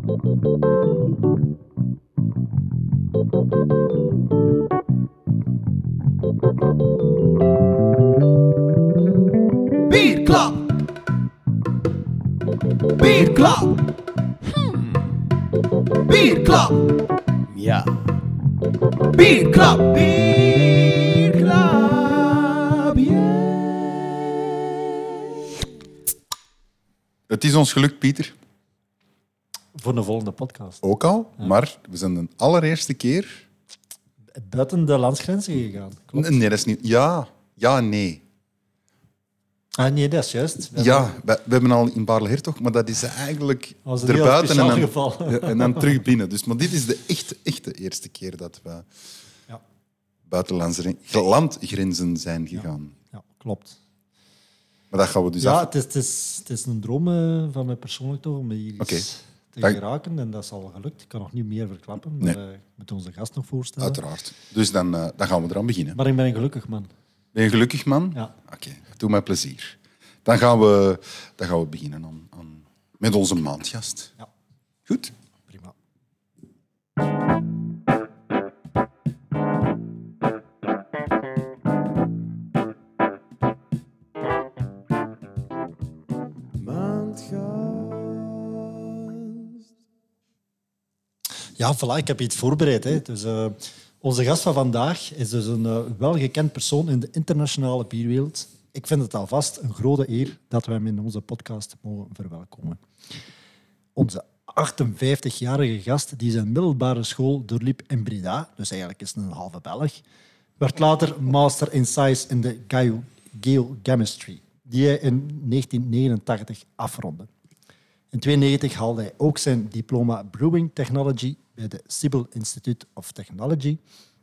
Bierklap. Bierklap. Bierklap. Ja. Bierklap. Bierklap. Het is ons geluk, Pieter. Voor de volgende podcast. Ook al. Maar we zijn de allereerste keer... Buiten de landsgrenzen gegaan. Klopt. Nee, dat is niet... Ja. Ja, nee. Ah, nee, dat is juist. Ja, we hebben al in Baarle-Hertog, maar dat is eigenlijk was een heel erbuiten en speciaal dan, geval. ja, en dan terug binnen. Dus, maar dit is de echte eerste keer dat we Ja. buitenlandse landgrenzen zijn gegaan. Ja, klopt. Maar dat gaan we dus Ja, af... het is een droom van mij persoonlijk toch, om hier Oké. eens te Dank- geraken. En dat is al gelukt. Ik kan nog niet meer verklappen, Nee. maar ik moet onze gast nog voorstellen. Uiteraard. Dus dan gaan we eraan beginnen. Maar ik ben een gelukkig man. Ben je gelukkig, man? Ja. Oké, doe mij plezier. Dan gaan we beginnen met onze maandgast. Ja. Goed? Prima. Ja, voilà, ik heb iets voorbereid. Hè. Dus, onze gast van vandaag is dus een welgekend persoon in de internationale bierwereld. Ik vind het alvast een grote eer dat we hem in onze podcast mogen verwelkomen. Onze 58-jarige gast die zijn middelbare school doorliep in Breda, dus eigenlijk is het een halve Belg, werd later master in science in de geochemistry, die hij in 1989 afrondde. In 1992 haalde hij ook zijn diploma Brewing Technology bij de Siebel Institute of Technology.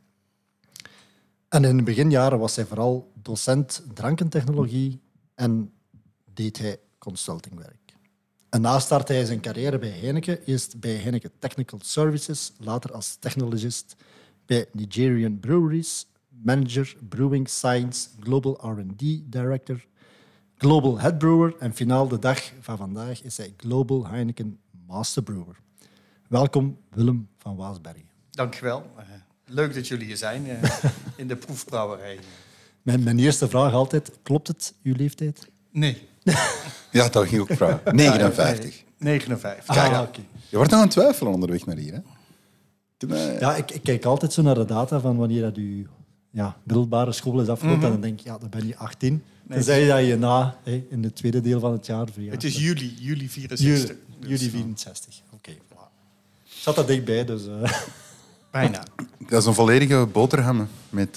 En in de beginjaren was hij vooral docent drankentechnologie en deed hij consultingwerk. En na startte hij zijn carrière bij Heineken, eerst bij Heineken Technical Services, later als technologist bij Nigerian Breweries, manager Brewing Science, Global R&D Director, Global Head Brewer en finaal de dag van vandaag is hij Global Heineken Master Brewer. Welkom, Willem van Waasbergen. Dankjewel. Leuk dat jullie hier zijn in de proefbrouwerij. Mijn eerste vraag altijd, klopt het, uw leeftijd? Nee. Ja, dat ging ook vragen. 59. 59. Oké. Je wordt nog aan het twijfelen onderweg naar hier, hè? Ja, ik kijk altijd zo naar de data van wanneer dat uw middelbare school is afgerond. En dan denk ik, ja, dan ben je 18. Dan zei je dat je in het tweede deel van het jaar verjaart. Het is juli 64. Juli 64. Oké, voilà. Ik zat er dichtbij, dus... Bijna. Dat is een volledige boterham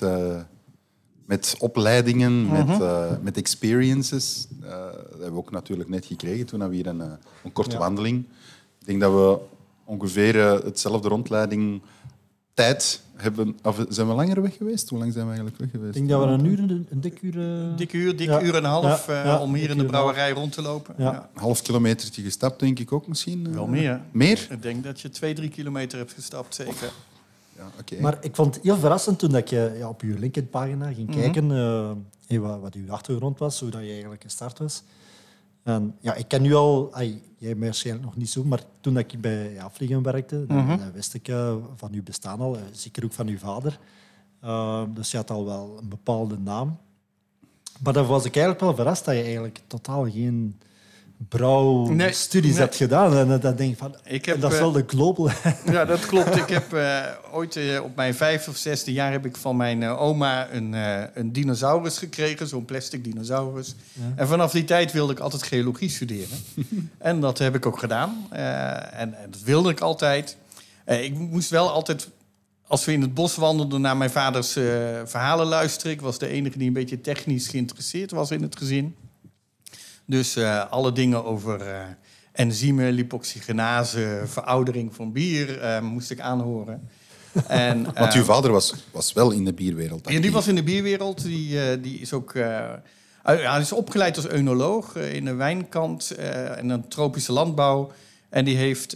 met opleidingen, met experiences. Dat hebben we ook natuurlijk net gekregen toen we hier een korte wandeling. Ik denk dat we ongeveer hetzelfde rondleiding tijd hebben. Of zijn we langer weg geweest? Hoe lang zijn we eigenlijk weg geweest? Ik denk dat we een dik uur... Dik uur en een half om hier in de brouwerij rond te lopen. Ja. Ja. Een half kilometertje gestapt, denk ik ook misschien. Wel meer. Meer? Ik denk dat je 2-3 kilometer hebt gestapt, zeker. Ja, oké. Maar ik vond het heel verrassent toen dat je op je LinkedIn-pagina ging kijken wat uw achtergrond was, hoe dat je eigenlijk gestart was. En, ja, ik ken u al, jij waarschijnlijk nog niet zo, maar toen dat ik bij Afliegen werkte, dan wist ik van uw bestaan al, zeker ook van uw vader. Dus je had al wel een bepaalde naam. Maar dan was ik eigenlijk wel verrast dat je eigenlijk totaal geen brouwstudies hebt gedaan. En dan denk ik van, dat is wel de global... Ja, dat klopt. Ik heb ooit op mijn 5e of 6e jaar heb ik van mijn oma een dinosaurus gekregen, zo'n plastic dinosaurus. Ja. En vanaf die tijd wilde ik altijd geologie studeren. En dat heb ik ook gedaan. En dat wilde ik altijd. Ik moest wel altijd, als we in het bos wandelden, naar mijn vaders verhalen luisteren. Ik was de enige die een beetje technisch geïnteresseerd was in het gezin. Dus alle dingen over enzymen, lipoxygenase, veroudering van bier moest ik aanhoren. En, want uw vader was wel in de bierwereld actief. Ja, die was in de bierwereld. Die is ook... hij is opgeleid als eunoloog in de wijnkant en een tropische landbouw. En die heeft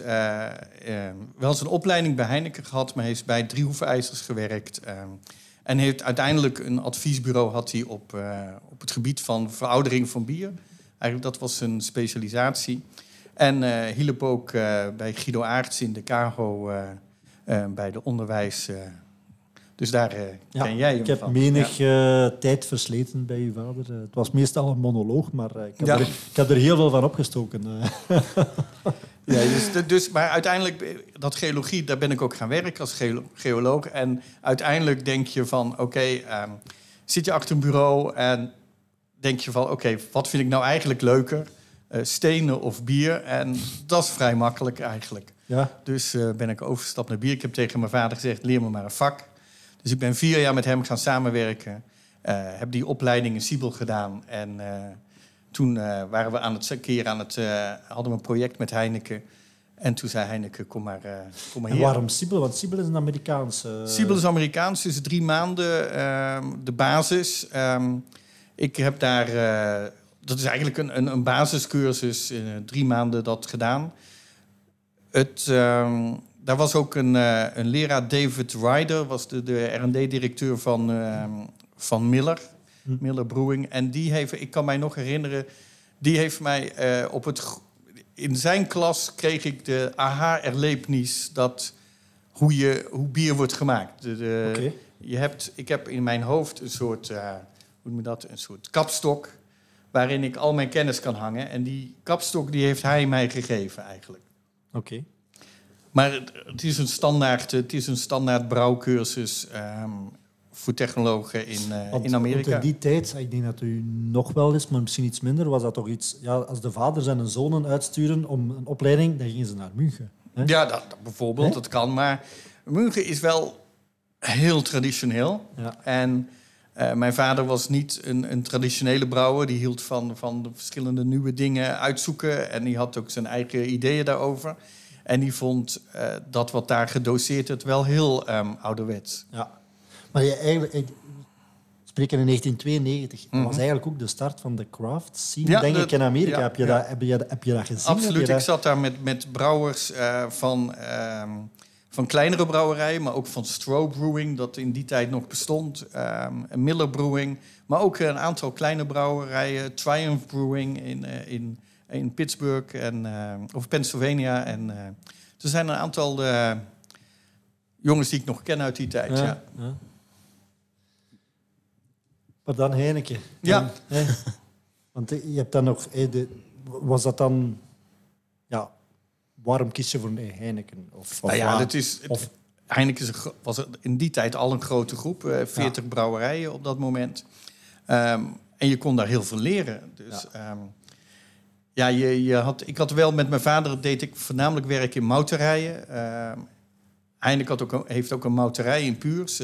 wel zijn opleiding bij Heineken gehad, maar heeft bij 3 hoefijzers gewerkt. En heeft uiteindelijk een adviesbureau had hij op het gebied van veroudering van bier. Eigenlijk dat was zijn specialisatie. En hielp ook bij Guido Aerts in de KAGO bij de onderwijs. Dus daar ken jij hem ik heb van. menig tijd versleten bij uw vader. Het was meestal een monoloog, maar ik heb er heel veel van opgestoken. Ja, maar uiteindelijk, dat geologie, daar ben ik ook gaan werken als geoloog. En uiteindelijk denk je van, zit je achter een bureau en denk je van, wat vind ik nou eigenlijk leuker? Stenen of bier? En dat is vrij makkelijk eigenlijk. Ja. Dus ben ik overgestapt naar bier. Ik heb tegen mijn vader gezegd, leer me maar een vak. Dus ik ben 4 jaar met hem gaan samenwerken. Heb die opleiding in Siebel gedaan. En toen waren we hadden we een project met Heineken. En toen zei Heineken, kom maar En hier. waarom Siebel? Want Siebel is een Amerikaanse... Siebel is Amerikaans, dus 3 maanden de basis. Ik heb daar... dat is eigenlijk een basiscursus, 3 maanden dat gedaan. Daar was ook een leraar, David Ryder, was de R&D-directeur van Miller. Miller Brewing. En die heeft, ik kan mij nog herinneren, die heeft mij in zijn klas kreeg ik de aha-erlebnis hoe bier wordt gemaakt. Ik heb in mijn hoofd een soort, een soort kapstok waarin ik al mijn kennis kan hangen. En die kapstok die heeft hij mij gegeven eigenlijk. Oké. Maar het is een standaard brouwcursus voor technologen in Amerika. Want in die tijd, ik denk dat u nog wel is, maar misschien iets minder, was dat toch iets... Ja, als de vaders en de zonen uitsturen om een opleiding, dan gingen ze naar München. Hè? Ja, dat bijvoorbeeld, dat kan. Maar München is wel heel traditioneel. Ja. En mijn vader was niet een traditionele brouwer. Die hield van de verschillende nieuwe dingen uitzoeken. En die had ook zijn eigen ideeën daarover. En die vond dat wat daar gedoseerd werd wel heel ouderwets. Ja. Maar ik spreken in 1992. Dat was eigenlijk ook de start van de craft scene, denk ik, in Amerika. Ja, heb je dat gezien? Absoluut. Ik zat daar met brouwers van kleinere brouwerijen, maar ook van Stroh Brewing, dat in die tijd nog bestond. Miller Brewing, maar ook een aantal kleine brouwerijen. Triumph Brewing in Pittsburgh of Pennsylvania. En er zijn een aantal jongens die ik nog ken uit die tijd. Ja. Maar dan Heineken. Ja. Want je hebt dan nog... was dat dan... Ja, waarom kies je voor een Heineken? Heineken was in die tijd al een grote groep. 40 brouwerijen op dat moment. En je kon daar heel veel leren. Dus... ik had wel met mijn vader, deed ik voornamelijk werk in mouterijen. Heineken heeft ook een mouterij in Puurs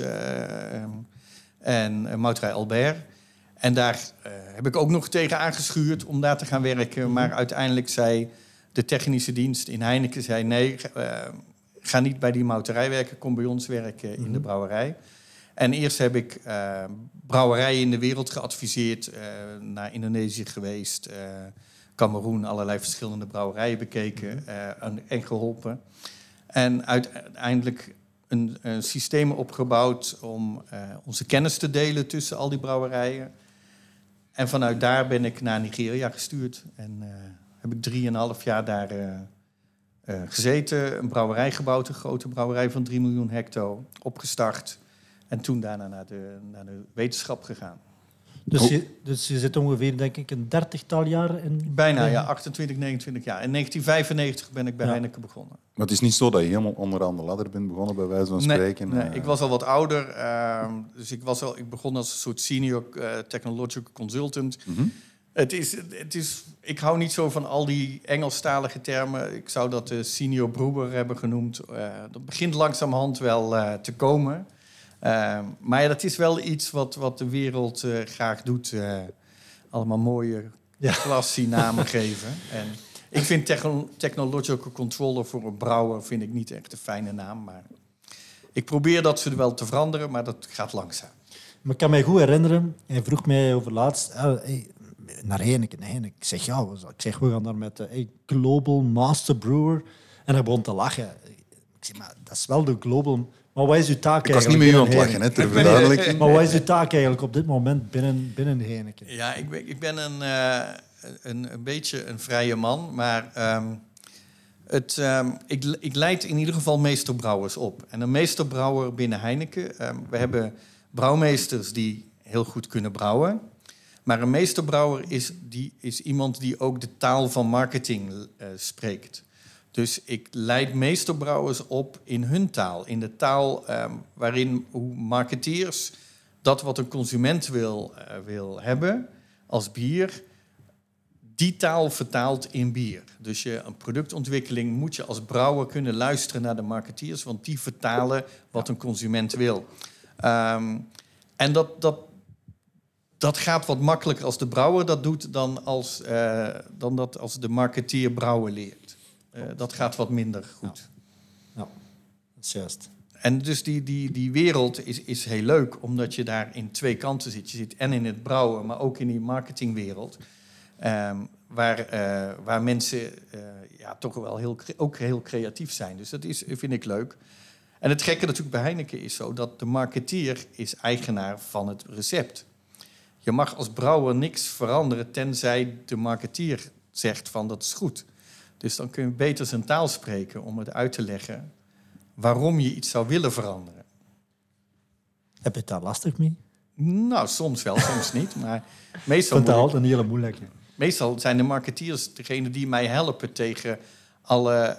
en mouterij Albert. En daar heb ik ook nog tegen aangeschuurd om daar te gaan werken. Maar uiteindelijk zei de technische dienst in Heineken, nee, ga niet bij die mouterij werken, kom bij ons werken in de brouwerij. En eerst heb ik brouwerijen in de wereld geadviseerd, naar Indonesië geweest... Kameroen, allerlei verschillende brouwerijen bekeken en geholpen. En uiteindelijk een systeem opgebouwd om onze kennis te delen tussen al die brouwerijen. En vanuit daar ben ik naar Nigeria gestuurd. En heb ik 3,5 jaar daar gezeten. Een brouwerij gebouwd, een grote brouwerij van 3 miljoen hecto. Opgestart. En toen daarna naar de wetenschap gegaan. Dus je zit ongeveer, denk ik, een 30-tal jaar in... Bijna, 28, 29 jaar. In 1995 ben ik bij Heineken begonnen. Maar het is niet zo dat je helemaal onderaan de ladder bent begonnen, bij wijze van spreken? Nee, ik was al wat ouder. Dus ik begon als een soort senior technological consultant. Mm-hmm. Ik hou niet zo van al die Engelstalige termen. Ik zou dat de senior brewer hebben genoemd. Dat begint langzamerhand wel te komen... maar dat is wel iets wat de wereld graag doet. Allemaal mooie klassie namen geven. En ik vind technological controller voor een brouwer vind ik niet echt een fijne naam. Maar ik probeer dat ze wel te veranderen, maar dat gaat langzaam. Maar ik kan mij goed herinneren, hij vroeg mij over laatst... naar Heineken. Ik zeg, we gaan daar met Global Master Brewer. En hij begon te lachen. Ik zeg, maar dat is wel de Global... Maar wat is uw taak Ik was eigenlijk? niet meer aan het lachen, hè, ter verduidelijking. Maar wat is uw taak eigenlijk op dit moment binnen Heineken? Ja, ik ben een beetje een vrije man, maar Ik leid in ieder geval meesterbrouwers op. En een meesterbrouwer binnen Heineken... we hebben brouwmeesters die heel goed kunnen brouwen. Maar een meesterbrouwer is iemand die ook de taal van marketing spreekt. Dus ik leid meesterbrouwers op in hun taal. In de taal waarin hoe marketeers dat wat een consument wil hebben als bier... die taal vertaalt in bier. Dus een productontwikkeling moet je als brouwer kunnen luisteren naar de marketeers... want die vertalen wat een consument wil. En dat gaat wat makkelijker als de brouwer dat doet... dan dat als de marketeer brouwen leert. Dat gaat wat minder goed. Ja, dat is juist. En dus die wereld is heel leuk... omdat je daar in twee kanten zit. Je zit en in het brouwen, maar ook in die marketingwereld... waar mensen toch wel ook heel creatief zijn. Dus dat vind ik leuk. En het gekke natuurlijk bij Heineken is zo... dat de marketeer is eigenaar van het recept. Je mag als brouwer niks veranderen... tenzij de marketeer zegt van dat is goed. Dus dan kun je beter zijn taal spreken om het uit te leggen... waarom je iets zou willen veranderen. Heb je het daar lastig mee? Nou, soms wel, soms niet. Maar meestal Ik vind het altijd een hele moeilijke. Meestal zijn de marketeers degene die mij helpen tegen alle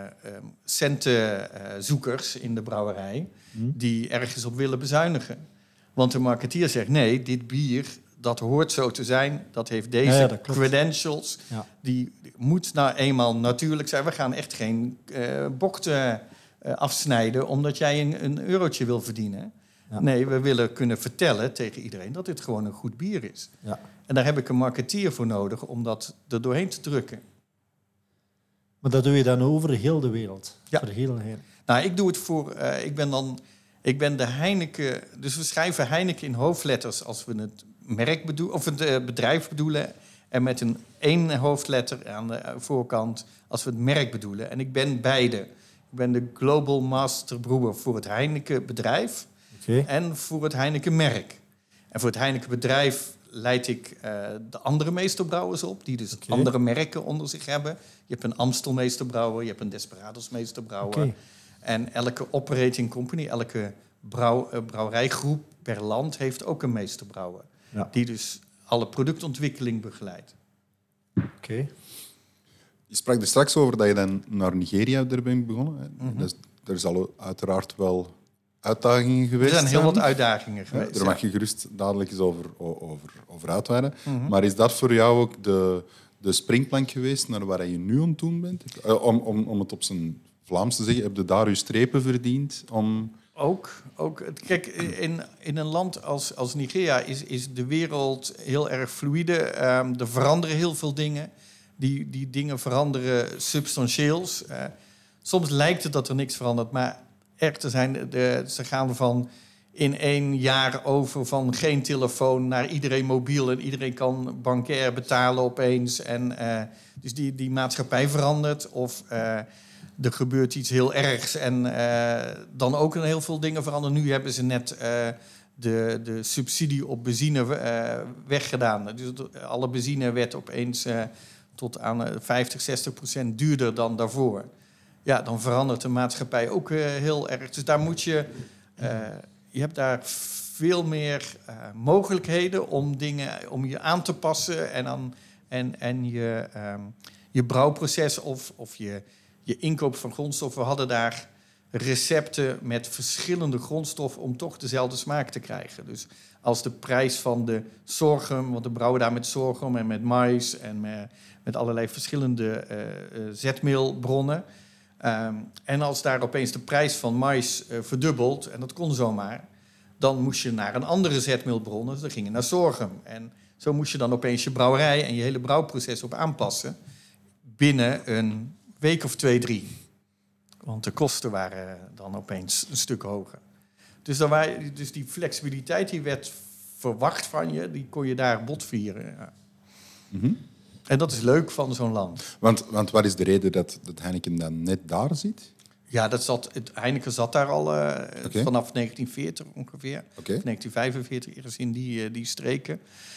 centenzoekers in de brouwerij... die ergens op willen bezuinigen. Want de marketeer zegt, nee, dit bier, dat hoort zo te zijn. Dat heeft deze credentials. Ja. Die moet nou eenmaal natuurlijk zijn. We gaan echt geen bokten afsnijden omdat jij een eurotje wil verdienen. Ja. Nee, we willen kunnen vertellen tegen iedereen dat dit gewoon een goed bier is. Ja. En daar heb ik een marketeer voor nodig om dat er doorheen te drukken. Maar dat doe je dan over heel de wereld? Ja. Voor heel Heineken? Nou, ik doe het voor... Ik ben de Heineken... Dus we schrijven Heineken in hoofdletters als we het merk bedoelen... of het bedrijf bedoelen. En met één hoofdletter aan de voorkant als we het merk bedoelen. En ik ben beide. Ik ben de Global Master Brewer voor het Heineken bedrijf... Okay. En voor het Heineken merk. En voor het Heineken bedrijf leid ik de andere meesterbrouwers op... die dus andere merken onder zich hebben. Je hebt een Amstel meesterbrouwer, je hebt een Desperados meesterbrouwer. Okay. En elke operating company, elke brouwerijgroep per land... heeft ook een meesterbrouwer. Ja. Die dus alle productontwikkeling begeleidt. Okay. Je sprak er straks over dat je dan naar Nigeria er bent begonnen. Mm-hmm. Er zal uiteraard wel... uitdagingen geweest. Er zijn heel wat uitdagingen geweest. Ja, daar mag je gerust dadelijk eens over uitweiden. Mm-hmm. Maar is dat voor jou ook de springplank geweest naar waar je nu aan het doen bent? Om het op zijn Vlaams te zeggen, heb je daar je strepen verdiend? Ook. Kijk, in een land als Nigeria is de wereld heel erg fluïde. Er veranderen heel veel dingen. Die dingen veranderen substantieels. Soms lijkt het dat er niks verandert, maar... Ze gaan van in 1 jaar over van geen telefoon naar iedereen mobiel... en iedereen kan bankair betalen opeens. En, dus die maatschappij verandert. Of er gebeurt iets heel ergs en dan ook heel veel dingen veranderen. Nu hebben ze net de subsidie op benzine weggedaan. Dus alle benzine werd opeens tot aan 50-60% duurder dan daarvoor. Ja, dan verandert de maatschappij ook heel erg. Dus daar moet je... je hebt daar veel meer mogelijkheden om je aan te passen... en je brouwproces of je inkoop van grondstoffen. We hadden daar recepten met verschillende grondstoffen... om toch dezelfde smaak te krijgen. Dus als de prijs van de sorghum... want we brouwen daar met sorghum en met mais... en met allerlei verschillende zetmeelbronnen... en als daar opeens de prijs van mais verdubbelt, en dat kon zomaar... dan moest je naar een andere zetmeelbron, dus dan ging je naar sorghum. En zo moest je dan opeens je brouwerij en je hele brouwproces op aanpassen... binnen een week of 2, 3. Want de kosten waren dan opeens een stuk hoger. Dus die flexibiliteit die werd verwacht van je, die kon je daar botvieren. Ja. Mm-hmm. En dat is leuk van zo'n land. Want wat is de reden dat Heineken dan net daar zit? Ja, Heineken zat daar al vanaf 1940 ongeveer. Oké. 1945, ergens in die streken.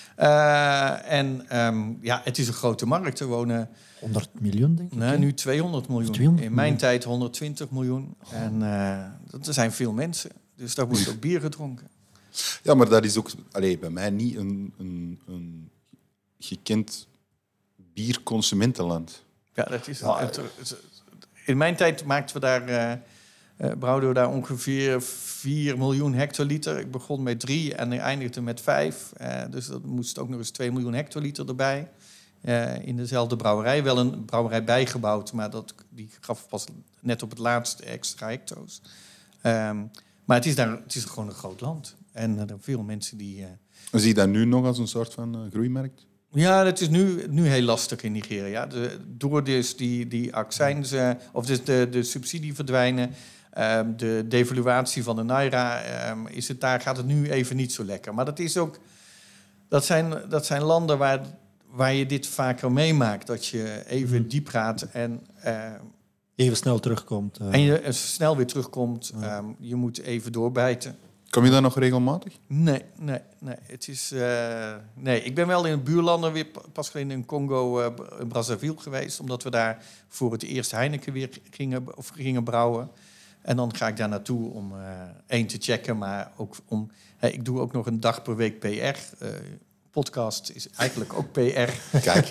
Het is een grote markt. Er wonen 100 miljoen, denk ik. nu 200 miljoen. 200 in mijn tijd 120 miljoen. En er zijn veel mensen. Dus daar wordt ook bier gedronken. Ja, maar dat is ook bij mij niet een gekend bierconsumentenland. Ja, dat is in mijn tijd maakten we daar, brouwden we daar ongeveer 4 miljoen hectoliter. Ik begon met 3 en ik eindigde met 5. Dus dat moest ook nog eens 2 miljoen hectoliter erbij. In dezelfde brouwerij. Wel een brouwerij bijgebouwd, maar die gaf pas net op het laatste extra hecto's. Maar het is gewoon een groot land. En er zijn veel mensen die... Zie je dat nu nog als een soort van groeimarkt? Ja, dat is nu heel lastig in Nigeria. Door dus die accijns, of dus de subsidie verdwijnen, de devaluatie van de naira, gaat het nu even niet zo lekker. Maar dat zijn landen waar je dit vaker meemaakt. Dat je even diep gaat en Even snel terugkomt. en je snel weer terugkomt. Je moet even doorbijten. Kom je daar nog regelmatig? Nee. Het is, ik ben wel in buurlanden weer pas geleden in Congo, in Brazzaville geweest. Omdat we daar voor het eerst Heineken weer gingen brouwen. En dan ga ik daar naartoe om te checken. Maar ook ik doe ook nog een dag per week PR. Podcast is eigenlijk ook PR. Kijk.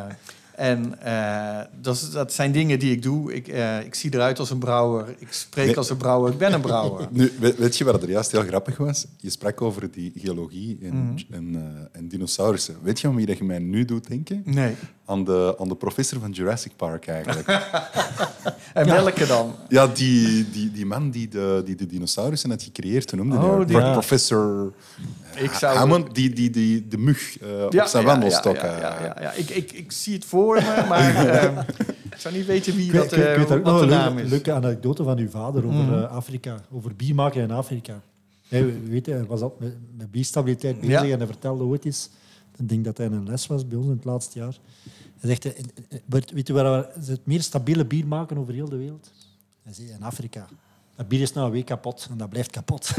Dat zijn dingen die ik doe. Ik zie eruit als een brouwer. Ik spreek als een brouwer. Ik ben een brouwer. Nu, weet je wat er juist heel grappig was? Je sprak over die geologie en dinosaurussen. Weet je aan wie dat je mij nu doet denken? Nee. Aan de professor van Jurassic Park, eigenlijk. En welke dan? Ja, die man die de dinosaurussen had gecreëerd, hoe noemde hij? die- Professor Hammond, die de mug op zijn wandelstok. Ja. Ik zie het voor me, maar ik zou niet weten wie Ik weet ook nog wat de een naam is. leuke anekdote van uw vader over Afrika. Over bier maken in Afrika. Hij was al met bierstabiliteit bezig en hij vertelde ooit eens... Ik denk dat hij een les was bij ons in het laatste jaar. Hij zegt, weet je waar ze het meer stabiele bier maken over heel de wereld? Hij zei, in Afrika. Dat bier is na een week kapot en dat blijft kapot.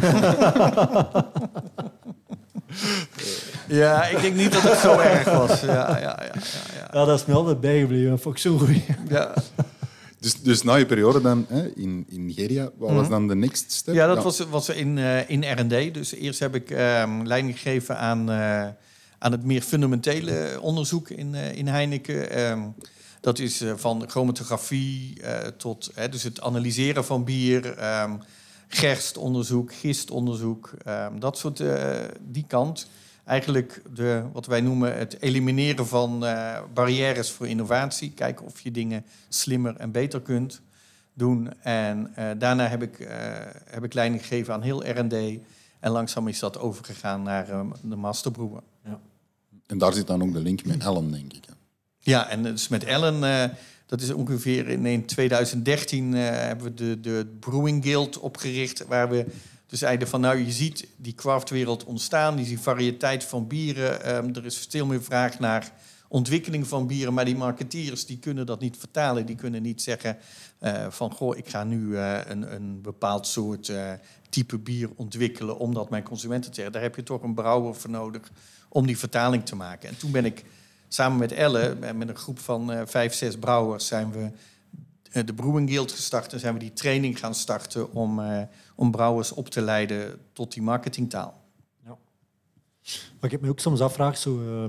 Ja, ik denk niet dat het zo erg was. Ja. Ja, dat is me altijd bijgebleven. Dat vond ik zo goed. Ja. Dus na je periode dan in Nigeria, wat was dan de next step? Ja, dat was in R&D. Dus eerst heb ik leiding gegeven aan het meer fundamentele onderzoek in Heineken. Dat is van chromatografie tot dus het analyseren van bier, gerstonderzoek, gistonderzoek, dat soort die kant. Eigenlijk wat wij noemen het elimineren van barrières voor innovatie. Kijken of je dingen slimmer en beter kunt doen. En daarna heb ik leiding gegeven aan heel R&D. En langzaam is dat overgegaan naar de masterbroeien. Ja. En daar zit dan ook de link met Ellen, denk ik. Ja, en dus met Ellen, dat is ongeveer in 2013 hebben we de Brewing Guild opgericht, waar we dus zeiden van, je ziet die craftwereld ontstaan, die variëteit van bieren. Er is veel meer vraag naar ontwikkeling van bieren, maar die marketeers die kunnen dat niet vertalen. Die kunnen niet zeggen van, ik ga nu een bepaald soort type bier ontwikkelen, omdat mijn consumenten zeggen, daar heb je toch een brouwer voor nodig om die vertaling te maken. En toen ben ik samen met Elle, met een groep van 5-6 brouwers, zijn we de Brewing Guild gestart en zijn we die training gaan starten om brouwers op te leiden tot die marketingtaal. Ja. Wat ik me ook soms afvraag,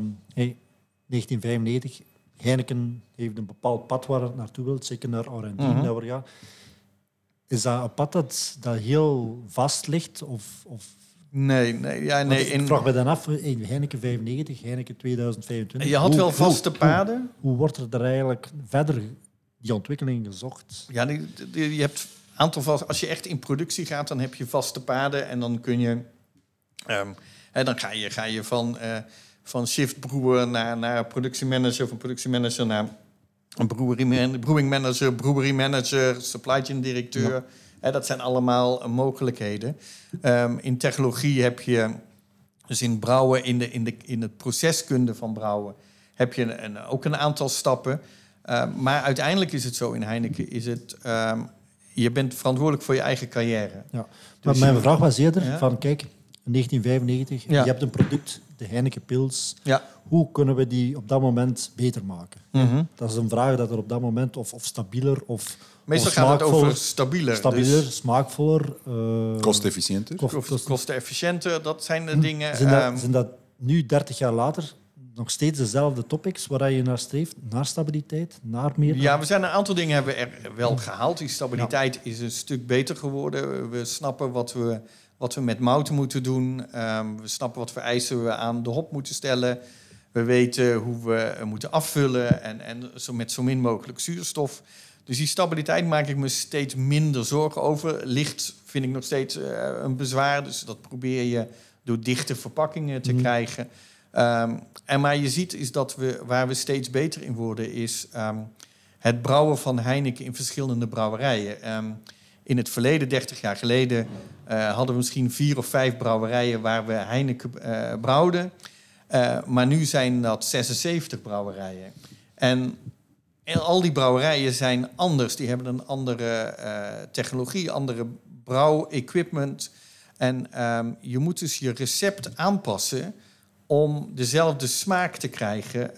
1995, Heineken heeft een bepaald pad waar het naartoe wil, zeker naar R&D. Dat we gaan. Is dat een pad dat heel vast ligt? Of Nee. Ik vraag me dan af, Heineken 95, Heineken 2025. Je had wel vaste paden. Hoe wordt er eigenlijk verder die ontwikkeling gezocht? Ja, je hebt aantal vast. Als je echt in productie gaat, dan heb je vaste paden en dan kun je, dan ga je van shiftbroer naar productiemanager, van productiemanager naar een brewing manager, brewery manager, supply chain directeur. Ja. Dat zijn allemaal mogelijkheden. In technologie heb je, dus in brouwen, in het proceskunde van brouwen, heb je ook een aantal stappen. Maar uiteindelijk is het zo in Heineken, je bent verantwoordelijk voor je eigen carrière. Ja. Dus Maar mijn vraag was eerder Ja. van, kijk, in 1995, Ja. je hebt een product, de Heineken Pils. Ja. Hoe kunnen we die op dat moment beter maken? Mhm. Dat is een vraag dat er op dat moment of stabieler of Meestal of gaat het over smaakvoller- stabieler. stabieler, Dus smaakvoller. Kostefficiënter. kostenefficiënter, dat zijn de dingen. Zijn dat nu, 30 jaar later, nog steeds dezelfde topics waar je naar streeft? Naar stabiliteit, naar meer... Ja, we zijn een aantal dingen hebben we er wel gehaald. Die stabiliteit is een stuk beter geworden. We snappen wat we met mouten moeten doen. We snappen wat voor eisen we aan de hop moeten stellen. We weten hoe we moeten afvullen en met zo min mogelijk zuurstof. Dus die stabiliteit maak ik me steeds minder zorgen over. Licht vind ik nog steeds een bezwaar. Dus dat probeer je door dichte verpakkingen te krijgen. Maar je ziet is dat waar we steeds beter in worden... is het brouwen van Heineken in verschillende brouwerijen. In het verleden, 30 jaar geleden... hadden we misschien 4 of 5 brouwerijen waar we Heineken brouwden. Maar nu zijn dat 76 brouwerijen. En al die brouwerijen zijn anders. Die hebben een andere technologie, andere brouwequipment. En je moet dus je recept aanpassen om dezelfde smaak te krijgen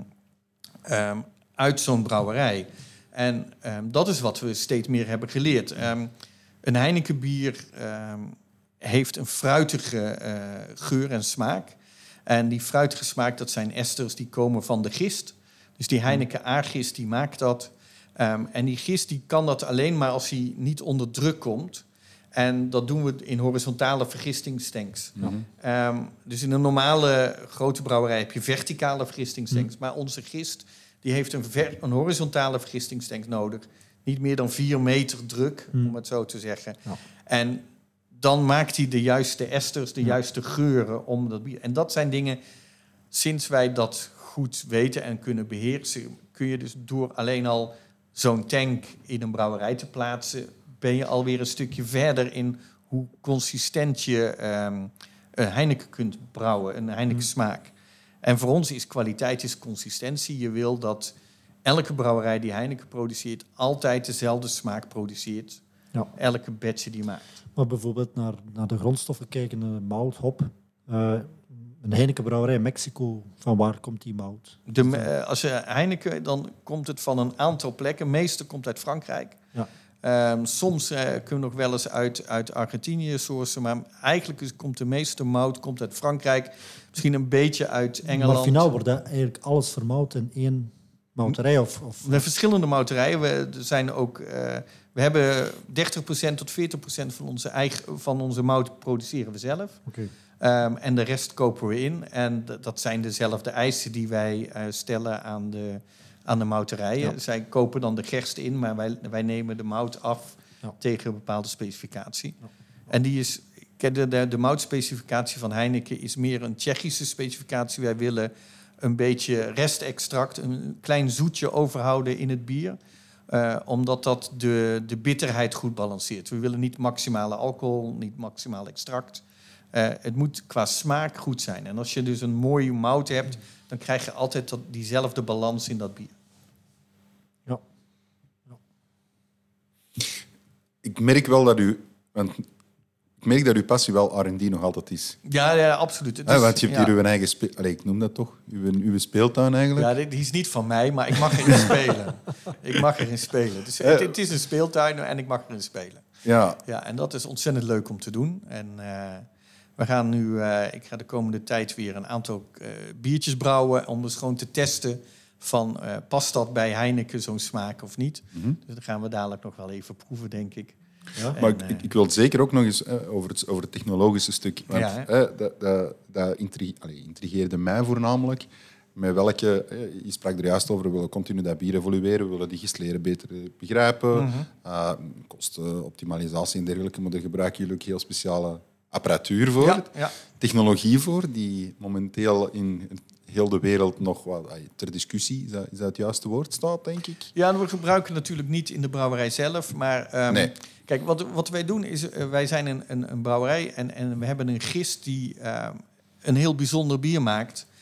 uit zo'n brouwerij. En dat is wat we steeds meer hebben geleerd. Een Heineken bier heeft een fruitige geur en smaak. En die fruitige smaak, dat zijn esters die komen van de gist. Dus die Heineken A-gist, die maakt dat. En die gist die kan dat alleen maar als hij niet onder druk komt. En dat doen we in horizontale vergistingstanks. Dus in een normale grote brouwerij heb je verticale vergistingstanks. Maar onze gist die heeft een horizontale vergistingstank nodig. Niet meer dan 4 meter druk, om het zo te zeggen. Ja. En dan maakt hij de juiste esters, de juiste geuren om dat bier. En dat zijn dingen, sinds wij dat goed weten en kunnen beheersen, kun je dus door alleen al zo'n tank in een brouwerij te plaatsen, ben je alweer een stukje verder in hoe consistent je een Heineken kunt brouwen, een Heineken smaak. En voor ons is kwaliteit is consistentie. Je wil dat elke brouwerij die Heineken produceert altijd dezelfde smaak produceert. Ja. Elke batch die maakt. Maar bijvoorbeeld naar de grondstoffen kijken, mout, hop. Een Heineken brouwerij in Mexico, van waar komt die mout? Als je Heineken, dan komt het van een aantal plekken. De meeste komt uit Frankrijk. Ja. Soms kunnen we nog wel eens uit Argentinië sourcen, maar eigenlijk komt de meeste mout uit Frankrijk. Misschien een beetje uit Engeland. Maar finaal wordt eigenlijk alles vermout in één mouterij? Of? Met verschillende mouterijen. We hebben 30% tot 40% van onze mout produceren we zelf. Okay. En de rest kopen we in. En dat zijn dezelfde eisen die wij stellen aan de mouterijen. Ja. Zij kopen dan de gerst in, maar wij nemen de mout af tegen een bepaalde specificatie. Ja. En die is... De moutspecificatie van Heineken is meer een Tsjechische specificatie. Wij willen een beetje restextract, een klein zoetje overhouden in het bier. Omdat dat de bitterheid goed balanceert. We willen niet maximale alcohol, niet maximaal extract. Het moet qua smaak goed zijn. En als je dus een mooie mout hebt, dan krijg je altijd diezelfde balans in dat bier. Ja. Ik merk wel dat ik merk dat uw passie wel R&D nog altijd is. Ja, absoluut. Want je hebt hier uw eigen ik noem dat toch? Uw speeltuin eigenlijk? Ja, die is niet van mij, maar ik mag erin spelen. Ik mag erin spelen. Dus het is een speeltuin en ik mag erin spelen. Ja, en dat is ontzettend leuk om te doen. En we gaan nu, ik ga de komende tijd weer een aantal biertjes brouwen om dus gewoon te testen van past dat bij Heineken zo'n smaak of niet. Mm-hmm. Dus dat gaan we dadelijk nog wel even proeven, denk ik. Ja, maar ik wil zeker ook nog eens over het technologische stuk. Want dat intrigeerde mij voornamelijk. Met welke, je sprak er juist over, we willen continu dat bier evolueren, we willen die gist beter begrijpen. Kostenoptimalisatie en dergelijke, maar daar gebruiken jullie ook heel speciale apparatuur voor. Ja. Technologie voor, die momenteel in heel de wereld nog wat ter discussie, is dat het juiste woord, staat, denk ik? Ja, we gebruiken natuurlijk niet in de brouwerij zelf, maar... nee. Kijk, wat wij doen is, wij zijn een brouwerij en we hebben een gist die een heel bijzonder bier maakt.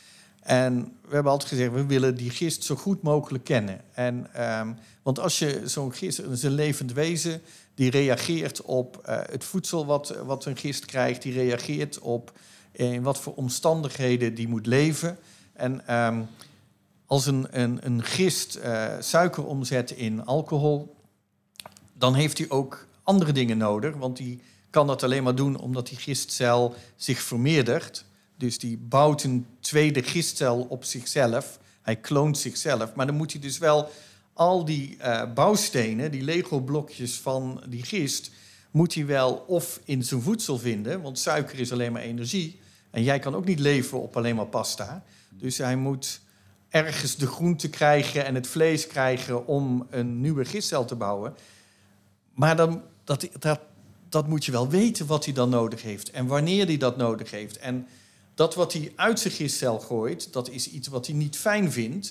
En we hebben altijd gezegd, we willen die gist zo goed mogelijk kennen. Want als je zo'n gist, dat is een levend wezen, die reageert op het voedsel wat een gist krijgt, die reageert op in wat voor omstandigheden die moet leven. En als een gist suiker omzet in alcohol, dan heeft hij ook andere dingen nodig. Want die kan dat alleen maar doen omdat die gistcel zich vermeerdert. Dus die bouwt een tweede gistcel op zichzelf. Hij kloont zichzelf. Maar dan moet hij dus wel al die bouwstenen, die Lego-blokjes van die gist, moet hij wel of in zijn voedsel vinden, want suiker is alleen maar energie. En jij kan ook niet leven op alleen maar pasta. Dus hij moet ergens de groente krijgen en het vlees krijgen om een nieuwe gistcel te bouwen. Maar dan, dat moet je wel weten wat hij dan nodig heeft en wanneer hij dat nodig heeft. En dat wat hij uit zijn gistcel gooit, dat is iets wat hij niet fijn vindt.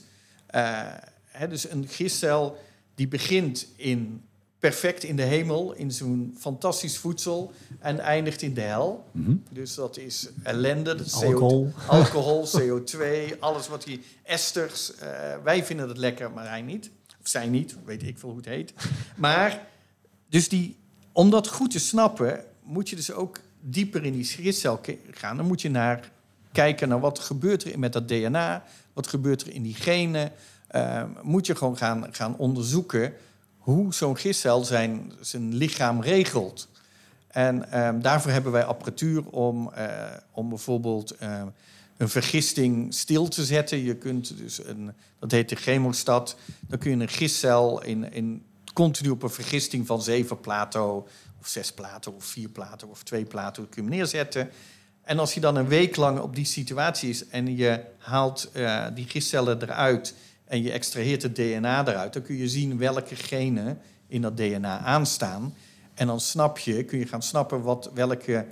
Dus een gistcel die begint perfect in de hemel, in zo'n fantastisch voedsel en eindigt in de hel. Mm-hmm. Dus dat is ellende, dat is Alcohol. CO2, alles wat die esters. Wij vinden het lekker, maar hij niet. Of zij niet, weet ik veel hoe het heet. Maar dus om dat goed te snappen, moet je dus ook dieper in die gistcel gaan. Dan moet je kijken naar wat gebeurt er met dat DNA, wat gebeurt er in die genen. Moet je gewoon gaan onderzoeken hoe zo'n gistcel zijn lichaam regelt. En daarvoor hebben wij apparatuur om bijvoorbeeld een vergisting stil te zetten. Je kunt dus dat heet de chemostat. Dan kun je een gistcel continu op een vergisting van 7 plato, of 6 plato, of 4 plato, of 2 plato kun je hem neerzetten. En als je dan een week lang op die situatie is en je haalt die gistcellen eruit en je extraheert het DNA eruit, dan kun je zien welke genen in dat DNA aanstaan. En dan kun je gaan snappen welke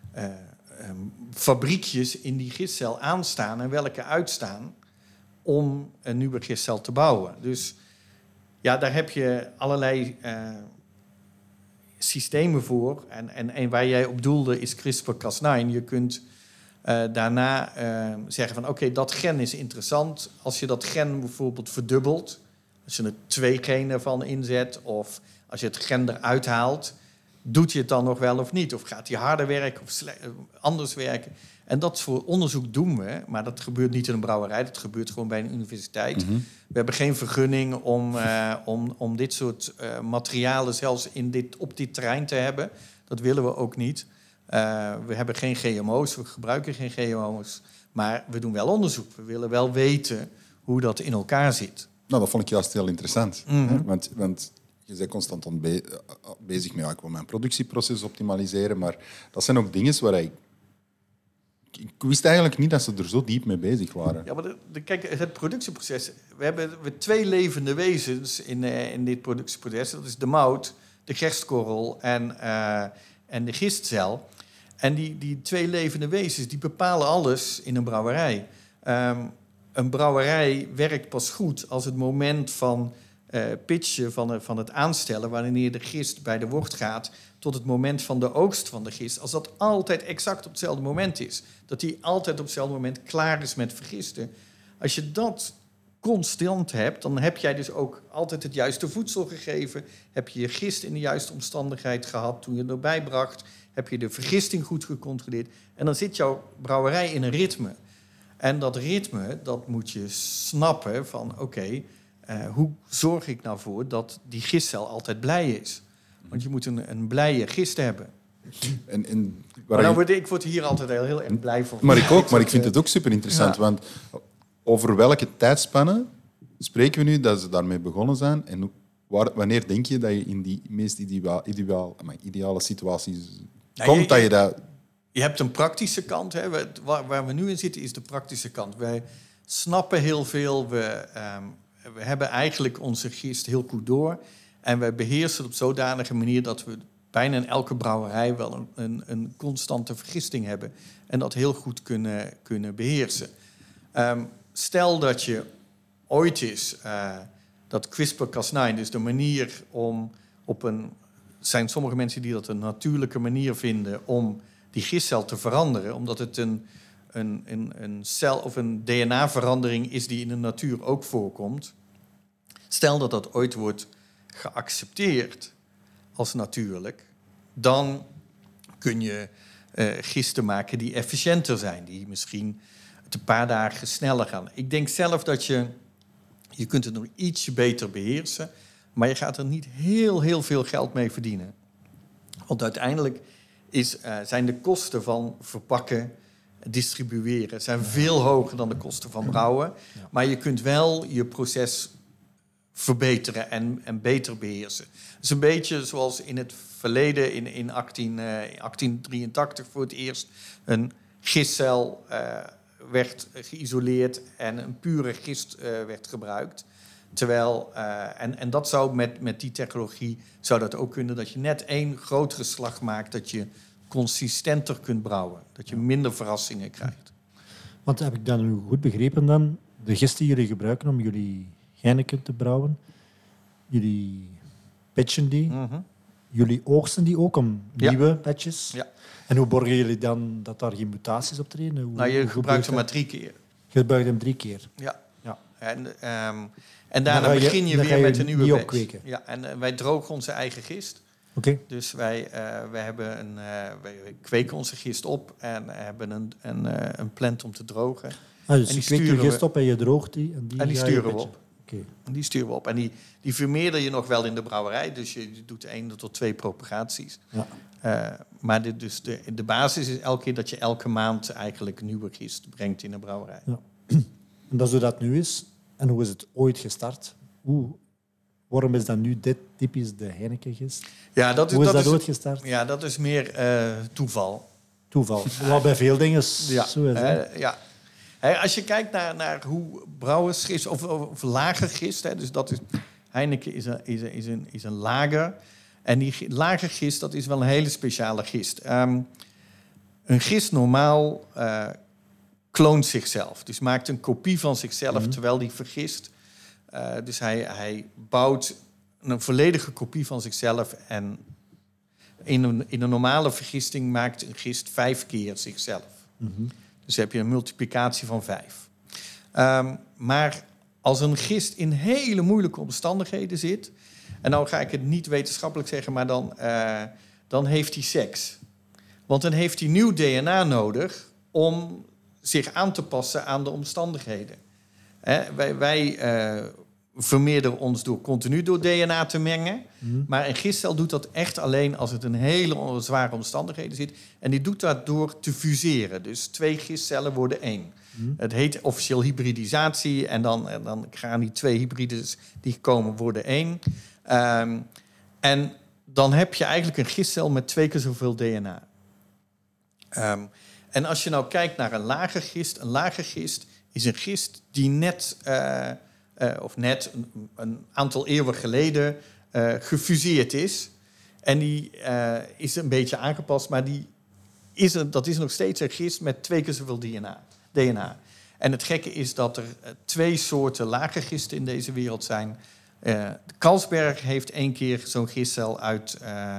fabriekjes in die gistcel aanstaan en welke uitstaan om een nieuwe gistcel te bouwen. Dus ja, daar heb je allerlei systemen voor. En waar jij op doelde is CRISPR-Cas9. Je kunt daarna zeggen van oké, dat gen is interessant. Als je dat gen bijvoorbeeld verdubbelt, als je er 2 genen van inzet, of als je het gen eruit haalt, doet je het dan nog wel of niet? Of gaat die harder werken of anders werken? En dat voor onderzoek doen we, maar dat gebeurt niet in een brouwerij. Dat gebeurt gewoon bij een universiteit. Mm-hmm. We hebben geen vergunning om dit soort materialen zelfs op dit terrein te hebben. Dat willen we ook niet. We hebben geen GMO's, we gebruiken geen GMO's. Maar we doen wel onderzoek. We willen wel weten hoe dat in elkaar zit. Nou, dat vond ik juist heel interessant. Mm-hmm. Want je bent constant bezig met ik wil mijn productieproces optimaliseren. Maar dat zijn ook dingen waar ik wist eigenlijk niet dat ze er zo diep mee bezig waren. Ja, maar kijk, het productieproces. We hebben 2 levende wezens in dit productieproces. Dat is de mout, de gerstkorrel en de gistcel. En die 2 levende wezens die bepalen alles in een brouwerij. Een brouwerij werkt pas goed als het moment van pitchen van het aanstellen, wanneer de gist bij de wort gaat, tot het moment van de oogst van de gist, als dat altijd exact op hetzelfde moment is. Dat die altijd op hetzelfde moment klaar is met vergisten. Als je dat constant hebt, dan heb jij dus ook altijd het juiste voedsel gegeven. Heb je je gist in de juiste omstandigheid gehad toen je het erbij bracht. Heb je de vergisting goed gecontroleerd. En dan zit jouw brouwerij in een ritme. En dat ritme, dat moet je snappen van oké, hoe zorg ik nou voor dat die gistcel altijd blij is? Want je moet een blije gist hebben. Ik word hier altijd heel erg blij van. Maar ik ook, maar ik vind het ook super interessant. Ja. Want over welke tijdspanne spreken we nu dat ze daarmee begonnen zijn? En wanneer denk je dat je in die meest ideale situaties komt? Je hebt een praktische kant. Hè. Waar we nu in zitten is de praktische kant. Wij snappen heel veel. We hebben eigenlijk onze gist heel goed door. En wij beheersen het op zodanige manier dat we bijna in elke brouwerij wel een constante vergisting hebben. En dat heel goed kunnen beheersen. Stel dat je ooit is dat CRISPR-Cas9, dus de manier om zijn sommige mensen die dat een natuurlijke manier vinden om die gistcel te veranderen, omdat het een een cel of een DNA-verandering is die in de natuur ook voorkomt. Stel dat dat ooit wordt geaccepteerd als natuurlijk, dan kun je gisten maken die efficiënter zijn, die misschien het een paar dagen sneller gaan. Ik denk zelf dat je kunt het nog ietsje beter beheersen, maar je gaat er niet heel veel geld mee verdienen. Want uiteindelijk zijn de kosten van verpakken, distribueren, zijn veel hoger dan de kosten van brouwen. Ja. Maar je kunt wel je proces verbeteren en beter beheersen. Het is een beetje zoals in het verleden, in 1883 voor het eerst, een gistcel werd geïsoleerd en een pure gist werd gebruikt. Terwijl, en dat zou met die technologie zou dat ook kunnen, dat je net één grotere slag maakt, dat je consistenter kunt brouwen, dat je minder verrassingen krijgt. Want heb ik dat nu goed begrepen dan? De gist die jullie gebruiken om jullie Heineken te brouwen, jullie pitchen die, jullie oogsten die ook om nieuwe batches. Ja. En hoe borgen jullie dan dat daar geen mutaties optreden? Je gebruikt hem maar 3 keer. Je gebruikt hem 3 keer? Ja. En daarna begin je weer met een nieuwe batch. Opkweken. Ja, en wij drogen onze eigen gist. Okay. Dus wij kweken onze gist op en hebben een plant om te drogen. Dus je kweekt je gist op en je droogt die? En die sturen we op. Okay. Die sturen we op. En die vermeerder je nog wel in de brouwerij. Dus je doet 1 tot 2 propagaties. Ja. Maar de basis is elke keer dat je elke maand eigenlijk nieuwe gist brengt in de brouwerij. Ja. En dat is hoe dat nu is. En hoe is het ooit gestart? Waarom is dat nu dit typisch de Heineken-gist? Ja, hoe is dat ooit gestart? Ja, dat is meer toeval. Toeval. Wat bij veel dingen zo is. Ja. Als je kijkt naar hoe brouwersgist of lagergist, dus dat is Heineken is een lager. En die lagergist, dat is wel een hele speciale gist. Een gist normaal kloont zichzelf. Dus maakt een kopie van zichzelf terwijl die vergist. Dus hij bouwt een volledige kopie van zichzelf. En in een normale vergisting maakt een gist 5 keer zichzelf. Dus heb je een multiplicatie van 5. Maar als een gist in hele moeilijke omstandigheden zit, en nou ga ik het niet wetenschappelijk zeggen, maar dan heeft hij seks. Want dan heeft hij nieuw DNA nodig om zich aan te passen aan de omstandigheden. Wij vermeerderen ons door continu door DNA te mengen. Maar een gistcel doet dat echt alleen als het in hele zware omstandigheden zit. En die doet dat door te fuseren. Dus 2 gistcellen worden 1. Het heet officieel hybridisatie. En dan gaan die 2 hybrides die komen worden 1. En dan heb je eigenlijk een gistcel met 2 keer zoveel DNA. En als je nou kijkt naar een lager gist is een gist die net een aantal eeuwen geleden gefuseerd is. En die is een beetje aangepast, maar dat is nog steeds een gist met 2 keer zoveel DNA. En het gekke is dat er 2 soorten lagergisten in deze wereld zijn. Carlsberg heeft 1 keer zo'n gistcel uit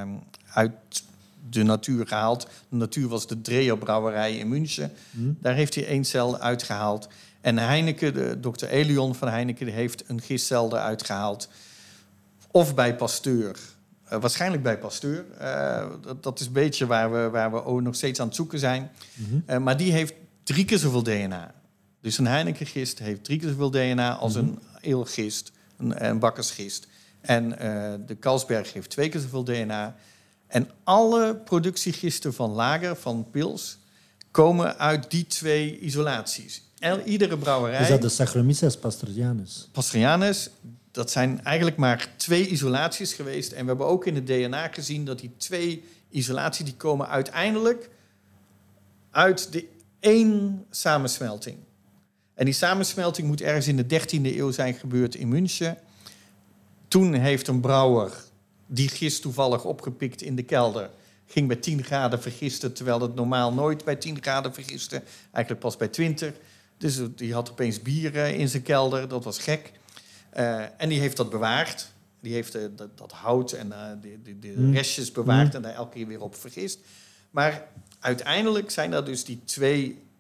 de natuur gehaald. De natuur was de Dreher-brouwerij in München. Daar heeft hij 1 cel uitgehaald. En Heineken, de Dr. Elion van Heineken, heeft een gistcel eruit gehaald. Of bij Pasteur. Waarschijnlijk bij Pasteur. Dat is een beetje waar we nog steeds aan het zoeken zijn. Maar die heeft 3 keer zoveel DNA. Dus een Heineken-gist heeft 3 keer zoveel DNA als een eelgist, een bakkersgist. En de Carlsberg heeft 2 keer zoveel DNA. En alle productiegisten van lager, van pils, komen uit die 2 isolaties. Iedere brouwerij... Is dat de Saccharomyces pastorianus? Pastorianus, dat zijn eigenlijk maar 2 isolaties geweest. En we hebben ook in het DNA gezien dat die 2 isolaties, die komen uiteindelijk uit de 1 samensmelting. En die samensmelting moet ergens in de 13e eeuw zijn gebeurd in München. Toen heeft een brouwer die gist toevallig opgepikt in de kelder, ging bij 10 graden vergisten, terwijl het normaal nooit bij 10 graden vergiste. Eigenlijk pas bij 20. Dus die had opeens bier in zijn kelder. Dat was gek. En die heeft dat bewaard. Die heeft dat hout en de restjes bewaard en daar elke keer weer op vergist. Maar uiteindelijk zijn dat dus die 2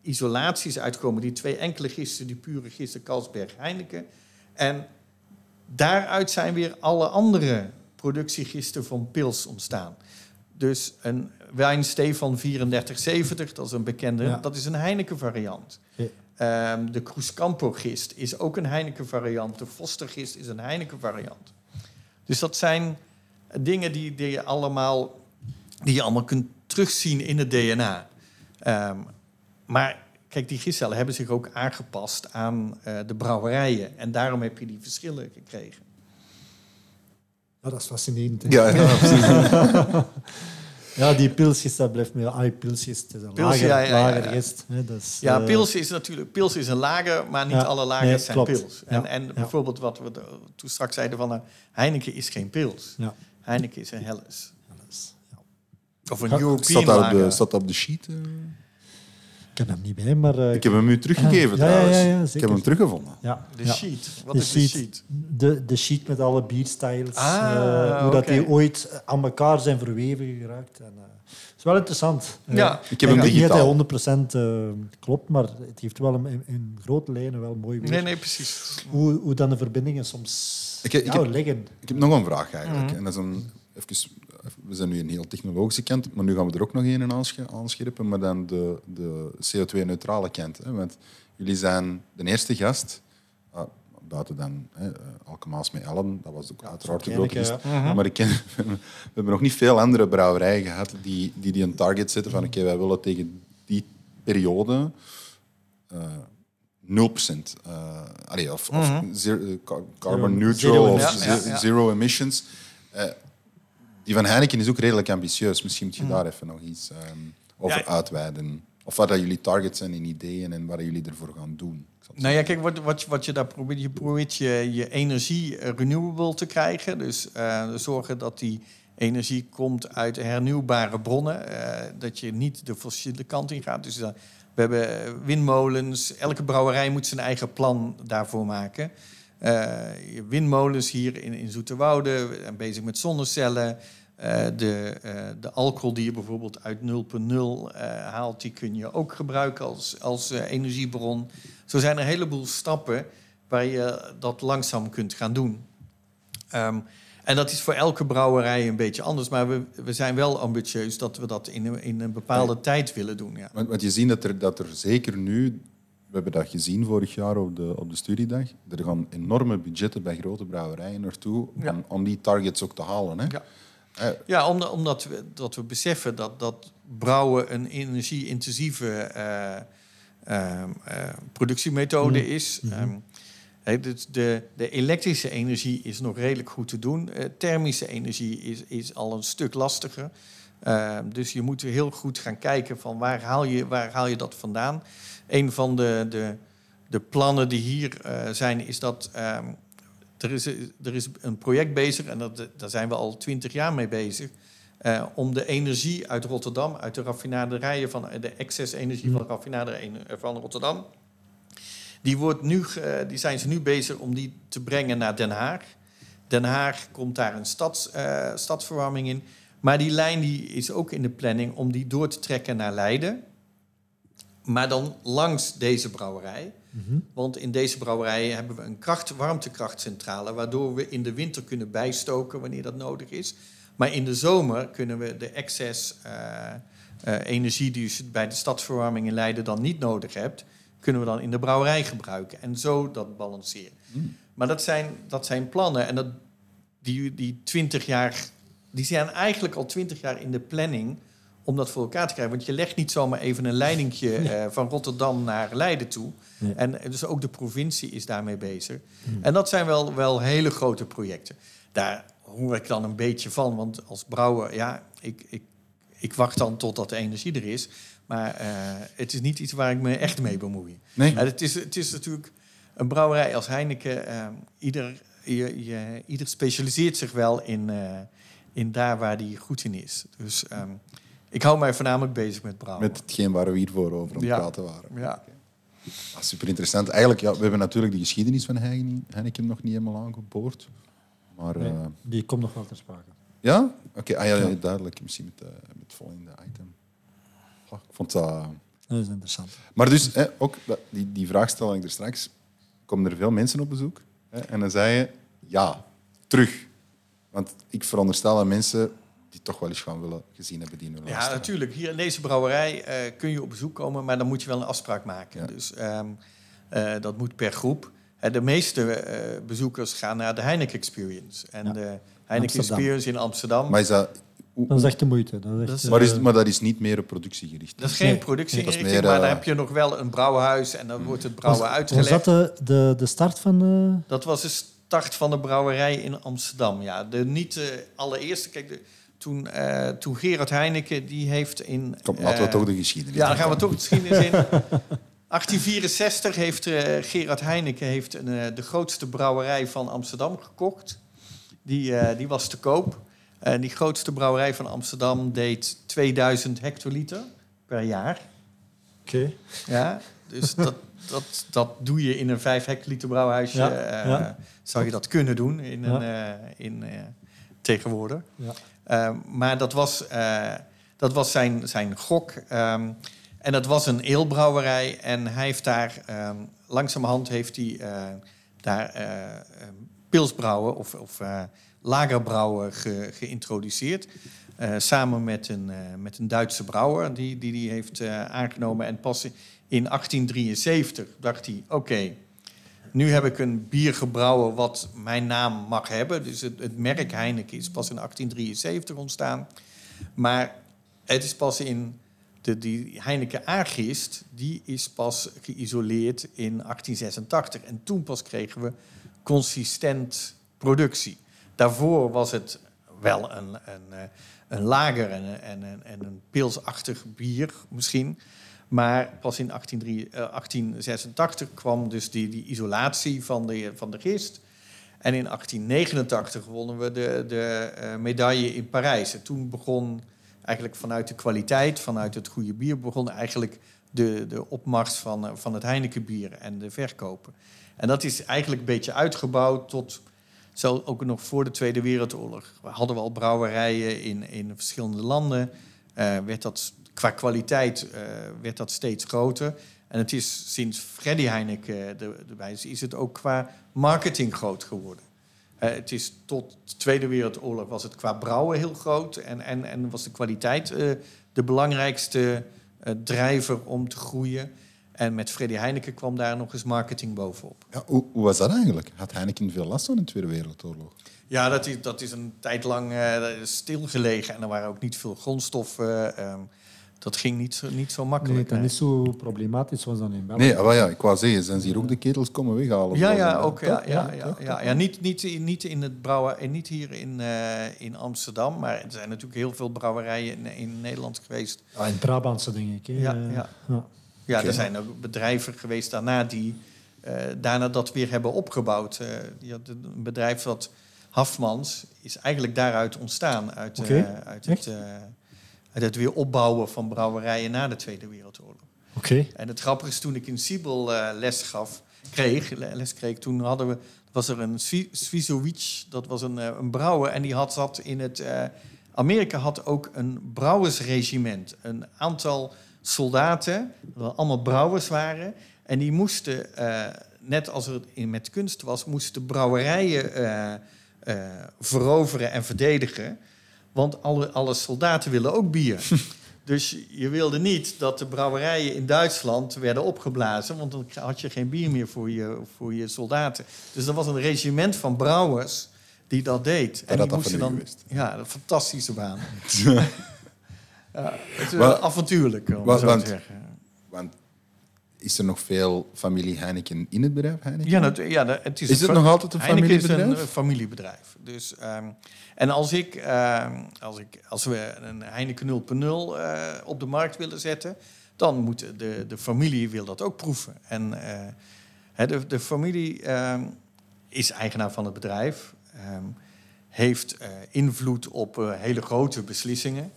isolaties uitkomen. Die 2 enkele gisten, die pure gisten Carlsberg Heineken. En daaruit zijn weer alle andere productiegisten van pils ontstaan. Dus een wijn Stefan 3470, dat is een bekende, Ja. dat is een Heineken variant. Ja. De Cruzcampo gist is ook een Heineken variant. De Foster gist is een Heineken variant. Dus dat zijn dingen die je allemaal kunt terugzien in het DNA. Maar kijk, die gistcellen hebben zich ook aangepast aan de brouwerijen. En daarom heb je die verschillen gekregen. Ja, dat is fascinerend. Hè? Ja, precies. Ja, die pilsjes, dat blijft meer... pilsjes, het is een Pils, lager ja. gist. Hè, dat is, Ja, pils is een lager, maar niet Ja, alle lagers nee, zijn klopt. pils. Ja, En ja. bijvoorbeeld wat we toen straks zeiden van... Heineken is geen pils. Ja. Heineken is een Helles. Dat is- ja. Of een Ja, European Staat lager. dat op de sheet? Ik heb hem niet bij, maar... Ik heb hem u teruggegeven, Ja, trouwens. ja, Ik zeker. heb hem teruggevonden. Ja, De ja. sheet. Wat De is de sheet? De sheet met alle bierstyles. Ah, hoe dat oké. die ooit aan elkaar zijn verweven geraakt. En, het is wel interessant. Ja. Ik heb hem denk niet dat digitaal. hij 100% klopt, maar het heeft wel in grote lijnen wel mooi weer. Nee, precies. Hoe dan de verbindingen soms Ik heb- liggen. Ik heb nog een vraag eigenlijk. En dat is we zijn nu een heel technologische kant, maar nu gaan we er ook nog een aanscherpen, maar dan de CO2-neutrale kant. Hè? Want jullie zijn de eerste gast, buiten dan Alkemaas met Ellen, dat was ook uiteraard de grote waarschijnlijk, gast. Maar we hebben nog niet veel andere brouwerijen gehad die een target zetten van oké, wij willen tegen die periode 0%. Of carbon neutral Zero of emissions. Ja. zero emissions. Die van Heineken is ook redelijk ambitieus. Misschien moet je daar even nog iets over Ja. uitweiden. Of wat dat jullie targets zijn in ideeën en wat jullie ervoor gaan doen. Ik zal het Nou ja, kijk, wat je daar probeert, je probeert je energie renewable te krijgen. Dus zorgen dat die energie komt uit hernieuwbare bronnen. Dat je niet de fossiele kant in gaat. Dus we hebben windmolens. Elke brouwerij moet zijn eigen plan daarvoor maken. Windmolens hier in Zoeterwoude. We zijn bezig met zonnecellen. De alcohol die je bijvoorbeeld uit 0,0 haalt, die kun je ook gebruiken als energiebron. Zo zijn er een heleboel stappen waar je dat langzaam kunt gaan doen. En dat is voor elke brouwerij een beetje anders. Maar we zijn wel ambitieus dat we dat in een bepaalde tijd willen doen. Ja. Want je ziet dat er zeker nu... We hebben dat gezien vorig jaar op de studiedag. Er gaan enorme budgetten bij grote brouwerijen naartoe om die targets ook te halen. Hè? Ja. Ja, omdat we beseffen dat brouwen een energie-intensieve productiemethode is. Dus de elektrische energie is nog redelijk goed te doen. Thermische energie is al een stuk lastiger. Dus je moet heel goed gaan kijken van waar haal je dat vandaan. Een van de plannen die hier zijn is dat... Er is een project bezig, en daar zijn we al 20 jaar mee bezig... om de energie uit Rotterdam, uit de raffinaderijen... de excess-energie van de raffinaderijen van Rotterdam... Die zijn ze nu bezig om die te brengen naar Den Haag. Den Haag komt daar een stadsverwarming in. Maar die lijn die is ook in de planning om die door te trekken naar Leiden. Maar dan langs deze brouwerij. Want in deze brouwerij hebben we een warmtekrachtcentrale... waardoor we in de winter kunnen bijstoken wanneer dat nodig is. Maar in de zomer kunnen we de excess energie... die je bij de stadsverwarming in Leiden dan niet nodig hebt... kunnen we dan in de brouwerij gebruiken. En zo dat balanceren. Maar dat zijn plannen. En die 20 jaar... die zijn eigenlijk al 20 jaar in de planning... om dat voor elkaar te krijgen. Want je legt niet zomaar even een leidingje van Rotterdam naar Leiden toe. Nee. En dus ook de provincie is daarmee bezig. En dat zijn wel hele grote projecten. Daar hoor ik dan een beetje van. Want als brouwer, ja, ik wacht dan totdat de energie er is. Maar het is niet iets waar ik me echt mee bemoei. Nee. Het is natuurlijk een brouwerij als Heineken. Ieder specialiseert zich wel in daar waar die goed in is. Dus ik hou mij voornamelijk bezig met brouwen. Met hetgeen waar we hiervoor over aan het Ja. praten waren. Ja. Super interessant. Eigenlijk, we hebben natuurlijk de geschiedenis van Heineken nog niet helemaal aangeboord. Maar, Nee, die komt nog wel ter sprake. ja? Oké, ja, duidelijk. Misschien met het volgende item. Ik vond dat... Dat is interessant. Maar dus, ook die vraagstelling er straks, komen er veel mensen op bezoek? En dan zei je, ja, terug. Want ik veronderstel aan mensen die toch wel eens gaan willen gezien hebben, die in hun Ja, luisteren. natuurlijk. Hier in deze brouwerij kun je op bezoek komen, maar dan moet je wel een afspraak maken. Ja. Dus dat moet per groep. De meeste bezoekers gaan naar de Heineken Experience. En Ja. de Heineken Amsterdam. Experience in Amsterdam. Maar, is dat, Dat is echt de moeite. Dat is echt, maar dat is niet meer op productiegericht. Dat is geen Nee, productieinrichting, dat is meer, maar dan heb je nog wel een brouwenhuis en dan wordt het brouwen was uitgelegd. dat de start van de... Dat was de start van de brouwerij in Amsterdam. Ja, niet de allereerste. Kijk, toen Gerard Heineken, die heeft in... Kom, laten we toch de geschiedenis Ja, dan gaan we doen. toch de geschiedenis in. 1864 heeft Gerard Heineken de grootste brouwerij van Amsterdam gekocht. Die was te koop. Die grootste brouwerij van Amsterdam deed 2000 hectoliter per jaar. Oké. Ja, dus dat doe je in een 5 hectoliter brouwhuisje. Ja. Zou je dat kunnen doen tegenwoordig. Ja. Maar dat was zijn gok. En dat was een eelbrouwerij. En hij heeft daar langzamerhand heeft hij daar pilsbrouwen of lagerbrouwen geïntroduceerd. Samen met een Duitse brouwer die heeft aangenomen. En pas in 1873 dacht hij, oké, nu heb ik een bier gebrouwen wat mijn naam mag hebben. Dus het merk Heineken is pas in 1873 ontstaan. Maar het is pas in die Heineken Agist, die is pas geïsoleerd in 1886. En toen pas kregen we consistent productie. Daarvoor was het wel een lager en een pilsachtig bier misschien. Maar pas in 1886 kwam dus die isolatie van de gist. En in 1889 wonnen we de medaille in Parijs. En toen begon eigenlijk vanuit de kwaliteit, vanuit het goede bier, begon eigenlijk de opmars van het Heineken-bier en de verkopen. En dat is eigenlijk een beetje uitgebouwd tot, zo ook nog voor de Tweede Wereldoorlog. We hadden al brouwerijen in verschillende landen. Werd dat qua kwaliteit werd dat steeds groter. En het is sinds Freddy Heineken erbij is het ook qua marketing groot geworden. Het is tot de Tweede Wereldoorlog was het qua brouwen heel groot. En was de kwaliteit de belangrijkste drijver om te groeien. En met Freddy Heineken kwam daar nog eens marketing bovenop. Ja, hoe was dat eigenlijk? Had Heineken veel last van de Tweede Wereldoorlog? Ja, dat is een tijd lang stilgelegen. En er waren ook niet veel grondstoffen. Dat ging niet zo Nee, makkelijk. dat is niet zo problematisch was dan in België. Nee, maar ja, ik wou zeggen, zijn ze hier ook de ketels komen weghalen? Ja, ook. toch? Ja. Niet in het brouwen en niet hier in Amsterdam. Maar er zijn natuurlijk heel veel brouwerijen in Nederland geweest. Ah, in Brabantse, denk ik. Hè. Ja. Ja, er zijn ook bedrijven geweest daarna die daarna dat weer hebben opgebouwd. Een bedrijf dat Hafmans is eigenlijk daaruit ontstaan. Uit het weer opbouwen van brouwerijen na de Tweede Wereldoorlog. Oké. En het grappige is, toen ik in Siebel les kreeg, toen was er een Swizovic, dat was een brouwer. En die zat in het... Amerika had ook een brouwersregiment. Een aantal soldaten, dat allemaal brouwers waren. En die moesten, net als het met kunst was, moesten brouwerijen veroveren en verdedigen. Want alle soldaten willen ook bier. Dus je wilde niet dat de brouwerijen in Duitsland werden opgeblazen, want dan had je geen bier meer voor je soldaten. Dus er was een regiment van brouwers die dat deed. En die moesten dan... geweest. Ja, een fantastische baan. Het is wel avontuurlijk, om het zo te zeggen. Want is er nog veel familie Heineken in het bedrijf Heineken? Ja, het Is het nog altijd een Heineken familiebedrijf? is een familiebedrijf. Dus, en als we een Heineken 0.0 op de markt willen zetten, dan moet de familie wil dat ook proeven. En de familie is eigenaar van het bedrijf, heeft invloed op hele grote beslissingen.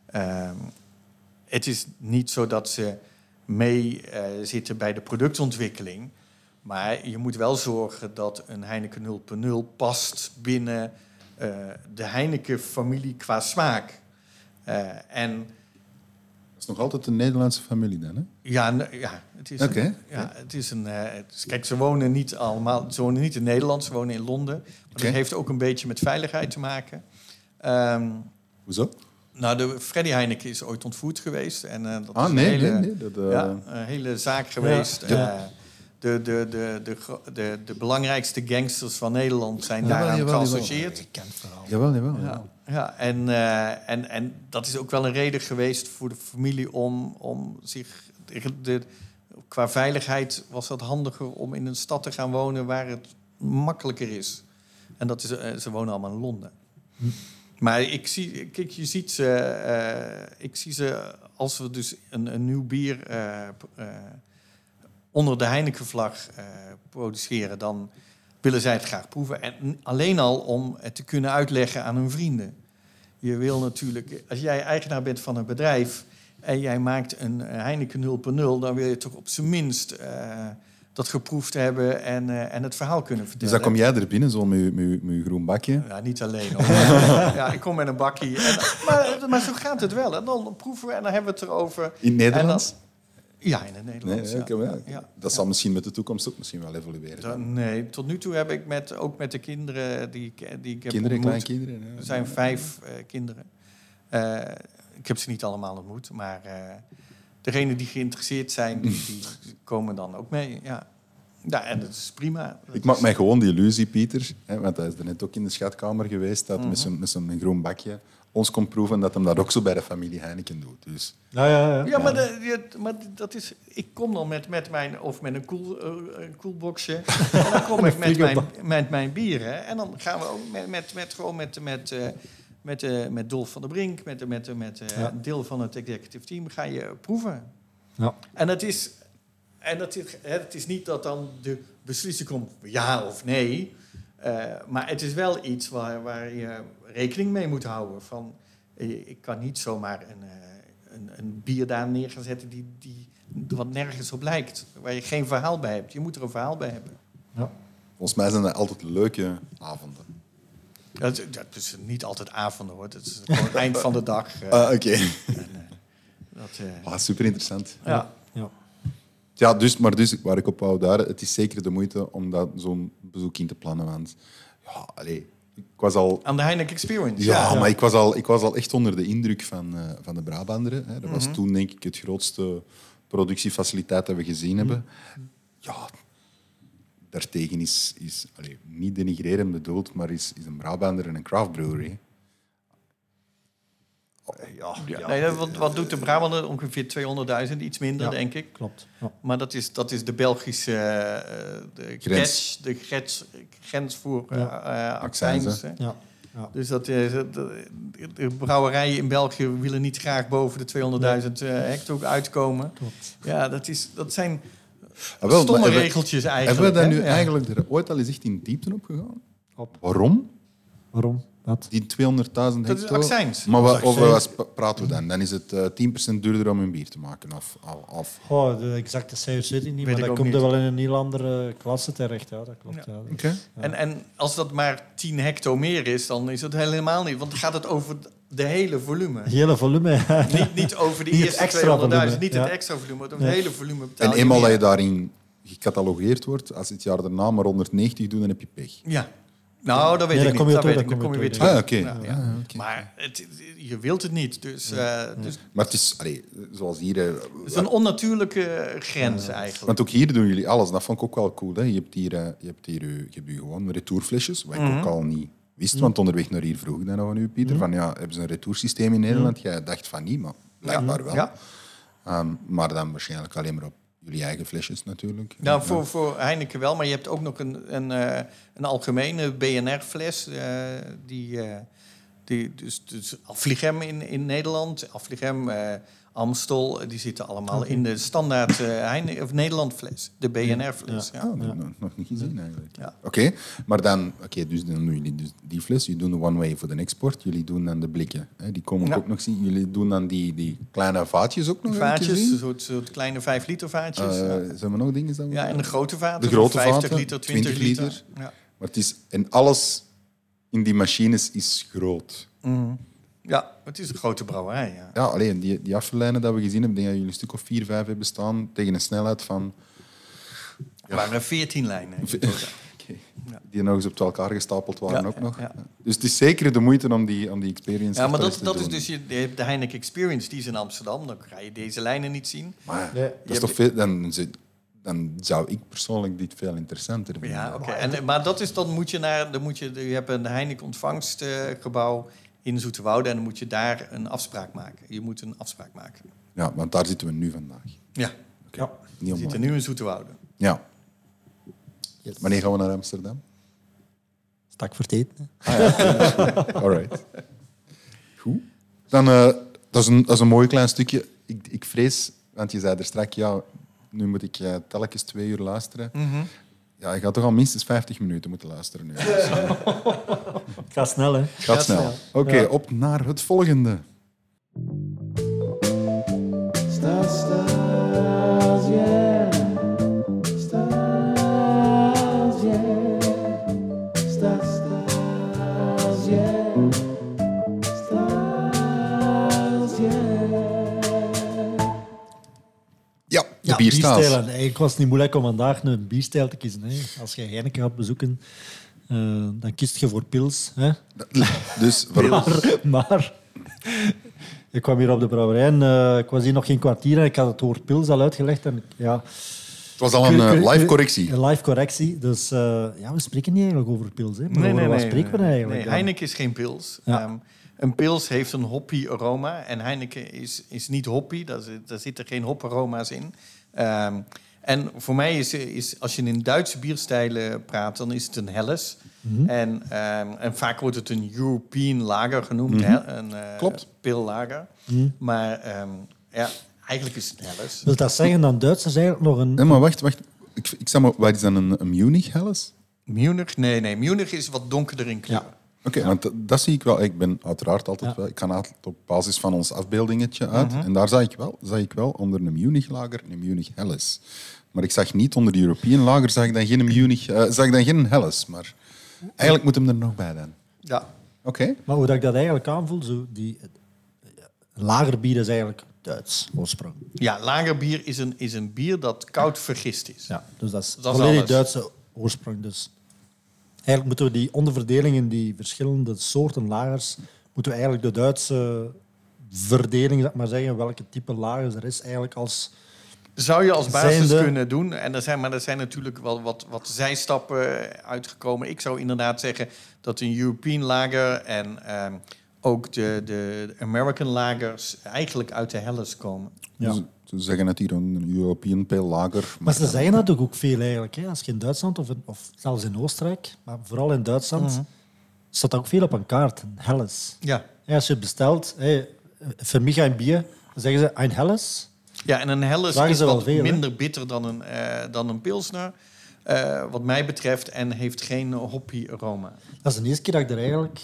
Het is niet zo dat ze mee zitten bij de productontwikkeling. Maar je moet wel zorgen dat een Heineken 0.0 past binnen de Heineken-familie qua smaak. En is nog altijd een Nederlandse familie dan, hè? Ja, het is Oké. het is een... kijk, ze wonen niet allemaal... Ze wonen niet in Nederland, ze wonen in Londen. Maar Oké. dat heeft ook een beetje met veiligheid te maken. Hoezo? Nou, de Freddy Heineken is ooit ontvoerd geweest. En, dat is een Nee. hele, Dat, een hele zaak geweest. Ja. De belangrijkste gangsters van Nederland zijn Jawel, daaraan jawel, geassocieerd. Bekend verhaal. Jawel. Ja, en dat is ook wel een reden geweest voor de familie om zich... Qua veiligheid was het handiger om in een stad te gaan wonen waar het makkelijker is. En dat is, ze wonen allemaal in Londen. Maar ik zie ze als we dus een nieuw bier onder de Heineken-vlag produceren, dan willen zij het graag proeven. En alleen al om het te kunnen uitleggen aan hun vrienden. Je wil natuurlijk, als jij eigenaar bent van een bedrijf en jij maakt een Heineken 0.0, dan wil je toch op zijn minst dat geproefd hebben en het verhaal kunnen Dus vertellen. dan kom jij er binnen, zo met je groen bakje. Ja, niet alleen hoor. Ja, ik kom met een bakkie. Maar zo gaat het wel. En dan proeven we en dan hebben we het erover. In het Nederlands? En dan- ja, in het Nederlands. Ja. Dat zal misschien met de toekomst ook misschien wel evolueren. Nee, tot nu toe heb ik ook met de kinderen die ik heb Kinderen, ontmoet. kleinkinderen. Ja. Er zijn 5 kinderen. Ik heb ze niet allemaal ontmoet, maar degenen die geïnteresseerd zijn, die komen dan ook mee. Ja. Ja, en dat is prima. Ik maak mij gewoon die illusie, Pieter, hè, want hij is er net ook in de schatkamer geweest, dat met zo'n groen bakje ons komt proeven dat hem dat ook zo bij de familie Heineken doet. Dus, Ja. Ja, maar dat is... Ik kom dan met mijn... Of met een koelboxje. En dan kom ik met mijn bieren. En dan gaan we ook met Dolf van der Brink... met een deel van het executive team... ga je proeven. Ja. En het is niet dat dan de beslissing komt... ja of nee. Maar het is wel iets waar je rekening mee moet houden. Van, ik kan niet zomaar een bier daar neer gaan zetten die wat nergens op lijkt. Waar je geen verhaal bij hebt. Je moet er een verhaal bij hebben. Ja. volgens mij zijn dat altijd leuke avonden. Dat is niet altijd avonden, hoor. Dat is gewoon het eind van de dag. Oké. Super interessant. Ja. Ja, dus waar ik op wou duiden, het is zeker de moeite om zo'n bezoek in te plannen. Want ja, allee, ik was al... Aan de Heineken Experience. Ja, maar ik was al echt onder de indruk van de Brabanderen. Hè. Dat was toen, denk ik, het grootste productiefaciliteit dat we gezien hebben. Ja, daartegen is allee, niet denigrerend bedoeld, maar is een Brabander en een craft brewery. Nee, wat doet de Brabander? Ongeveer 200.000, iets minder, denk ik. Klopt. Ja. Maar dat is de Belgische Grens. de grens voor Accijnzen. accijns. Ja. Dus de brouwerijen in België willen niet graag boven de 200.000 hecto uitkomen. Klopt. Ja, dat zijn Wel, stomme maar regeltjes eigenlijk. hebben we daar hè? nu Ja. eigenlijk er ooit al eens echt in diepte op gegaan? Op. Waarom? Waarom? Wat? Die 200.000 hecto? Dat is accijns. Maar Dat is over accijns. wat praten we dan? Dan is het 10% duurder om een bier te maken. Of. Goh, de exacte cijfers weet ik niet, Weet maar ik dat ook komt niet. er wel in een heel andere klasse terecht. Ja, dat klopt. Ja. Ja. Oké. En als dat maar 10 hecto meer is, dan is het helemaal niet. Want dan gaat het over de hele volume. Hele volume. Ja. Niet over de Niet het eerste extra 200.000, volume. niet Ja. het extra volume, maar het Nee. hele volume betaal En eenmaal meer. dat je daarin gecatalogeerd wordt, als het jaar daarna maar 190 doet, dan heb je pech. Ja. Nou, dat weet Nee, ik dan kom niet. je Dat terug, weet ik. Dan kom je weer dan kom terug. je Ah, oké. Ja, ja. Oké. Maar je wilt het niet. Dus Maar het is, allee, zoals hier... het is een onnatuurlijke grens eigenlijk. Want ook hier doen jullie alles. Dat vond ik ook wel cool. Hè. Je hebt hier gewoon retourflesjes, wat ik ook al niet wist. Want onderweg naar hier vroeg ik dan nog aan u, Pieter, van ja, hebben ze een retoursysteem in Nederland? Jij dacht van niet, maar blijkbaar wel. Ja. Maar dan waarschijnlijk alleen maar op jullie eigen flesjes natuurlijk. Nou, voor Heineken wel, maar je hebt ook nog een algemene BNR-fles. Dus Affligem in Nederland, Affligem, Amstel, die zitten allemaal in de standaard Nederland-fles. De BNR-fles. Ja. Oh, nog niet gezien eigenlijk. Ja. Oké, maar dan doen jullie dus die fles. Jullie doen de one way voor de export. Jullie doen dan de blikken. Hè? Die komen Ja. ook nog zien. Jullie doen dan die kleine vaatjes ook nog. heb ik Vaatjes, gezien. een soort kleine 5-liter vaatjes. Zijn er nog dingen? Dan? Ja, en de grote vaten. De grote 50 vaten, liter, 20 liter. Ja. Maar het is, en alles in die machines is groot. Mhm. Ja, het is een grote brouwerij. Ja. Ja, alleen die afvallijnen dat we gezien hebben, denk dat jullie een stuk of 4, 5 hebben staan tegen een snelheid van... Er waren 14 lijnen. Die nog eens op elkaar gestapeld waren Ja, ook nog. ja. Dus het is zeker de moeite om die experience Ja, maar echt dat te is doen. dus de Heineken Experience, die is in Amsterdam. Dan ga je deze lijnen niet zien. Maar Nee. dat is toch veel... Dan zou ik persoonlijk dit veel interessanter vinden. Ja, oké. Maar dat is, dan moet je naar... Je hebt een Heineken ontvangstgebouw in Zoeterwoude en dan moet je daar een afspraak maken. Je moet een afspraak maken. Ja, want daar zitten we nu vandaag. Ja, Oké. Ja. Niet we zitten online. nu in Zoeterwoude. Ja. Yes. Wanneer gaan we naar Amsterdam? Stak voor het eten. Hè. All right. Goed. Dan, dat is een mooi klein stukje. Ik vrees, want je zei er straks, ja, nu moet ik telkens 2 uur luisteren. Ja, je gaat toch al minstens 50 minuten moeten luisteren nu. Het gaat snel, hè. Gaat snel. Oké, Ja. op naar het volgende. Ja, de Ja, bierstaals. bierstijlen. Eigenlijk was het niet moeilijk om vandaag een bierstijl te kiezen. Hè. Als je Heineken gaat bezoeken, dan kiest je voor pils. Hè. Dus waarom? Maar ik kwam hier op de brouwerij en ik was hier nog geen kwartier en ik had het woord pils al uitgelegd. En, ja, Het was al een live correctie. Een live correctie. Dus ja, we spreken niet eigenlijk over pils. Hè. Maar over wat spreken we eigenlijk? Nee, dan? Heineken is geen pils. Ja. Een pils heeft een hoppy aroma en Heineken is niet hoppy. Daar zitten geen hoparoma's in. En voor mij is als je in Duitse bierstijlen praat, dan is het een Helles. En vaak wordt het een European lager genoemd. Hè? Een Klopt. pil-lager. Maar ja, eigenlijk is het een Helles. Wil dat zeggen dat Duitsers eigenlijk nog een... Nee, maar wacht. Ik zeg maar, wat is dan een Munich Helles? Munich? Nee. Munich is wat donkerder in kleur. Ja. Oké, want dat zie ik wel. Ik ben uiteraard altijd wel... Ik ga altijd op basis van ons afbeeldingetje uit. En daar zag ik wel onder een Munich lager een Munich Helles. Maar ik zag niet onder de European lager, zag ik dan geen Munich... zag ik dan geen Helles. Maar eigenlijk moet hem er nog bij dan. Ja. Oké. Maar hoe dat ik dat eigenlijk aanvoel, zo lagerbier is eigenlijk Duits oorsprong. Ja, lagerbier is een bier dat koud vergist is. Ja, dus dat is Dat is volledig alles. Duitse oorsprong. Dus eigenlijk moeten we die onderverdeling in die verschillende soorten lagers, moeten we eigenlijk de Duitse verdeling, zeg maar zeggen, welke type lagers er is, eigenlijk als... Zou je als basis Zijnde- kunnen doen. En er zijn natuurlijk wel wat zijstappen uitgekomen. Ik zou inderdaad zeggen dat een European lager en ook de American lagers eigenlijk uit de Helles komen. Ja. Ze zeggen het hier een European Pale Lager. Maar ze zeggen dat ook veel eigenlijk. Hè. Als je in Duitsland of zelfs in Oostenrijk, maar vooral in Duitsland, staat dat ook veel op een kaart, een Helles. Ja. Ja, als je het bestelt, voor mij een bier, dan zeggen ze een Helles. Ja, en een Helles Vragen is ze wel wat veel, hè? minder bitter dan een Pilsner, wat mij betreft, en heeft geen hoppy aroma. Dat is de eerste keer dat ik er eigenlijk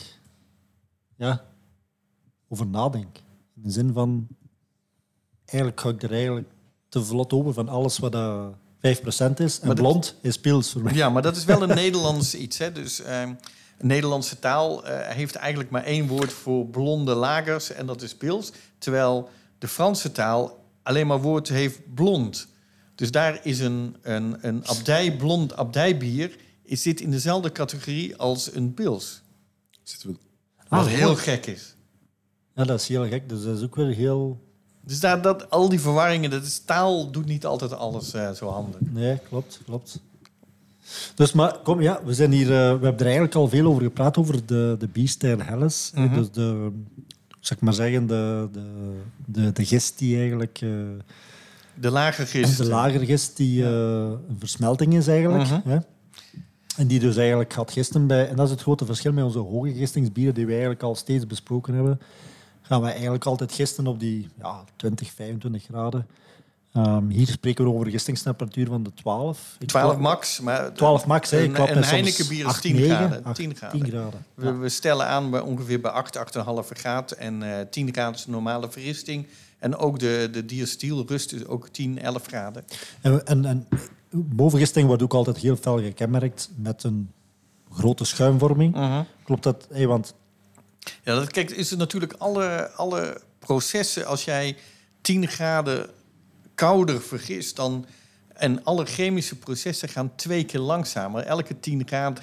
over nadenk. In de zin van, eigenlijk ga ik er eigenlijk te vlot over van alles wat dat 5% is. En Maar dat- blond is pils voor mij. Ja, maar dat is wel een Nederlands iets. Hè? Dus een Nederlandse taal heeft eigenlijk maar 1 woord voor blonde lagers en dat is pils. Terwijl de Franse taal alleen maar woord heeft blond. Dus daar is een blond abdijbier zit in dezelfde categorie als een pils. Zitten we... Wat Ah, heel mooi. gek is. Ja, dat is heel gek. Dus dat is ook weer heel... Dus al die verwarringen, taal doet niet altijd alles zo handig. Nee, klopt. Dus, maar kom, ja, we zijn hier... we hebben er eigenlijk al veel over gepraat, over de bierstijl Helles. Dus de... Zeg ik maar zeggen, de gist die eigenlijk... De lage gist. de lagergist die een versmelting is eigenlijk. Hè? En die dus eigenlijk gaat gisten bij... En dat is het grote verschil met onze hoge gistingsbieren die we eigenlijk al steeds besproken hebben. Gaan wij eigenlijk altijd gisten op die 20, 25 graden. Hier spreken we over een gistingstemperatuur van de 12. 12 max. Maar 12 max, hè. Ik klap een met soms Heineken bier is 8, 10 9, graden. 8, 10 graden. 10 graden. We stellen aan bij ongeveer bij 8,5 graden. En 10 graden is de normale verristing. En ook de diastiel rust is ook 10, 11 graden. En bovengisting wordt ook altijd heel fel gekenmerkt met een grote schuimvorming. Klopt dat? Want Ja, dat kijk, is het natuurlijk alle processen. Als jij 10 graden kouder vergist, dan en alle chemische processen gaan 2 keer langzamer. Elke 10 graden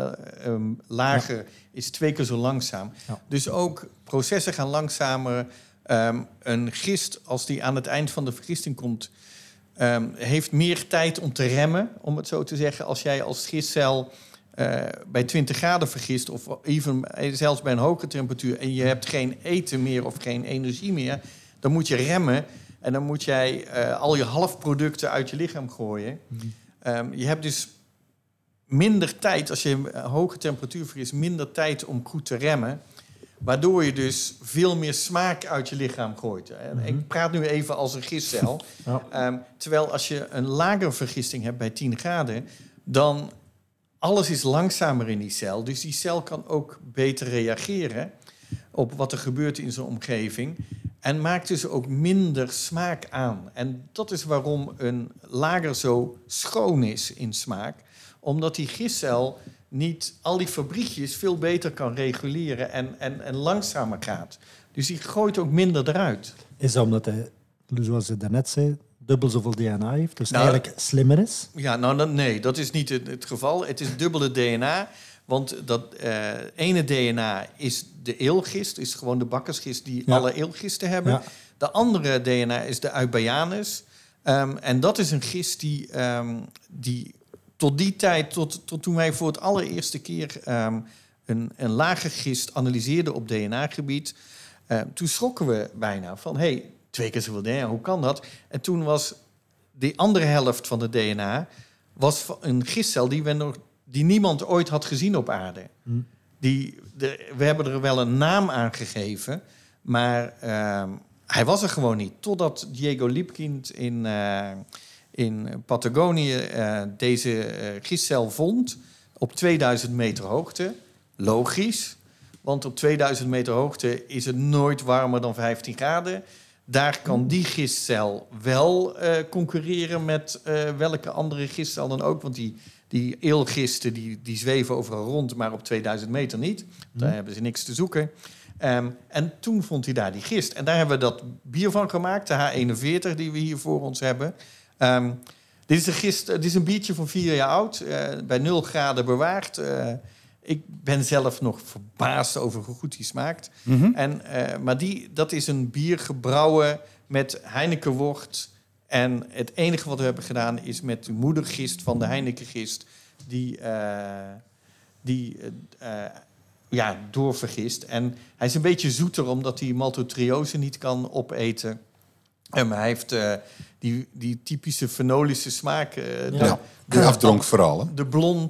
lager is 2 keer zo langzaam. Ja. Dus ook processen gaan langzamer. Een gist, als die aan het eind van de vergisting komt, heeft meer tijd om te remmen, om het zo te zeggen. Als jij als gistcel bij 20 graden vergist, of zelfs bij een hoge temperatuur, en je hebt geen eten meer of geen energie meer, dan moet je remmen. En dan moet jij al je halfproducten uit je lichaam gooien. Je hebt dus minder tijd, als je hoge temperatuur vergist, minder tijd om goed te remmen. Waardoor je dus veel meer smaak uit je lichaam gooit. Ik praat nu even als een gistcel. Ja. Terwijl als je een lagere vergisting hebt bij 10 graden, dan alles is langzamer in die cel. Dus die cel kan ook beter reageren op wat er gebeurt in zijn omgeving. En maakt dus ook minder smaak aan. En dat is waarom een lager zo schoon is in smaak. Omdat die gistcel niet al die fabriekjes veel beter kan reguleren en langzamer gaat. Dus die gooit ook minder eruit. Is dat omdat hij, zoals je daarnet zei, dubbel zoveel DNA heeft, dus Nou, eigenlijk slimmer is? Ja, nee, dat is niet het geval. Het is dubbele DNA. Want dat ene DNA is de eelgist, is gewoon de bakkersgist die alle eelgisten hebben. Ja. De andere DNA is de Eubayanus. En dat is een gist die tot die tijd, tot toen wij voor het allereerste keer een lage gist analyseerden op DNA-gebied, toen schrokken we bijna van, 2 keer zoveel DNA, hoe kan dat? En toen was die andere helft van de DNA was een gistcel die niemand ooit had gezien op aarde. We hebben er wel een naam aan gegeven, maar hij was er gewoon niet. Totdat Diego Liebkind in Patagonië deze gistcel vond op 2000 meter hoogte. Logisch, want op 2000 meter hoogte is het nooit warmer dan 15 graden. Daar kan die gistcel wel concurreren met welke andere gistcel dan ook. Want die eelgisten die zweven overal rond, maar op 2000 meter niet. Daar hebben ze niks te zoeken. En toen vond hij daar die gist. En daar hebben we dat bier van gemaakt, de H41 die we hier voor ons hebben. Dit is een gist, dit is een biertje van 4 jaar oud, bij 0 graden bewaard. Ik ben zelf nog verbaasd over hoe goed die smaakt. Maar dat is een bier gebrouwen met Heinekenwort. En het enige wat we hebben gedaan is met de moedergist van de Heinekengist doorvergist. En hij is een beetje zoeter omdat hij maltotriose niet kan opeten. En hij heeft die typische fenolische smaak. De afdronkverhaal. Hè?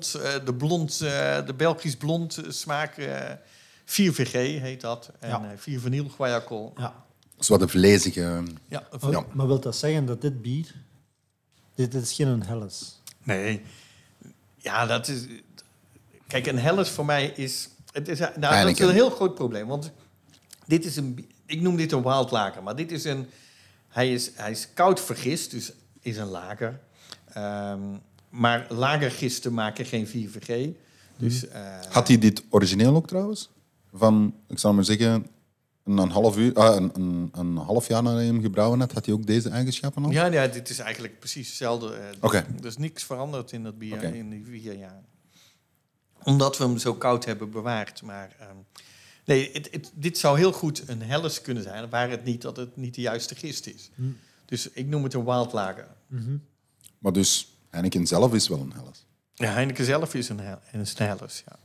De Belgisch blond smaak. 4VG heet dat. En 4-vinyl guayacol. Ja. Dat is wat een vlezige... Ja. Maar wil dat zeggen dat dit bier... Dit is geen Helles? Nee. Ja, dat is... Kijk, een Helles voor mij is... dat is een heel groot probleem. Want dit is ik noem dit een wild lager. Maar dit is een... Hij is koud vergist, dus is een lager. Maar lagergisten maken geen 4VG. Dus, Had hij dit origineel ook trouwens? Van, ik zal maar zeggen, een half jaar nadat hij hem gebrouwen had hij ook deze eigenschappen al? Ja, dit is eigenlijk precies hetzelfde. Oké. Er is niks veranderd in dat bier in die 4 jaar. Omdat we hem zo koud hebben bewaard. Maar dit zou heel goed een Helles kunnen zijn, waar het niet dat het niet de juiste gist is. Dus ik noem het een wild lager. Maar dus Heineken zelf is wel een Helles. Ja, Heineken zelf is een Helles, ja.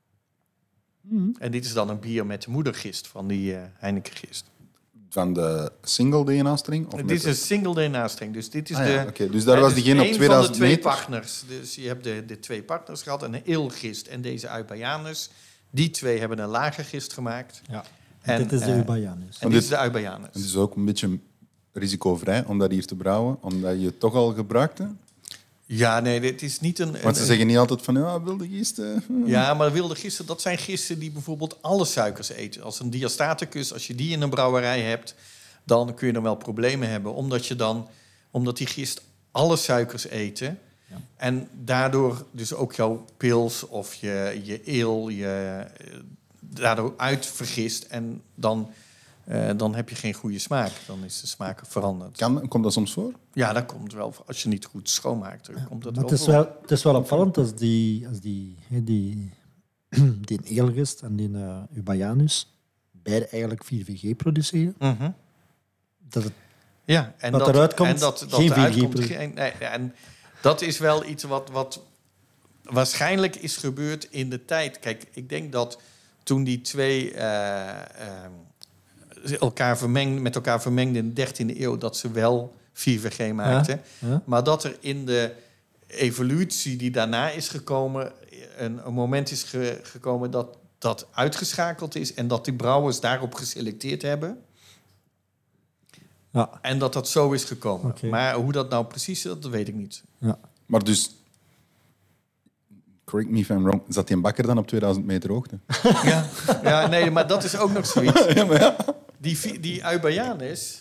En dit is dan een bier met de moedergist van die Heinekengist. Van de single DNA-streng? Dit is een single DNA-streng. Dus dit is Dus daar was diegene op 2000 van de 2 meter? partners. Dus je hebt de 2 partners gehad, een eelgist en deze Eubayanus. Die 2 hebben een lager gist gemaakt. Ja. En dit is de Eubayanus. En dit is de Eubayanus. Het is ook een beetje risicovrij om dat hier te brouwen, omdat je het toch al gebruikte. Ja, nee, dit is niet een... Want ze zeggen niet altijd van, wilde gisten. Ja, maar wilde gisten, dat zijn gisten die bijvoorbeeld alle suikers eten. Als een diastaticus, als je die in een brouwerij hebt, dan kun je dan wel problemen hebben. Omdat die gist alle suikers eten. Ja. En daardoor dus ook jouw pils of je eel, daardoor uitvergist en dan heb je geen goede smaak. Dan is de smaak veranderd. Komt dat soms voor? Ja, dat komt wel. Als je niet goed schoonmaakt, dan komt dat Maar wel het is voor. het is wel opvallend als die edelgist en die Ubayanus beide eigenlijk 4VG produceren. Mhm. Dat het, Ja, en Wat eruit komt, en dat geen eruit 4G komt en dat is wel iets wat waarschijnlijk is gebeurd in de tijd. Kijk, ik denk dat toen die twee met elkaar vermengden in de 13e eeuw, dat ze wel 4VG maakten. ja. Maar dat er in de evolutie die daarna is gekomen, een moment is gekomen dat uitgeschakeld is en dat die brouwers daarop geselecteerd hebben. Ja. En dat zo is gekomen. Oké. Maar hoe dat nou precies is, dat weet ik niet. Ja. Maar dus, correct me if I'm wrong, zat die een bakker dan op 2000 meter hoogte? Ja, nee, maar dat is ook nog zoiets. Ja, maar ja. Die Ubayanus,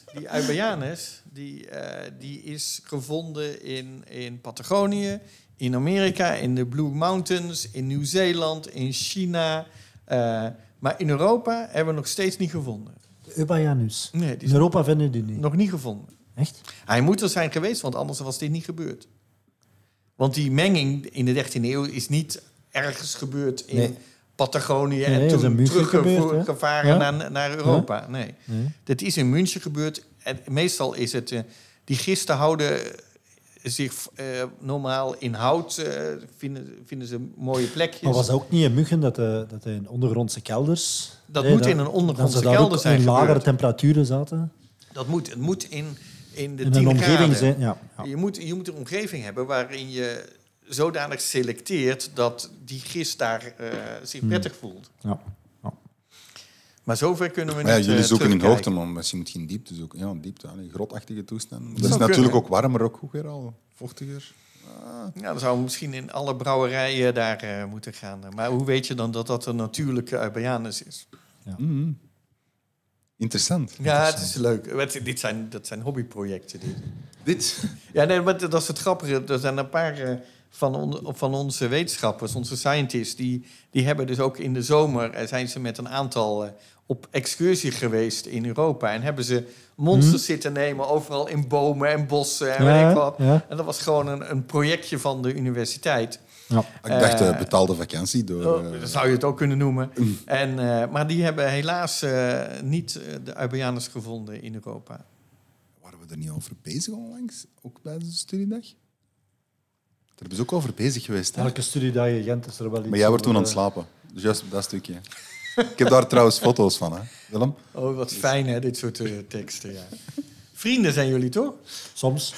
die is gevonden in Patagonië, in Amerika, in de Blue Mountains, in Nieuw-Zeeland, in China. Maar in Europa hebben we nog steeds niet gevonden. De Ubayanus. Nee, die In is Europa vinden die niet. nog niet gevonden. Echt? Hij moet er zijn geweest, want anders was dit niet gebeurd. Want die menging in de 13e eeuw is niet ergens gebeurd in Nee. Patagonië Nee, en dat is in toen München gebeurd, hè? teruggevaren Ja. naar Europa. Nee. Dit is in München gebeurd. En meestal is het... die gisten houden zich normaal in hout. Vinden ze mooie plekjes. Maar was dat ook niet in München dat hij in ondergrondse kelders... Dat moet in een ondergrondse dat ze daar kelder ook zijn in lagere gebeurd. temperaturen zaten? Het moet in de In 10 een omgeving graden. zijn... Ja. Ja. Je moet een omgeving hebben waarin je zodanig selecteert dat die gist daar zich prettig voelt. Ja. Ja. Maar zover kunnen we Maar ja, niet jullie zoeken in terugkijken. hoogte, maar misschien moet je in diepte zoeken. Ja, diepte, een grotachtige toestand. Dat is zou natuurlijk kunnen. ook warmer, ook weer al vochtiger. Ja, dan zouden we misschien in alle brouwerijen daar moeten gaan. Maar hoe weet je dan dat dat een natuurlijke Ubayanus is? Mhm. Interessant. Ja, het is leuk. Dat zijn hobbyprojecten. Dit. Ja, nee, maar dat is het grappige. Er zijn een paar van onze wetenschappers, onze scientists, die hebben dus ook in de zomer zijn ze met een aantal op excursie geweest in Europa en hebben ze monsters zitten nemen overal in bomen en bossen en weet ik wat. Ja. En dat was gewoon een projectje van de universiteit. Ja. Ik dacht betaalde vakantie door... Dat zou je het ook kunnen noemen. Maar die hebben helaas niet de Ubayanus gevonden in Europa. Waren we er niet over bezig onlangs? Ook bij de studiedag? Daar hebben ze ook over bezig geweest. Hè? Elke studiedag in Gent is er wel iets... Maar jij wordt toen aan over, het slapen. Dus juist op dat stukje. Ik heb daar trouwens foto's van, hè, Willem? Oh, wat fijn hè, dit soort teksten. Ja. Vrienden zijn jullie toch? Soms.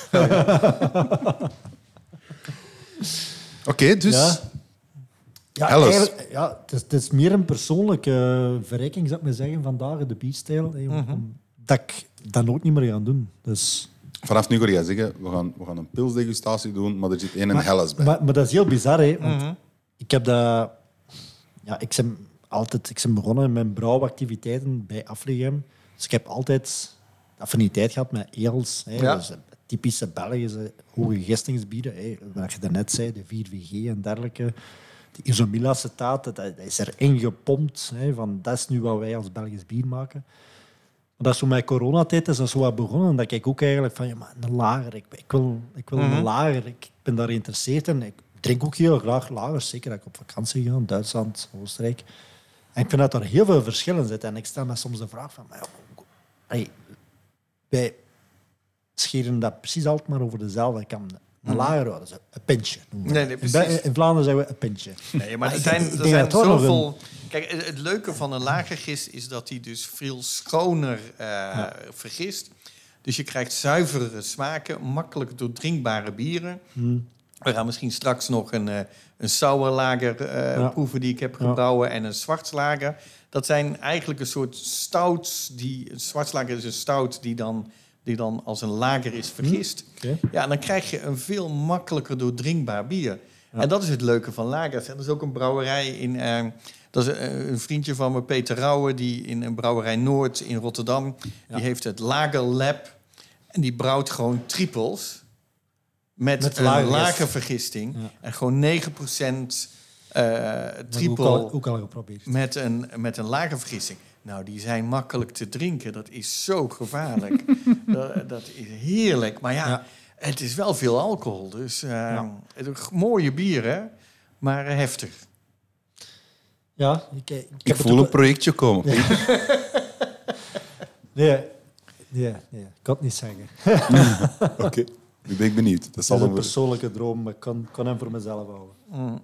Oké, dus... Ja. Ja, Alice. eigenlijk, ja, het is meer een persoonlijke verrijking, zou ik maar zeggen, vandaag, de beachstyle. Dat ik dat nooit niet meer ga doen. Dus, Vanaf nu ga je zeggen, we gaan een pilsdegustatie doen, maar er zit één Helles bij. maar dat is heel bizar, hè. Want ik heb dat... Ja, ik ben begonnen met mijn brouwactiviteiten bij Afligem. Dus ik heb altijd affiniteit gehad met ales. Hè. Ja. Dus typische Belgische hoge gistingsbieren. Hè. Wat je daarnet zei, de 4VG en dergelijke. Die isomylacetaat, dat is erin gepompt. Hè, van, dat is nu wat wij als Belgisch bier maken. Maar dat is zo met coronatijd is dat zo wat begonnen. Dat ik ook eigenlijk van, ja, maar een lager. Ik wil een lager. Ik ben daar geïnteresseerd in. Ik drink ook heel graag lagers. Zeker dat ik op vakantie ga, Duitsland, Oostenrijk. En ik vind dat er heel veel verschillen zitten. En ik stel me soms de vraag van, maar ja, wij scheren dat precies altijd maar over dezelfde kam. Een lager, dat is een pintje. Nee, precies. In Vlaanderen zeggen we een pintje. Nee, maar er ik zijn denk dat toch nog zoveel... Kijk, het leuke van een lagergist is dat hij dus veel schoner vergist. Dus je krijgt zuiverere smaken, makkelijk doordrinkbare bieren. We gaan misschien straks nog een sourlager proeven die ik heb gebrouwen en een zwartslager. Dat zijn eigenlijk een soort stouts. Een zwartslager is een stout die dan als een lager is vergist. Okay. Ja, en dan krijg je een veel makkelijker doordrinkbaar bier. Ja. En dat is het leuke van lagers. En er is ook een brouwerij in... dat is een vriendje van me, Peter Rauwe, die in een brouwerij Noord in Rotterdam... die heeft het Lager Lab. En die brouwt gewoon triples met een lagergist. lage vergisting. Ja. En gewoon 9% triple Ook al geprobeerd. met een lage vergissing. Nou, die zijn makkelijk te drinken. Dat is zo gevaarlijk. dat is heerlijk. Maar ja, het is wel veel alcohol. Dus mooie bieren, maar heftig. Ja, Ik voel een projectje komen. Nee, ik kan het niet zeggen. Oké, nu ben ik benieuwd. Dat Dat zal is een dan persoonlijke droom, maar ik kan hem voor mezelf houden.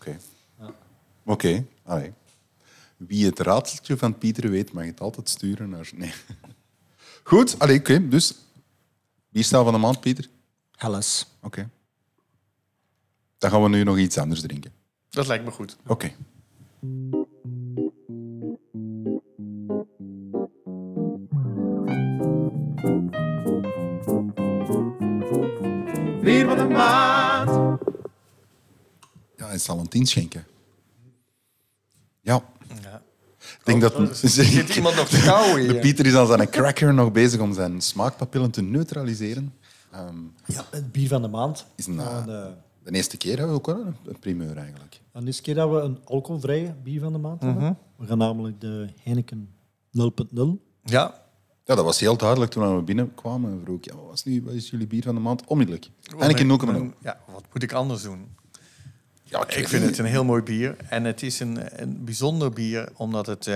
Oké. Allee. Wie het raadseltje van Pieter weet, mag het altijd sturen naar... Nee. Goed, oké. Dus, bierstijl van de maand, Pieter? Helles. Oké. Dan gaan we nu nog iets anders drinken. Dat lijkt me goed. Oké. Bier van de maand. Ja, hij zal een 10 schenken. Ja. Ja. Ik denk dat... Zit iemand nog te kauwen hier? De Pieter is aan zijn cracker nog bezig om zijn smaakpapillen te neutraliseren. Ja, het bier van de maand. Is een, En, de eerste keer hebben we ook wel een primeur eigenlijk. de eerste keer dat we een alcoholvrije bier van de maand hebben. We gaan namelijk de Heineken 0.0. Ja. Ja, dat was heel duidelijk toen we binnenkwamen. En vroeg ik, ja, wat is jullie bier van de maand? Onmiddellijk. Heineken 0.0. Ja, wat moet ik anders doen? Ja, Ik vind het een heel mooi bier. En het is een bijzonder bier, omdat het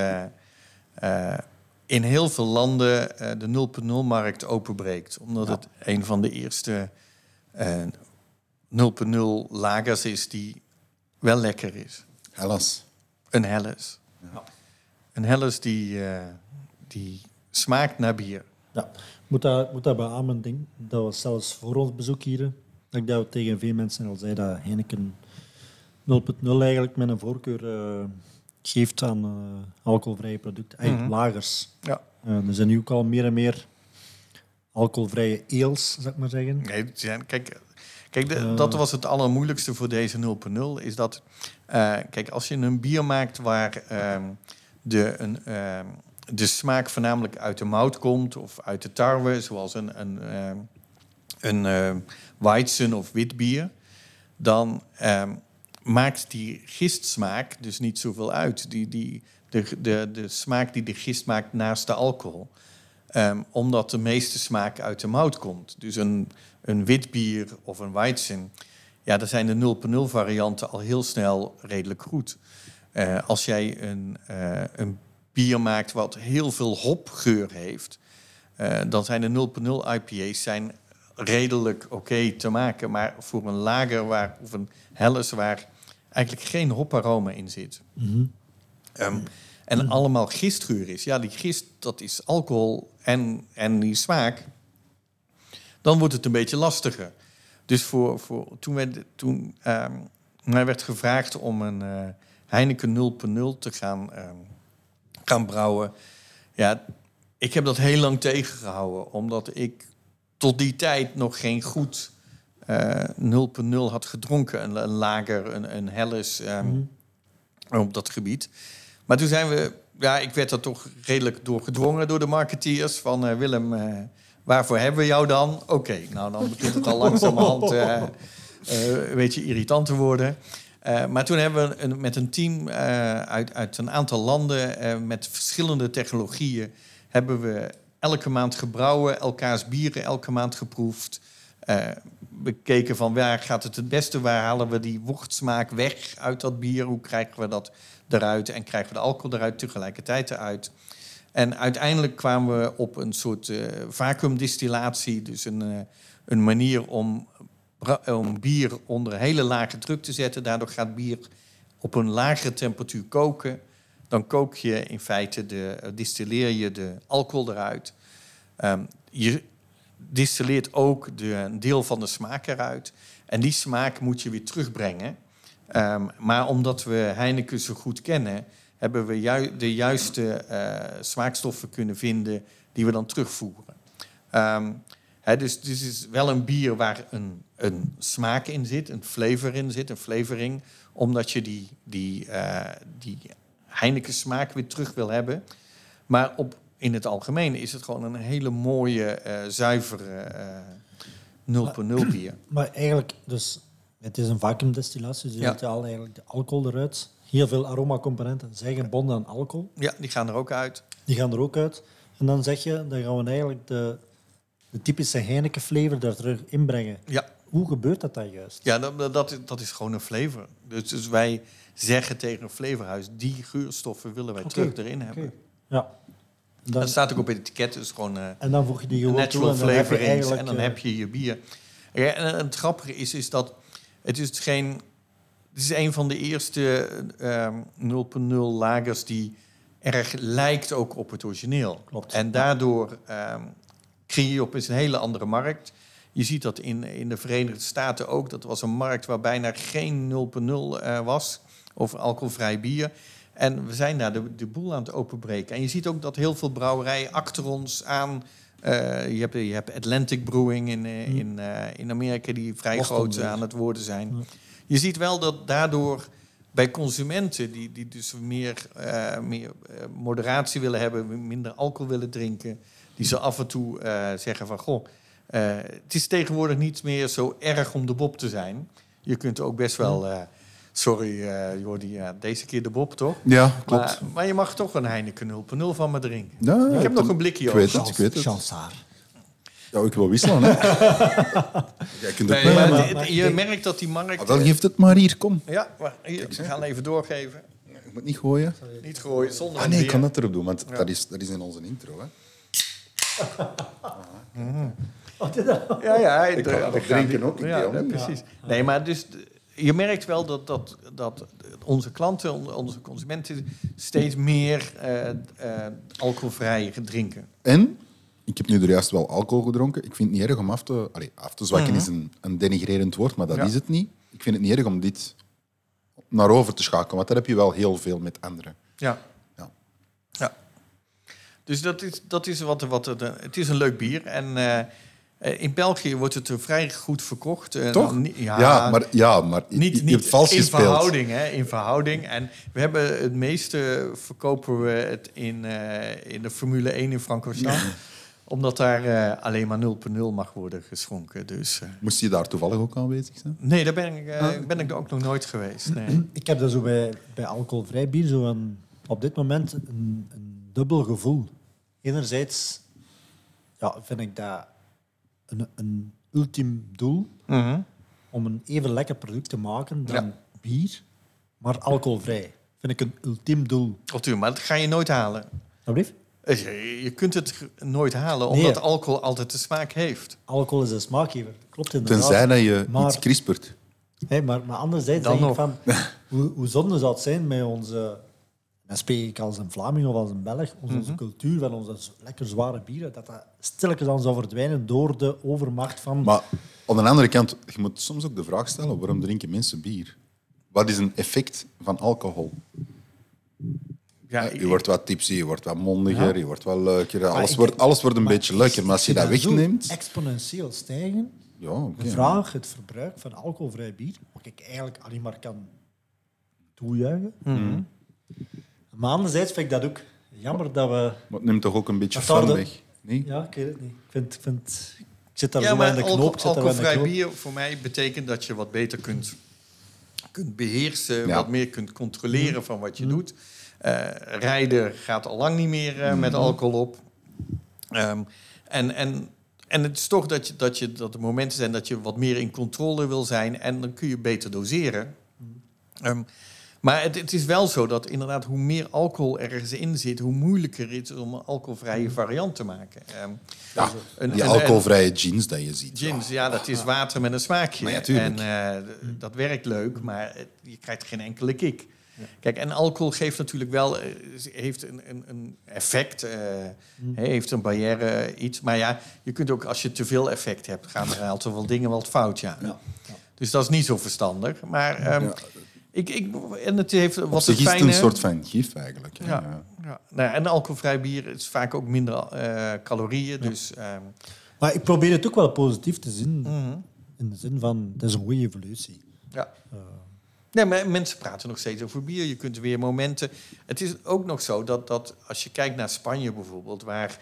in heel veel landen de 0.0-markt openbreekt. Omdat het een van de eerste 0.0 lagers is die wel lekker is. Helaas. Een Helles. Ja. Een Helles die smaakt naar bier. Ja, moet dat beamen, ding. Dat was zelfs voor ons bezoek hier. Dat ik dat tegen veel mensen al zei, dat Heineken 0.0 eigenlijk met een voorkeur geeft aan alcoholvrije producten. Eigenlijk lagers. Ja. Er zijn nu ook al meer en meer alcoholvrije ales, zou ik maar zeggen. Nee, kijk, dat was het allermoeilijkste voor deze 0.0. Is dat, kijk, als je een bier maakt waar de smaak voornamelijk uit de mout komt of uit de tarwe, zoals een Weizen of wit bier, dan maakt die gistsmaak dus niet zoveel uit. De smaak die de gist maakt naast de alcohol. Omdat de meeste smaak uit de mout komt. Dus een wit bier of een Weizen, ja, daar zijn de 0.0 varianten al heel snel redelijk goed. Als jij een bier maakt wat heel veel hopgeur heeft, dan zijn de 0.0 IPA's zijn redelijk oké te maken. Maar voor een lager of een Helles waar eigenlijk geen hoparoma in zit. En allemaal gistgeur is. Ja, die gist, dat is alcohol en die smaak. Dan wordt het een beetje lastiger. Dus toen mij werd gevraagd om een Heineken 0.0 te gaan brouwen. Ja, ik heb dat heel lang tegengehouden. Omdat ik tot die tijd nog geen goed 0.0 had gedronken. Een lager, een Helles op dat gebied. Maar toen zijn we... Ja, ik werd er toch redelijk door gedwongen door de marketeers. Van Willem, waarvoor hebben we jou dan? Oké, nou dan begint het al langzamerhand een beetje irritant te worden. Maar toen hebben we met een team uit een aantal landen met verschillende technologieën hebben we elke maand gebrouwen, elkaars bieren elke maand geproefd. Bekeken van waar gaat het beste, waar halen we die wortsmaak weg uit dat bier, hoe krijgen we dat eruit en krijgen we de alcohol eruit tegelijkertijd eruit. En uiteindelijk kwamen we op een soort vacuümdistillatie, dus een manier om bier onder hele lage druk te zetten. Daardoor gaat bier op een lagere temperatuur koken. Dan kook je in feite distilleer je de alcohol eruit. Je distilleert ook een deel van de smaak eruit. En die smaak moet je weer terugbrengen. Maar omdat we Heineken zo goed kennen, hebben we de juiste smaakstoffen kunnen vinden die we dan terugvoeren. Dus het is wel een bier waar een smaak in zit, een flavor in zit, een flavoring, omdat je die Heineken smaak weer terug wil hebben. Maar in het algemeen is het gewoon een hele mooie, zuivere 0.0 bier. Maar eigenlijk, dus Het is een vacuümdestillatie, dus Ja. je haalt eigenlijk de alcohol eruit. Heel veel aromacomponenten zijn gebonden aan alcohol. Ja, die gaan er ook uit. Die gaan er ook uit. En dan zeg je, dan gaan we eigenlijk de typische Heineken-flavor daar terug inbrengen. Ja, Hoe gebeurt dat dan juist? ja dat is gewoon een flavor. Dus wij zeggen tegen een flavorhuis, die geurstoffen willen wij terug erin hebben. Oké. Ja. En dan, Dat staat ook op het etiket, dus gewoon en dan voeg je die gewoon toe natural en dan heb je flavorings eigenlijk... en dan heb je je bier. Ja, en het grappige is dat het is een van de eerste 0.0 lagers die erg lijkt ook op het origineel. Klopt. En daardoor creëer je op een hele andere markt. Je ziet dat in de Verenigde Staten ook. Dat was een markt waar bijna geen 0.0 was, of alcoholvrij bier. En we zijn daar de boel aan het openbreken. En je ziet ook dat heel veel brouwerijen achter ons aan... je hebt Atlantic Brewing in Amerika, die vrij Boston groot dus. aan het worden zijn. Je ziet wel dat daardoor bij consumenten die dus meer moderatie willen hebben, minder alcohol willen drinken, die ze af en toe zeggen van, goh, het is tegenwoordig niet meer zo erg om de Bob te zijn. Je kunt ook best wel... sorry, Jordi, deze keer de Bob, toch? Ja, klopt. Maar je mag toch een Heineken 0.0 van me drinken. Ja, Ik heb nog een blikje ik over. weet het, ik weet het. Chansaar. Ja, ik wil wisselen, hè. Jij kunt het Nee, wel, maar maar... je merkt dat die markt... Wel, geef het maar hier, kom. Ja, maar hier, we gaan even doorgeven. Ik moet niet gooien. Niet gooien, zonder Ah een nee, ik beer. kan dat erop doen, want dat is in onze intro, hè. Ja, Ik kan het ook drinken ook, ik Ja, deel niet. precies. Nee, maar dus je merkt wel dat onze klanten, onze consumenten steeds meer alcoholvrij drinken. En, ik heb nu er juist wel alcohol gedronken. Ik vind het niet erg om af te zwakken is een denigrerend woord, maar dat Ja. is het niet. Ik vind het niet erg om dit naar over te schakelen, want dat heb je wel heel veel met anderen. Ja. Ja. Ja. Dus dat is het is een leuk bier. En in België wordt het vrij goed verkocht. Toch? Nou, maar Niet je hebt vals in gespeeld. verhouding, hè? In verhouding. En we hebben het meeste verkopen we het in de Formule 1 in Francorchamps. Omdat daar alleen maar 0.0 mag worden geschonken. Dus, Moest je daar toevallig ook aanwezig zijn? nee, daar ben ik ook nog nooit geweest. Nee. Ik heb dat zo bij alcoholvrij bier zo op dit moment een dubbel gevoel. Enerzijds vind ik dat een ultiem doel Mhm. om een even lekker product te maken dan Ja. bier, maar alcoholvrij. Vind ik een ultiem doel. Maar dat ga je nooit halen. Alsjeblieft? Je kunt het nooit halen, omdat Nee. alcohol altijd de smaak heeft. Alcohol is een smaakgever. Klopt inderdaad. Tenzij dat je Maar- iets crispert. Hey, maar anderzijds Dan denk ik nog. van... Hoe zonde zou het zijn met onze... Dan spreek ik als een Vlaming of als een Belg. Onze cultuur van onze lekker zware bieren. Dat stilletjes aan zou verdwijnen door de overmacht van... Maar aan de andere kant, je moet soms ook de vraag stellen, waarom drinken mensen bier? Wat is een effect van alcohol? Ja, Je wordt wat tipsy, je wordt wat mondiger, je wordt wat leuker. Maar Alles wordt een beetje leuker. Maar als je dat zo wegneemt... exponentieel stijgen. Ja, oké. De vraag, het verbruik van alcoholvrij bier, wat ik eigenlijk alleen maar kan toejuichen. Maar anderzijds vind ik dat ook jammer dat we... Maar het neemt toch ook een beetje Dat zou fun de- weg? Nee? Ja, ik weet het niet. Ik zit daar Ja, zo maar aan de knoop. ik zit daar aan de alcoholvrij knoop. bier voor mij betekent dat je wat beter kunt beheersen, Ja. wat meer kunt controleren van wat je doet. Rijden gaat al lang niet meer met alcohol op. En het is toch dat er momenten zijn dat je wat meer in controle wil zijn en dan kun je beter doseren. Maar het is wel zo dat inderdaad hoe meer alcohol ergens in zit, hoe moeilijker het is om een alcoholvrije variant te maken. Ja, Een- die een- alcoholvrije jeans dat je ziet. Gins, ja, dat is water met een smaakje. Maar ja, tuurlijk. En dat werkt leuk, maar je krijgt geen enkele kick. Kijk, en alcohol geeft natuurlijk wel heeft een effect, heeft een barrière, iets. Maar ja, je kunt ook, als je te veel effect hebt, gaan er altijd wel dingen wat fout, ja. Dus dat is niet zo verstandig. Maar en het heeft Op wat zich het is het fijne... een soort van gif eigenlijk. hè. Ja. Nou, en alcoholvrij bier is vaak ook minder calorieën, dus... Maar ik probeer het ook wel positief te zien. In de zin van, het is een goede evolutie. Ja. Nee, maar mensen praten nog steeds over bier. Je kunt weer momenten... Het is ook nog zo dat als je kijkt naar Spanje bijvoorbeeld, waar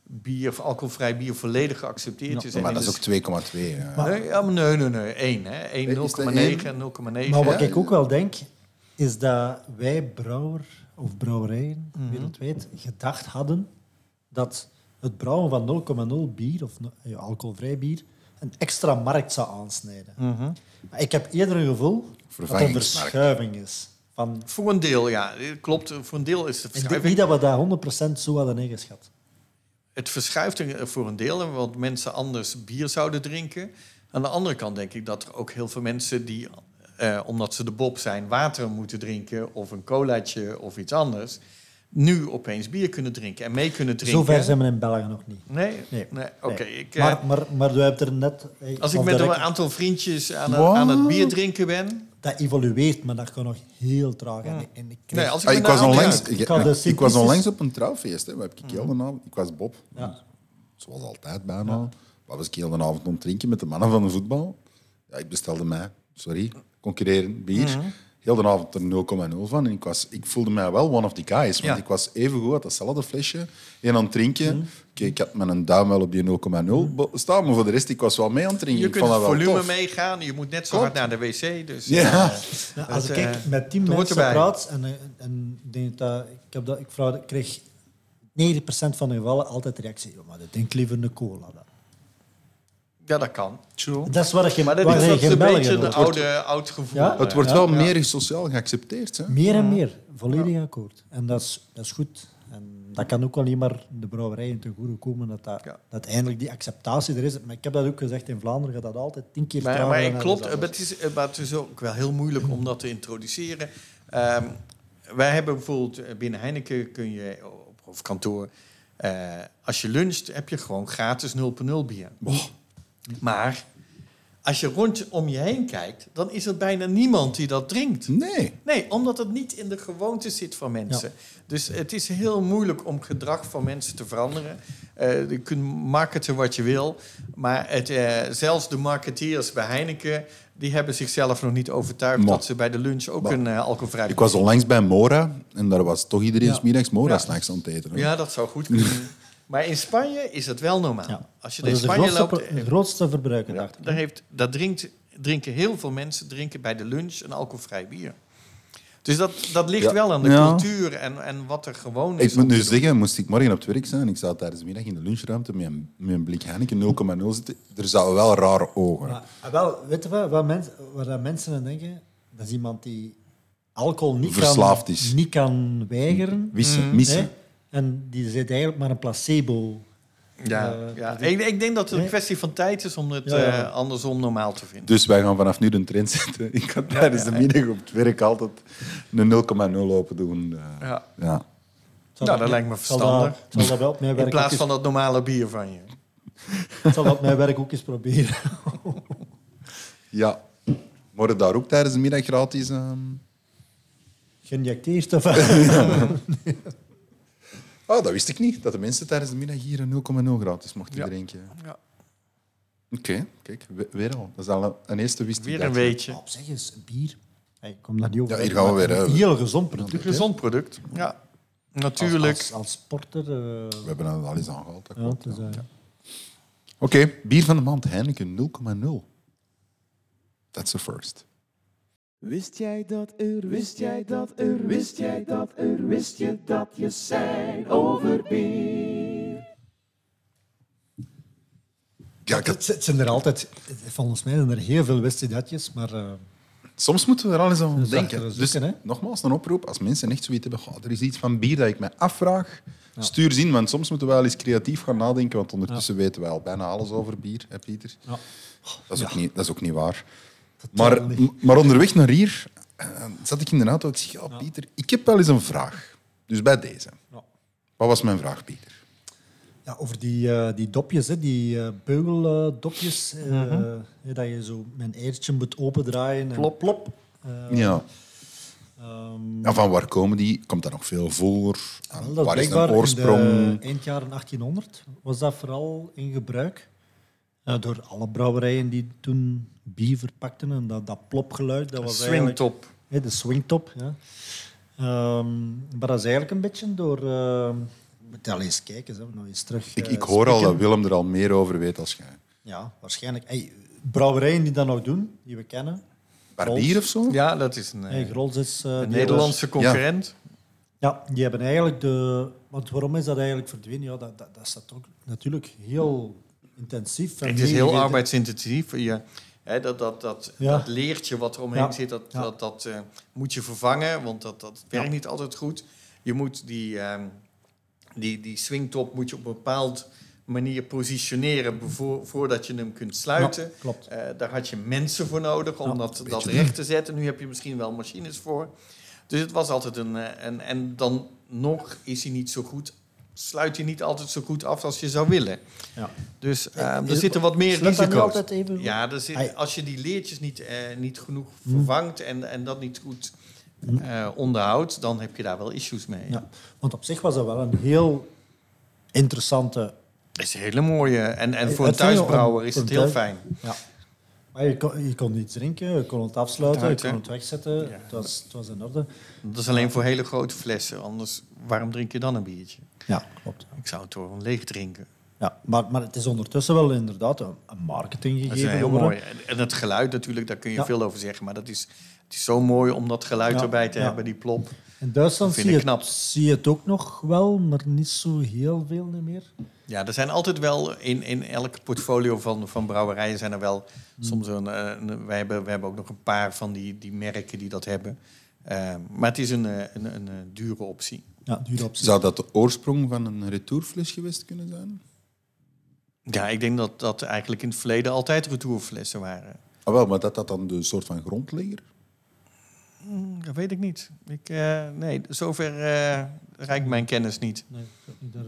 bier of alcoholvrij bier volledig geaccepteerd is. En Maar in dat is de- ook 2,2. Nee, 1. Hè. 1, Is dat 0,9 één? en 0,9. Maar wat Ja. ik ook wel denk, is dat wij brouwerijen wereldwijd gedacht hadden dat het brouwen van 0,0 bier of alcoholvrij bier een extra markt zou aansnijden. Maar ik heb eerder een gevoel dat er een Vervangingsmarkt. verschuiving is. Van, Voor een deel, ja. Klopt, voor een deel is de ik denk verschuiving. niet dat we dat 100% zo hadden ingeschat. Het verschuift voor een deel, want mensen anders bier zouden drinken. Aan de andere kant denk ik dat er ook heel veel mensen die, omdat ze de Bob zijn, water moeten drinken of een colaatje of iets anders, nu opeens bier kunnen drinken en mee kunnen drinken. Zover zijn we in België nog niet. Nee? Nee. Oké. Nee. Ik, Maar we hebben er net... als ik off met the een record- aantal vriendjes Wat? aan het bier drinken ben... Dat evolueert, maar dat gaat nog heel traag. En ik kreeg- Nee, als ik Ik met was een aantal- onlangs, ik had de ik was simplices- onlangs op een trouwfeest. Hè. Wat heb ik heel de avond? Ik was Bob. Ja. Zoals altijd bijna. Wat was ik heel de avond om te drinken met de mannen van de voetbal? Ja, ik bestelde mij, concurrerend bier. Heel de avond er 0,0 van. En ik voelde mij wel one of the guys. Want Ja. ik was even goed uit datzelfde flesje. En aan het drinken. Oké, ik had mijn duim wel op die 0,0 staan. Maar voor de rest, ik was wel mee aan het drinken. Je Ik kunt vond het dat wel volume tof. meegaan. Je moet net zo Klopt. hard naar de wc. Dus, Ja. Ja, als Dat, ik met 10 dat hoort mensen erbij. praat en ik denk dat ik kreeg 90% van de gevallen altijd de reactie: "Ja, maar ik drink liever een cola." ja, dat kan. Dat is wat je, Maar dat waar is, je dat is in een België beetje hoort. het oud gevoel. Ja. Het wordt Ja. wel meer sociaal geaccepteerd. Hè? Meer en meer, volledig akkoord. En dat is goed. En dat kan ook alleen maar de brouwerijen ten goede komen dat eindelijk die acceptatie er is. Maar ik heb dat ook gezegd, in Vlaanderen gaat dat altijd 10 keer Maar trager dan klopt, ergens anders. maar het is ook wel heel moeilijk om dat te introduceren. Wij hebben bijvoorbeeld binnen Heineken kun je of kantoor, als je luncht heb je gewoon gratis 0,0 bier. Maar als je rondom je heen kijkt, dan is er bijna niemand die dat drinkt. Nee. Nee, omdat het niet in de gewoonte zit van mensen. Dus het is heel moeilijk om gedrag van mensen te veranderen. Je kunt marketen wat je wil. Maar zelfs de marketeers bij Heineken, die hebben zichzelf nog niet overtuigd dat ze bij de lunch ook een alcoholvrij Ik was onlangs bij Mora en daar was toch iedereen 's Ja. middags Mora Ja. snacks aan het eten. Hoor. Ja, dat zou goed kunnen. Maar in Spanje is het wel normaal. Ja. Als je Dat in is de Spanje grootste, loopt... grootste verbruiker, dacht ik. Drinken heel veel mensen bij de lunch een alcoholvrij bier. Dus dat ligt Ja. wel aan de Ja. cultuur en wat er gewoon is. Ik moet om nu te doen. zeggen, moest ik morgen op het werk zijn en ik zou tijdens de middag in de lunchruimte met een blik Heineken 0,0 zitten, er zouden wel rare ogen. Maar, wel, weet je wat dat mensen aan denken? Dat is iemand die alcohol Verslaafd is. niet kan weigeren. Missen. Hè? En die zit eigenlijk maar een placebo. Ja, ja. Ik denk dat het een kwestie van tijd is om het Ja. andersom normaal te vinden. Dus wij gaan vanaf nu de trend zetten. Ik ga tijdens de middag op het werk altijd een 0,0 open doen. Ja. Ja. Nou, dat lijkt me verstandig. Zal dat wel op mijn In werk plaats ook van dat normale bier van je. eens, zal dat op mijn werk ook eens proberen. Worden daar ook tijdens de middag gratis... Geïnjecteerd of Oh, dat wist ik niet. Dat de mensen tijdens de middag hier een 0,0 gratis mochten drinken. Ja. Oké, kijk, weer al. Dat is al een eerste wist ik Weer dat. een weetje. Op zich is bier. Ik kom daar niet over. Ja, hier gaan we weer, hè. Een heel gezond product. Een hè. gezond product. Ja, natuurlijk. Als sporter. We hebben het al eens aangehaald. Dat Ja, klopt, het is, ja. Oké, bier van de maand, Heineken 0,0. That's the first. Wist jij dat je zijn over bier? Ja, Het zijn er altijd, volgens mij zijn er heel veel wistje-datjes, maar soms moeten we er al eens aan Dus denken. achter Dus zoeken, hè? nogmaals, een oproep. Als mensen echt zoiets hebben, er is iets van bier dat ik mij afvraag, stuur ze in. Want soms moeten we wel eens creatief gaan nadenken, want ondertussen weten we al bijna alles over bier, hè, Pieter? Ja. Dat is ook niet waar. Totaal niet. Maar onderweg naar hier zat ik in de auto en ik zeg, Pieter, ik heb wel eens een vraag. Dus bij deze. Ja. Wat was mijn vraag, Pieter? Ja, over die dopjes, hè, die beugeldopjes, dat je zo met een eertje moet opendraaien. En plop. Ja. Ja, van waar komen die? Komt dat nog veel voor? Wel, dat Waar is blijkbaar een oorsprong? in de eindjaren 1800 was dat vooral in gebruik. Door alle brouwerijen die toen bier verpakten. En dat plopgeluid, dat was eigenlijk... Swingtop. De swingtop, ja. Maar dat is eigenlijk een beetje door moet al eens kijken, hè. Nog eens terug. Ik hoor al spieken. dat Willem er al meer over weet als jij. Ja, waarschijnlijk. Hey, brouwerijen die dat nog doen, die we kennen. Barbier of zo? Ja, dat is een, Hey, Grols is... een Nederlandse concurrent. Ja, die hebben eigenlijk de... Want waarom is dat eigenlijk verdwenen? Ja, dat staat ook natuurlijk heel intensief. En Het is heel meegegeven. arbeidsintensief. Dat leertje wat er omheen Ja. zit, Ja. dat moet je vervangen, want dat werkt niet altijd goed. Je moet die swingtop moet je op een bepaald manier positioneren voordat je hem kunt sluiten. Ja, klopt. Daar had je mensen voor nodig om Ja, dat recht te zetten. Nu heb je misschien wel machines voor. Dus het was altijd en dan nog is hij niet zo goed. Sluit hij niet altijd zo goed af als je zou willen. Ja. Dus er zitten wat meer Sluit dat niet risico's. altijd even goed? Ja, Ai. als je die leertjes niet genoeg vervangt en dat niet goed onderhoudt, dan heb je daar wel issues mee. Ja. Want op zich was dat wel een heel interessante... Dat is een hele mooie. En voor een uitvinding thuisbrouwer om- is voor het een heel thuis- fijn. Ja. Maar je kon iets drinken, je kon het afsluiten, je Uit, kon hè? het wegzetten. Ja. Het was in orde. Dat is alleen voor hele grote flessen. Anders, waarom drink je dan een biertje? Ja, klopt. Ik zou het gewoon leeg drinken. Ja, maar het is ondertussen wel inderdaad een marketing Dat is gegeven heel geworden. mooi. En het geluid natuurlijk, daar kun je Ja. veel over zeggen. Maar het is zo mooi om dat geluid Ja, erbij te ja. hebben, die plop. In Duitsland Dat zie vind je, ik het, knap. zie je het ook nog wel, maar niet zo heel veel meer. Ja, er zijn altijd wel in elk portfolio van brouwerijen zijn er wel soms wij hebben ook nog een paar van die merken die dat hebben. Maar het is een dure optie. Ja, dure optie. Zou dat de oorsprong van een retourfles geweest kunnen zijn? Ja, ik denk dat eigenlijk in het verleden altijd retourflessen waren. Ah, wel, maar dat dan de soort van grondlegger? Mm. Dat weet ik niet. Nee, zover reikt mijn kennis niet. Nee, ik weet niet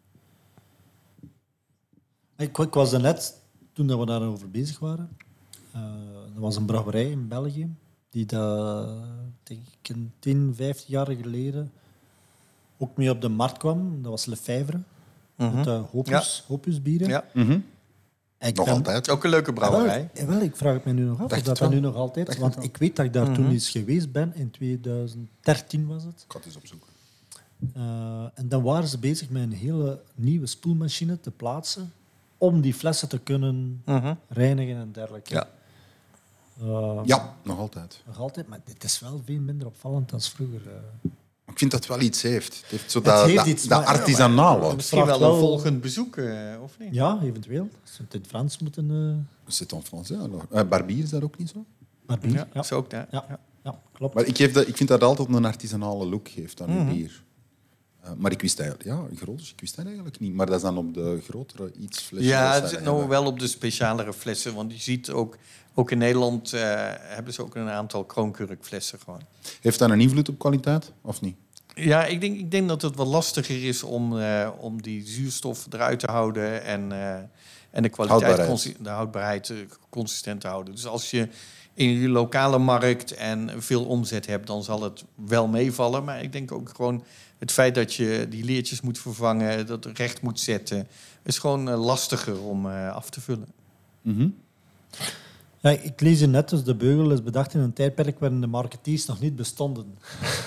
ik was net, toen we daarover bezig waren, er was een brouwerij in België die dat, denk ik, 10, 15 jaar geleden ook mee op de markt kwam. Dat was Lefebvre, met de Hopus bieren. Ja, Ik Nog ben- altijd. ook een leuke brouwerij. Wel, ik vraag het me nu nog af Dacht of het dat wel. nu nog altijd... Dacht Want het wel. ik weet dat ik daar toen eens geweest ben, in 2013 was het. Ik ga het eens opzoeken. En dan waren ze bezig met een hele nieuwe spoelmachine te plaatsen om die flessen te kunnen reinigen en dergelijke. Ja. Ja, nog altijd. Nog altijd, maar het is wel veel minder opvallend dan vroeger. Maar ik vind dat het wel iets heeft. Het heeft zo Het dat, heeft dat, iets, dat maar- artisanale. Misschien wel vraagt een wel- volgend bezoek, of niet? Ja, eventueel. Ze het in het Frans moeten... C'est en français, alors. Barbier is dat ook niet zo? maar bier, Ja, ja. is ook daar. Ja, klopt. Maar ik vind dat altijd een artisanale look geeft aan uw bier. Maar ik wist eigenlijk, Grols, ik wist dat eigenlijk niet. Maar dat is dan op de grotere iets flesjes. Ja, dat het zij is nou hebben. wel op de specialere flessen. Want je ziet ook in Nederland hebben ze ook een aantal kroonkurkflessen gewoon. Heeft dat een invloed op kwaliteit, of niet? Ja, ik denk dat het wat lastiger is om die zuurstof eruit te houden en de kwaliteit, Houdbaarheid. de houdbaarheid consistent te houden. Dus als je in je lokale markt en veel omzet hebt, dan zal het wel meevallen. Maar ik denk ook gewoon het feit dat je die leertjes moet vervangen, dat recht moet zetten, is gewoon lastiger om af te vullen. Mhm. Ja, ik lees hier net, dus de beugel is bedacht in een tijdperk waarin de marketeers nog niet bestonden.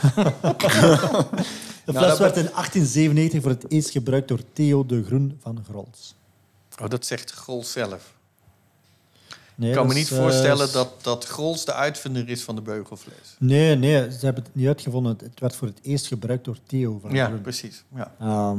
De fles dat werd in 1897 voor het eerst gebruikt door Theo de Groen van Grols. Oh, dat zegt Grols zelf. Nee, Ik kan me dat niet is, voorstellen dat Grols de uitvinder is van de beugelfles. Nee, ze hebben het niet uitgevonden. Het werd voor het eerst gebruikt door Theo van Ja, Groen. precies. Ja.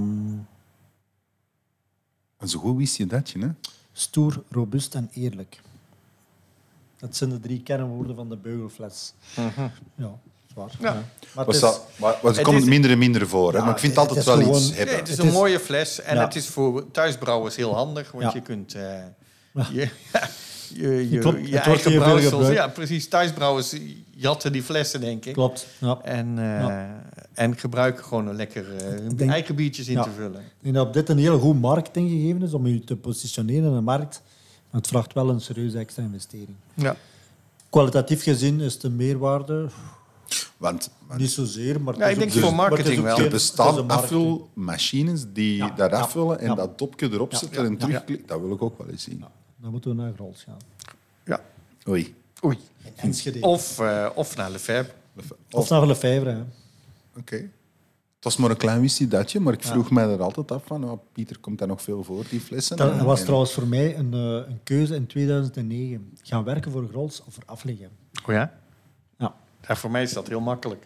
En zo goed wist je dat, hè? Stoer, robuust en eerlijk. Dat zijn de 3 kernwoorden van de beugelfles. Ja, zwaar. Ja. Maar Was het is- dat, maar ze het komt is- minder en minder voor. Hè? Ja, Maar ik vind het het altijd is wel gewoon- iets Nee, hebben. het is Het een is- mooie fles en Ja. het is voor thuisbrouwers heel handig, want Ja. je kunt je Klopt, je het wordt eigen hier veel brouwsels... gebruikt. Ja, precies. Thuisbrouwers jatten die flessen, denk ik. Klopt. Ja. En gebruiken gewoon lekker hun denk- eigen biertjes in Ja. te vullen. Ik denk dat dit een hele goed marketing gegeven is om je te positioneren in de markt. Maar het vraagt wel een serieuze extra investering. Ja. Kwalitatief gezien is de meerwaarde Want niet zozeer, maar Ja, ik denk ook- voor maar het is marketing ook wel. geen- er het is bestaan een marketing. afvulmachines die Ja, dat ja, afvullen en ja. dat dopje erop Ja, zetten ja, en ja. terugklikken. Dat wil ik ook wel eens zien. Dan moeten we naar Grols gaan. Ja. Oei. Oei. In Enschede. Of naar Lefebvre. Of naar Lefebvre. Hè. Oké. Het was maar een klein whisky-datje, maar ik vroeg mij er altijd af van... Oh, Pieter, komt daar nog veel voor, die flessen? Dat was En- trouwens voor mij een keuze in 2009. Gaan werken voor Grols of voor afleggen. Oh ja? Ja. Ja, voor mij is dat heel makkelijk.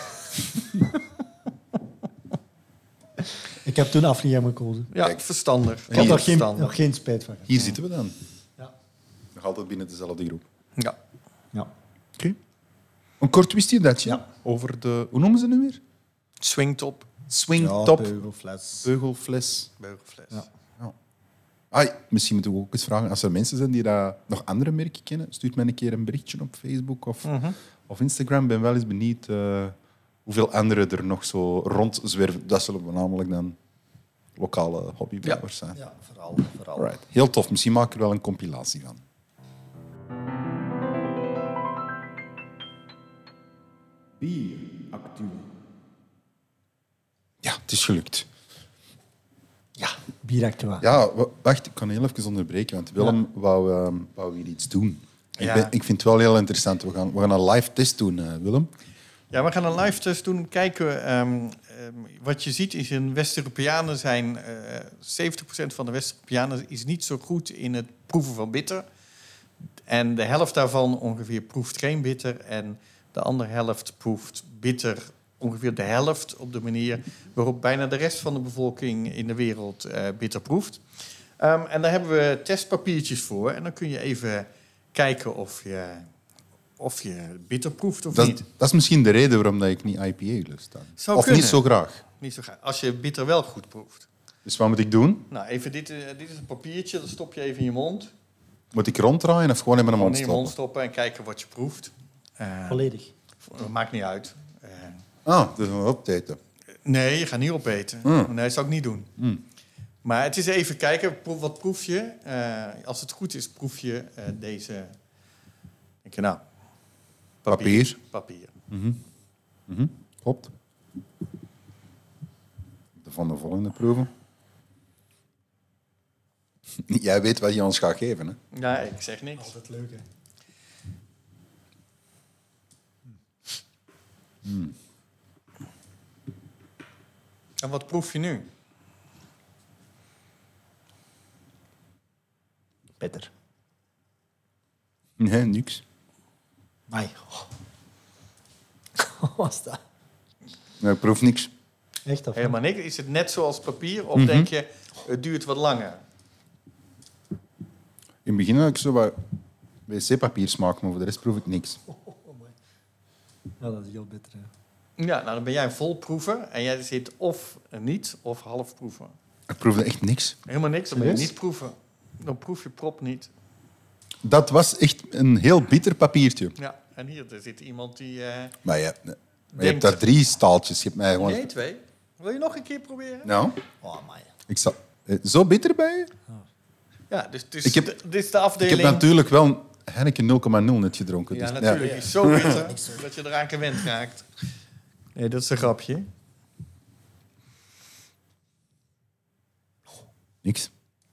Ik heb toen afleggen gekozen. Ja, Kijk. verstandig. Ik heb hier- nog geen spijt van. Hier zitten we dan. Ja. Nog altijd binnen dezelfde groep. Ja. Ja. Oké. Een kort whisky-datje Ja. over de... Hoe noemen ze nu weer? Swingtop, Swingtop, Beugelfles. beugelfles. beugelfles. Ja. Misschien moeten we ook eens vragen, als er mensen zijn die dat nog andere merken kennen, stuurt mij een keer een berichtje op Facebook of Instagram. Ik ben wel eens benieuwd hoeveel anderen er nog zo rondzwerven. Dat zullen we namelijk dan lokale hobbybrouwers zijn. Ja, vooral. Alright. Heel tof. Misschien maak ik er wel een compilatie van. Bieractu. Ja, het is gelukt. Ja, bieractua. Ja, wacht, ik kan heel even onderbreken, want Willem wou hier iets doen. Ja. Ik vind het wel heel interessant. We gaan een live test doen, Willem. Ja, we gaan een live test doen. Kijken, wat je ziet is in West-Europeanen zijn... 70% van de West-Europeanen is niet zo goed in het proeven van bitter. En de helft daarvan ongeveer proeft geen bitter. En de andere helft proeft bitter ongeveer de helft... op de manier waarop bijna de rest van de bevolking in de wereld bitter proeft. En daar hebben we testpapiertjes voor. En dan kun je even kijken of je bitter proeft of niet. Dat is misschien de reden waarom dat ik niet IPA lust. Dan. Zou Of kunnen. niet zo graag. Niet zo graag. Als je bitter wel goed proeft. Dus wat moet ik doen? Nou, even dit is een papiertje, dat stop je even in je mond. Moet ik ronddraaien of gewoon in mijn Gewoon mond in je mond stoppen? stoppen en kijken wat je proeft. Volledig. Maakt niet uit. Dus een opteten. Nee, je gaat niet opeten. Nee, dat zou ik niet doen. Maar het is even kijken, wat proef je? Als het goed is, proef je deze... Denk je, nou... Papier. Papier. Klopt. Van de volgende proeven. Jij weet wat je ons gaat geven, hè? Ja, ik zeg niks. Altijd leuk, hè? En wat proef je nu? Bitter. Nee, niks. Mai. Wat was dat? Nee, ik proef niks. Echt of Helemaal niks. Is het net zoals papier? Of denk je, het duurt wat langer? In het begin had ik zo wat wc-papier smaak, maar voor de rest proef ik niks. Ja, dat is heel bitter. Hè. Ja, nou dan ben jij een volproever en jij zit of niet of halfproever. Ik proefde echt niks. Helemaal niks, dan ben je Serieus? niet proeven. Dan proef je prop niet. Dat was echt een heel bitter papiertje. Ja, en hier er zit iemand die... Maar je Denkt- hebt daar 3 staaltjes. Je hebt mij gewoon... Nee, 2. Wil je nog een keer proberen? Nou, Oh, mai. ik zal... Zo bitter bij je? Ja, dus Ik heb- dit is de Ik afdeling... heb natuurlijk wel een Heineken 0,0 net gedronken. Ja, dus, natuurlijk. Die is zo bitter dat je eraan gewend raakt. Nee, dat is een grapje. Niks.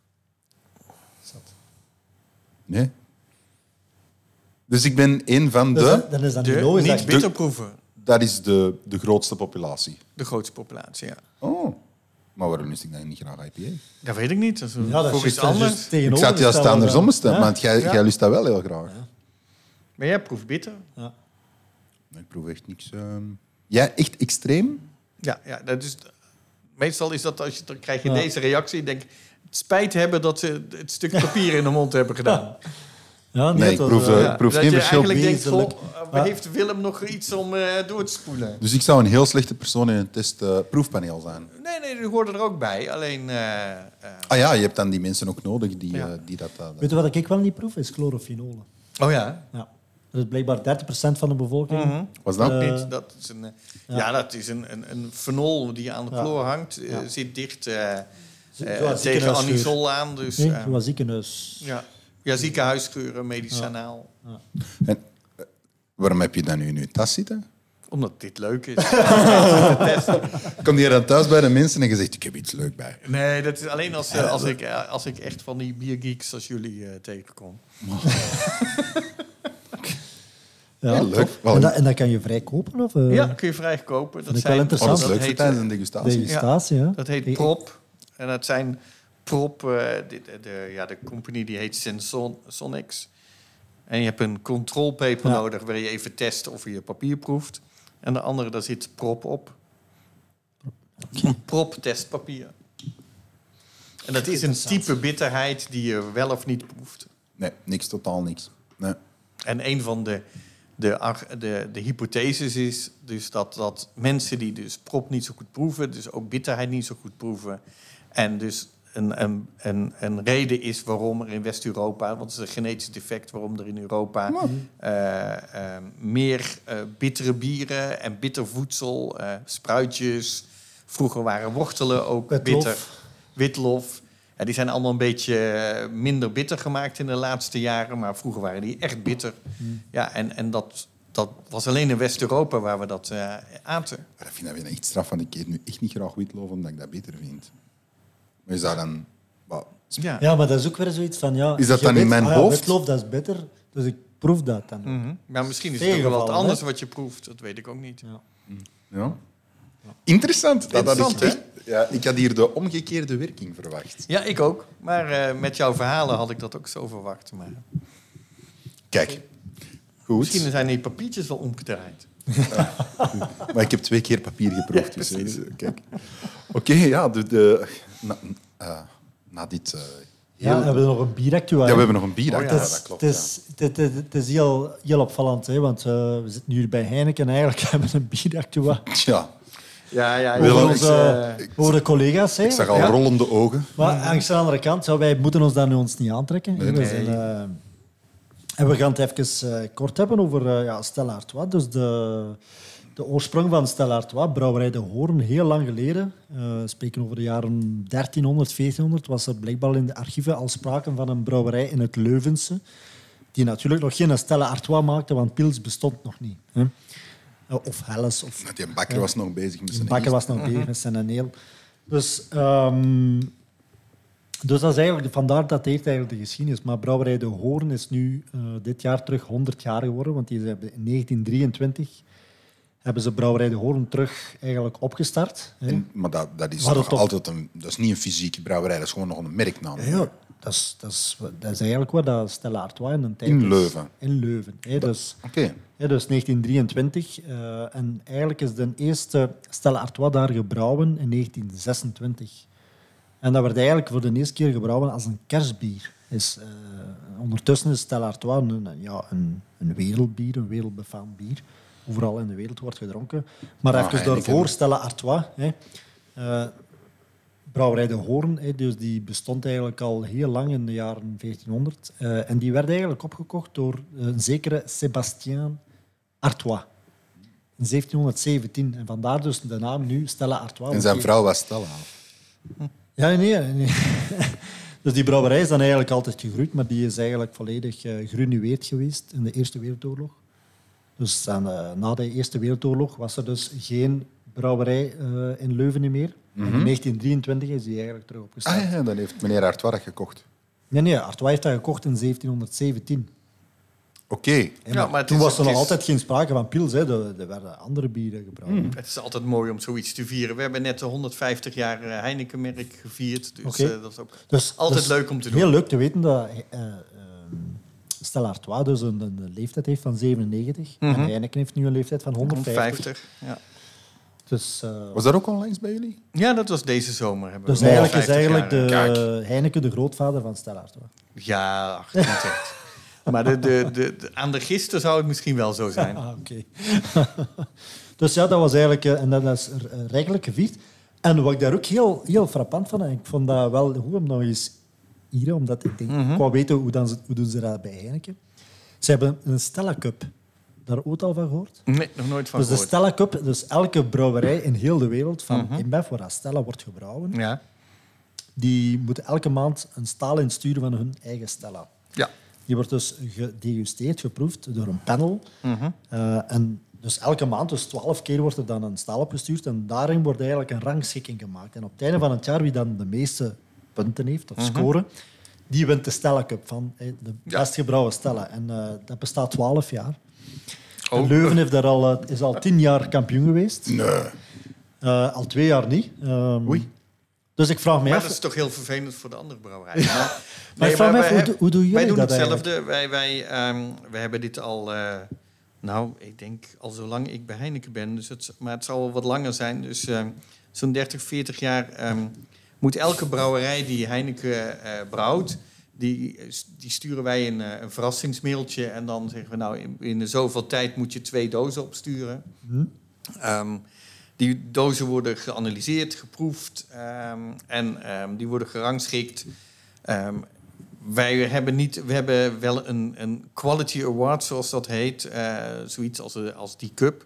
Nee. Dus ik ben een van de... Dan is dat De niet logisch. niet dat- bitter proeven. Dat is de grootste populatie. De grootste populatie, ja. Oh. Maar waarom lust ik dan niet graag IPA? Dat weet ik niet. Dat is Ja, dat voor is iets juist anders. Ik tegenover zou het juist andersom stemmen, want jij lust dat wel heel graag. Maar jij proeft bitter. Ja. Ik proef echt niks. Jij echt extreem? Ja, dat is... Meestal is dat als je... Dan krijg je deze reactie. Ik denk, het spijt hebben dat ze het stuk papier in de mond hebben gedaan. Ja, Nee, ik dat, proef, ja. ik proef dat geen je verschil. eigenlijk denkt, Wezenlijk. goh, heeft Willem nog iets om door te spoelen? Dus ik zou een heel slechte persoon in een testproefpaneel zijn. Nee, die hoorden er ook bij. Alleen, Ah ja, je hebt dan die mensen ook nodig die, Ja. die dat... Weet je wat ik wel niet proef? Is chlorofenolen. oh ja, Ja. Dat is blijkbaar 30% van de bevolking. Was dat? niet. Dat is dat is een fenol die aan de chloor hangt. Zit dicht Zoals tegen ziekenhuisgeur. anisol aan. Dus, Nee, zoals ziekenhuis. ja, ziekenhuisgeuren, medicinaal. En, waarom heb je dan nu in je tas zitten? Omdat dit leuk is. Kom je dan thuis bij de mensen en je zegt, ik heb iets leuk bij. Nee, dat is alleen als ik echt van die biergeeks als jullie tegenkom. Ja, Heel leuk. tof. Wel, En dat kan je vrij kopen? Of, Ja, kun je vrij kopen. Vind ik wel interessant. dat is leuk voor heet, tijdens een degustatie. degustatie, ja. Dat heet Prop. En dat zijn Prop, de company die heet Sensonics. En je hebt een controlpaper Ja. nodig waar je even test of je papier proeft. En de andere, daar zit Prop op. Een Prop testpapier. En dat is een type bitterheid die je wel of niet proeft. Nee, niks, totaal niks. Nee. En een van de hypotheses is dus dat mensen die dus Prop niet zo goed proeven, dus ook bitterheid niet zo goed proeven, en dus een reden is waarom er in West-Europa, want het is een genetisch defect, waarom er in Europa meer bittere bieren en bitter voedsel, spruitjes, vroeger waren wortelen ook Witlof. bitter, witlof. Ja, die zijn allemaal een beetje minder bitter gemaakt in de laatste jaren, maar vroeger waren die echt bitter. Ja, en dat was alleen in West-Europa waar we dat aten. Maar ik vind dat weer echt straf, want ik eet nu echt niet graag witlof omdat ik dat beter vind. Maar is dat dan... Wat, Ja. Ja, maar dat is ook weer zoiets van... Ja, Is dat je dan in mijn ja, hoofd? Witlof, dat is bitter, dus ik proef dat dan. Mhm. Maar misschien is het ook wel Tegenvallen, wat anders hè? wat je proeft. Dat weet ik ook niet. Ja. ja? Interessant. Dat is Interessant, hè? echt, ja, ik had hier de omgekeerde werking verwacht. Ja, ik ook. Maar met jouw verhalen had ik dat ook zo verwacht. Maar Kijk, goed. misschien zijn die papiertjes wel omgedraaid. Maar ik heb 2 keer papier geproefd. Ja, dus, precies. kijk. Oké, ja. Na dit... Ja, we hebben nog een bieractua. Ja, we hebben nog een bier. Oh, ja, ja. dat klopt. Het is heel opvallend, hè, want we zitten nu bij Heineken en eigenlijk hebben we een bieractua. Ja. Ja, Willem, Over de collega's. Hè. Ik zag al Ja. rollende ogen. Maar langs de andere kant, wij moeten ons daar nu ons niet aantrekken. Nee, We nee. zijn, en we gaan het even kort hebben over Stella Artois. Dus de oorsprong van Stella Artois, brouwerij De Hoorn, heel lang geleden. Spreken over de jaren 1300, 1400. Was er blijkbaar in de archieven al sprake van een brouwerij in het Leuvense. Die natuurlijk nog geen Stella Artois maakte, want pils bestond nog niet. Hè. Of Helles. Of, Die bakker was nog bezig met de zijn bakker was nog bezig met zijn neel. Dus dat is eigenlijk, vandaar dat heet eigenlijk de geschiedenis. Maar Brouwerij De Hoorn is nu dit jaar terug 100 jaar geworden. Want die hebben in 1923 hebben ze Brouwerij De Hoorn terug eigenlijk opgestart. Hè. Maar dat is Maar nog dat altijd dat is niet een fysieke brouwerij, dat is gewoon nog een merknaam. Ja, dat is eigenlijk waar dat Stella Artois in een tijd In is. Leuven. In Leuven. Hè. Dus, Oké. dus 1923. En eigenlijk is de eerste Stella Artois daar gebrouwen in 1926. En dat werd eigenlijk voor de eerste keer gebrouwen als een kerstbier. Ondertussen is Stella Artois een wereldbier, een wereldbefaamd bier. Overal in de wereld wordt gedronken. Maar even Heineken. daarvoor, Stella Artois. Brouwerij De Hoorn, dus die bestond eigenlijk al heel lang in de jaren 1400. En die werd eigenlijk opgekocht door een zekere Sébastien Artois. In 1717. En vandaar dus de naam nu Stella Artois. En zijn vrouw was Stella. Ja, nee. Dus die brouwerij is dan eigenlijk altijd gegroeid, maar die is eigenlijk volledig geruïneerd geweest in de Eerste Wereldoorlog. Dus na de Eerste Wereldoorlog was er dus geen brouwerij in Leuven meer. En in 1923 is die eigenlijk terug opgestart. Ah ja, dan heeft meneer Artois dat gekocht. Nee, Artois heeft dat gekocht in 1717. Oké. Ja, Ja, maar het toen is- was er het nog is- altijd geen sprake van pils. Hè. Er werden andere bieren gebrouwen. Het is altijd mooi om zoiets te vieren. We hebben net de 150 jaar Heineken-merk gevierd. Dus Oké. dat is ook Dus, altijd dus leuk om te doen. Heel leuk te weten dat Stella Artois dus een leeftijd heeft van 97. En Heineken heeft nu een leeftijd van 150. 150. Ja. Dus, Was dat ook al langs bij jullie? Ja, dat was deze zomer. Hebben dus we eigenlijk is 150 eigenlijk jaar, de Heineken de grootvader van Stella Artois. Ja, ach, niet echt. Maar aan de gisten zou het misschien wel zo zijn. Ah, oké. Dus ja, dat was eigenlijk... en dat is rijkelijk gevierd. En wat ik daar ook heel frappant vond, en ik vond dat wel goed om nog eens hier, omdat ik denk, ik wou weten hoe doen ze dat bij Heineken. Ze hebben een Stella Cup. Daar ooit al van gehoord? Nee, nog nooit van Dus de gehoord. Stella Cup, dus elke brouwerij in heel de wereld van InBev, waar Stella wordt gebrouwen, Ja. die moeten elke maand een staal insturen van hun eigen Stella. Ja. Die wordt dus gedegusteerd, geproefd door een panel. En dus elke maand, dus 12 keer, wordt er dan een staal opgestuurd. En daarin wordt eigenlijk een rangschikking gemaakt. En op het einde van het jaar, wie dan de meeste punten heeft, of scoren, die wint de Stella Cup van de best gebrouwen Stella. En dat bestaat 12 jaar. Oh. Leuven heeft is al 10 jaar kampioen geweest. Nee. Al 2 jaar niet. Oei. Dus ik vraag me Maar af... dat is toch heel vervelend voor de andere brouwerijen. Maar ik vraag me af, hoe doen jullie wij doen dat hetzelfde. Wij hebben dit al... ik denk al zolang ik bij Heineken ben. Dus maar het zal wel wat langer zijn. Dus zo'n 30, 40 jaar moet elke brouwerij die Heineken brouwt... Die sturen wij een verrassingsmailtje. En dan zeggen we, nou, in zoveel tijd moet je 2 dozen opsturen. Die dozen worden geanalyseerd, geproefd en die worden gerangschikt. We hebben wel een Quality Award, zoals dat heet. Zoiets als die cup.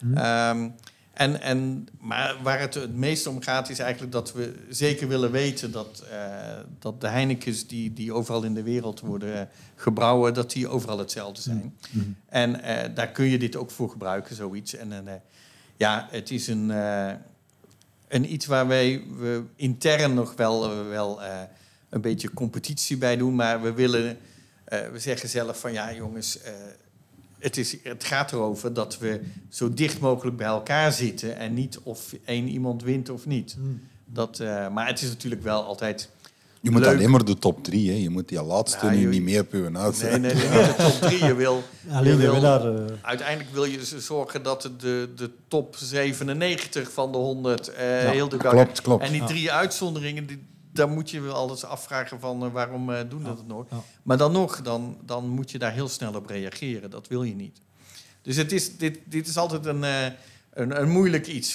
Maar waar het meest om gaat is eigenlijk dat we zeker willen weten dat de Heinekens die overal in de wereld worden gebrouwen, dat die overal hetzelfde zijn. En daar kun je dit ook voor gebruiken, zoiets. Het is een iets waar we intern nog wel een beetje competitie bij doen, maar we zeggen zelf van ja jongens, het gaat erover dat we zo dicht mogelijk bij elkaar zitten en niet of één iemand wint of niet. Maar het is natuurlijk wel altijd Je moet leuk. alleen maar de top 3, hè. Je moet die laatste nu niet mee op je uit. Nee, niet de top 3. Je wil, Alleen de winnaar... uiteindelijk wil je dus zorgen dat de top 97 van de 100 heel de gang... Klopt. En die 3 uitzonderingen, daar moet je wel alles afvragen van waarom doen dat het nooit. Ja. Maar dan nog, dan moet je daar heel snel op reageren. Dat wil je niet. Dus dit is altijd een moeilijk iets.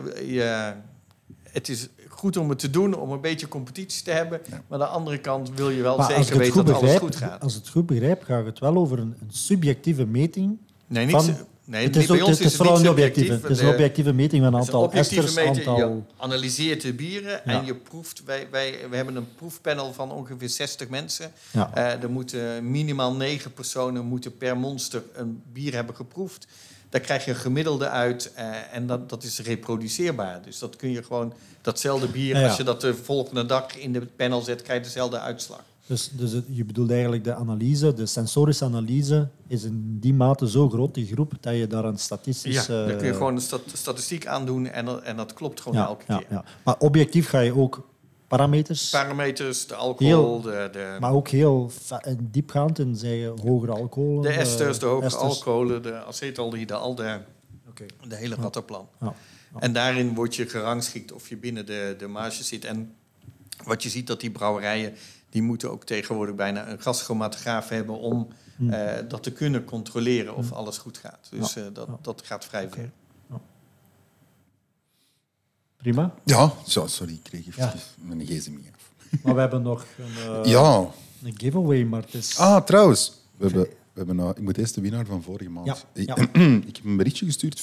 Het is goed om het te doen, om een beetje competitie te hebben. Ja. Maar aan de andere kant wil je wel zeker weten dat alles goed gaat. Als ik het goed begrijp, gaat het wel over een subjectieve meting. Nee, het is vooral een objectieve. Het is een objectieve meting van een aantal esters. Je analyseert de bieren en je proeft. We hebben een proefpanel van ongeveer 60 mensen. Ja. Er moeten minimaal 9 personen moeten per monster een bier hebben geproefd. Daar krijg je een gemiddelde uit en dat is reproduceerbaar. Dus dat kun je gewoon, datzelfde bier, als je dat de volgende dag in de panel zet, krijg je dezelfde uitslag. Dus je bedoelt eigenlijk de analyse, de sensorische analyse, is in die mate zo groot, die groep, dat je daar een statistisch... Ja, daar kun je gewoon een statistiek aan doen en dat klopt gewoon elke keer. Ja. Maar objectief ga je ook parameters, de alcohol, maar ook heel diepgaand in zeggen hogere alcoholen. De esters, de hogere alcoholen, de acetaldehyd, de hele rattenplan. Ja. En daarin word je gerangschikt of je binnen de marge zit. En wat je ziet, dat die brouwerijen, die moeten ook tegenwoordig bijna een gaschromatograaf hebben om dat te kunnen controleren of alles goed gaat. Dus dat gaat vrij ver. Prima. Ja, sorry, ik kreeg even mijn gsm af. Maar we hebben nog een giveaway, maar het is... Ah, trouwens. We hebben ik moet eerst de winnaar van vorige maand. Ja. Ik heb een berichtje gestuurd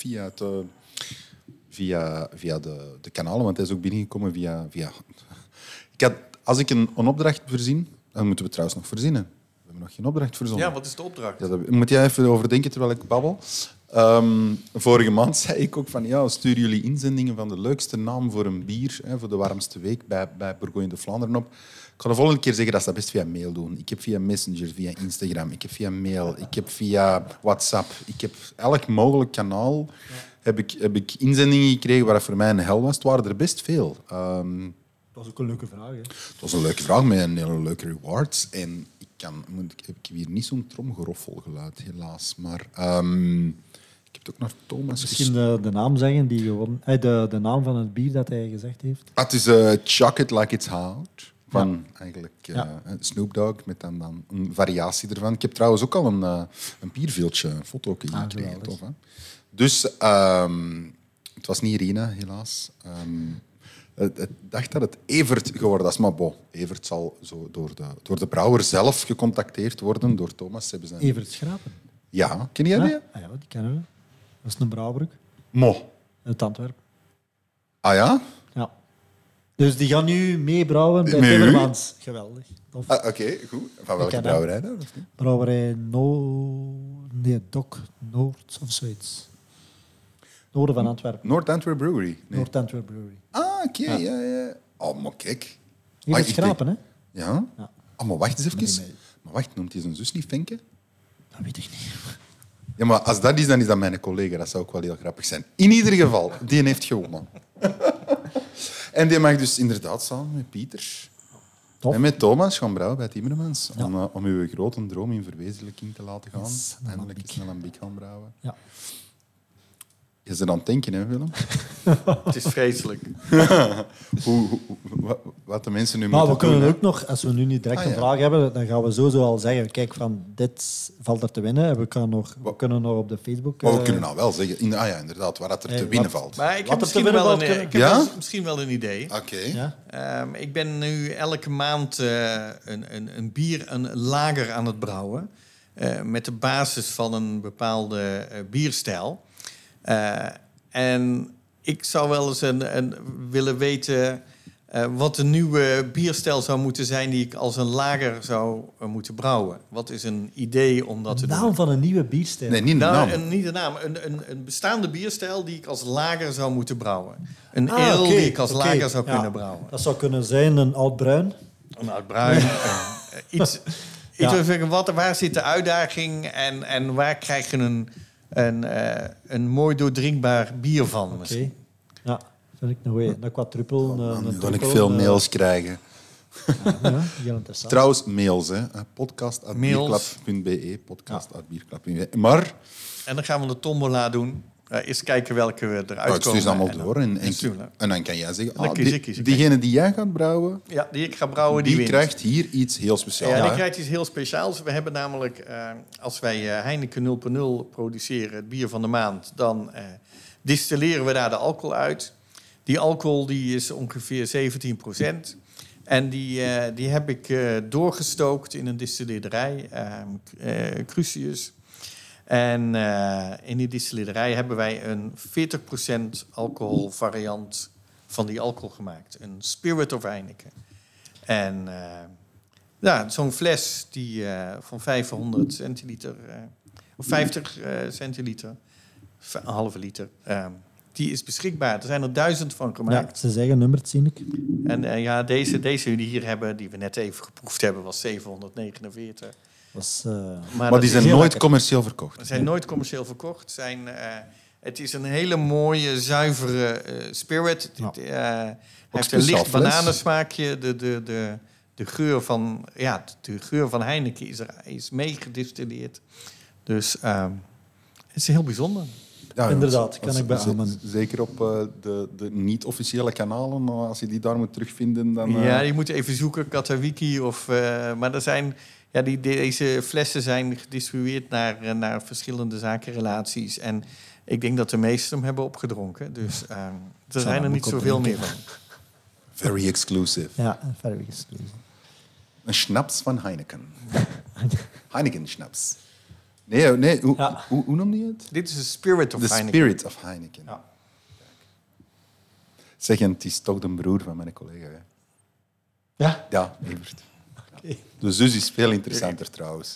via de kanalen, want hij is ook binnengekomen via... Als ik een opdracht voorzien, dan moeten we trouwens nog verzinnen. We hebben nog geen opdracht verzonnen. Ja, wat is de opdracht? Ja, daar moet jij even over denken terwijl ik babbel. Vorige maand zei ik ook van stuur jullie inzendingen van de leukste naam voor een bier, voor de warmste week bij Bourgogne de Vlaanderen op. Ik ga de volgende keer zeggen dat ze dat best via mail doen. Ik heb via Messenger, via Instagram, ik heb via mail, ik heb via WhatsApp. Ik heb elk mogelijk kanaal heb ik inzendingen gekregen waar het voor mij een hel was. Het waren er best veel. Dat was ook een leuke vraag. Hè? Het was een leuke vraag met een hele leuke rewards. En ik heb hier niet zo'n tromgeroffelgeluid, helaas. Maar ik heb het ook naar Thomas Misschien de naam zeggen die gewonnen... de naam van het bier dat hij gezegd heeft. Het is Chuck It Like It's Hot. Van eigenlijk Snoop Dogg met dan een variatie ervan. Ik heb trouwens ook al een bierveeltje, een foto gekregen. Tof, hè? Dus het was niet Irina, helaas. Ik dacht dat het Evert geworden was, maar Evert zal zo door de brouwer zelf gecontacteerd worden, door Thomas. Evert Schrapen? Ja, ken jij die? Ah, ja, die kennen we. Dat is een brouwbrug. Uit Antwerpen. Ah ja? Ja. Dus die gaan nu meebrouwen bij Timmermans. Geweldig. Oké, goed. Van welke brouwerij dan? Brouwerij Dok Noord of zoiets. Noorden van Antwerpen. North Antwerp Brewery. Nee. North Antwerp Brewery. Ah, oké. Ja. Oh, maar kijk. Evert Schrapen, hè? Ja? Oh, maar wacht eens even. Maar wacht, noemt hij zijn zus niet Fenke? Dat weet ik niet. Ja, maar als dat is, dan is dat mijn collega. Dat zou ook wel heel grappig zijn. In ieder geval, die heeft gewonnen. En die mag dus inderdaad samen met Pieter Tof. en met Thomas gaan brouwen bij Timmermans. Om uw grote droom in verwezenlijking te laten gaan. Yes, een Eindelijk lambiek. eens een lambiek gaan brouwen. Ja. Je bent aan het denken, hè, Willem? Het is vreselijk. Wat de mensen nu Maar we moeten kunnen doen. ook nog, als we nu niet direct Ah, een ja. vraag hebben, dan gaan we sowieso al zeggen, kijk, van dit valt er te winnen. En we kunnen nog op de Facebook... Maar we kunnen nou wel zeggen, inderdaad, waar dat er te winnen valt. Maar ik Wat heb, er misschien te winnen wel, valt, ik heb Ja? wel- misschien wel een idee. Oké. Ja? Ik ben nu elke maand een bier, een lager aan het brouwen. Met de basis van een bepaalde bierstijl. En ik zou wel eens willen weten wat de nieuwe bierstijl zou moeten zijn die ik als een lager zou moeten brouwen. Wat is een idee om dat te De doen? naam van een nieuwe bierstijl. Nee, niet de Nou, naam. niet de naam. Een bestaande bierstijl die ik als lager zou moeten brouwen. Een Ah, ale oké, die ik als oké. lager zou Ja. kunnen brouwen. Dat zou kunnen zijn een oud bruin. Een oud bruin. Iets Ja. wil zeggen, waar zit de uitdaging en waar krijg je een mooi doordrinkbaar bier van? Oké. misschien? Ja, vind ik een goeie. Dat qua Nu ga ik veel mails krijgen. Ja, heel interessant. Trouwens, mails, hè. Podcast@bierklap.be. Podcast@bierklap.be. Maar En dan gaan we de tombola doen. Eerst kijken welke we eruit ik stuur komen. ze allemaal En dan- door. En sturen. dan kan jij zeggen, Dan kies ik. diegene die jij gaat brouwen, Ja, die ik ga brouwen, die die wint. krijgt hier iets heel speciaals. Ja, die hè. krijgt iets heel speciaals. We hebben namelijk, als wij Heineken 0.0 produceren, het bier van de maand, dan distilleren we daar de alcohol uit. Die alcohol die is ongeveer 17%. En die heb ik doorgestookt in een distilleerderij, Crucius. En in die distilleerderij hebben wij een 40% alcoholvariant van die alcohol gemaakt. Een Spirit of Heineken. En zo'n fles die van 500 centiliter, of 50 centiliter, een halve liter, die is beschikbaar. Er zijn er 1000 van Ja, gemaakt. ze zeggen nummerd, zie ik. En deze die we hier hebben, die we net even geproefd hebben, was 749. Dat is, Maar dat die is zijn heel nooit lekker. commercieel verkocht. Ze zijn nooit commercieel verkocht. Het is een hele mooie, zuivere spirit. Ja. Hij heeft een speciaal licht fles. bananensmaakje. De geur van Heineken is meegedistilleerd. Dus het is heel bijzonder. Ja, Inderdaad, kan ik beamen. Zeker op de niet-officiële kanalen, maar als je die daar moet terugvinden, dan... Ja, je moet even zoeken, Katawiki. Maar er zijn... Ja, deze flessen zijn gedistribueerd naar verschillende zakenrelaties. En ik denk dat de meesten hem hebben opgedronken. Dus er zijn er hem niet ook zoveel opdrinken. meer van. Very exclusive. Ja, very exclusive. Een schnaps van Heineken. Heineken-schnaps. Nee, Ja. hoe noemde je het? Dit is de Spirit of The Heineken. Spirit of Heineken. Ja. Zeg, en het is toch de broer van mijn collega. Hè? Ja? Ja, Evert. De zus is veel interessanter trouwens.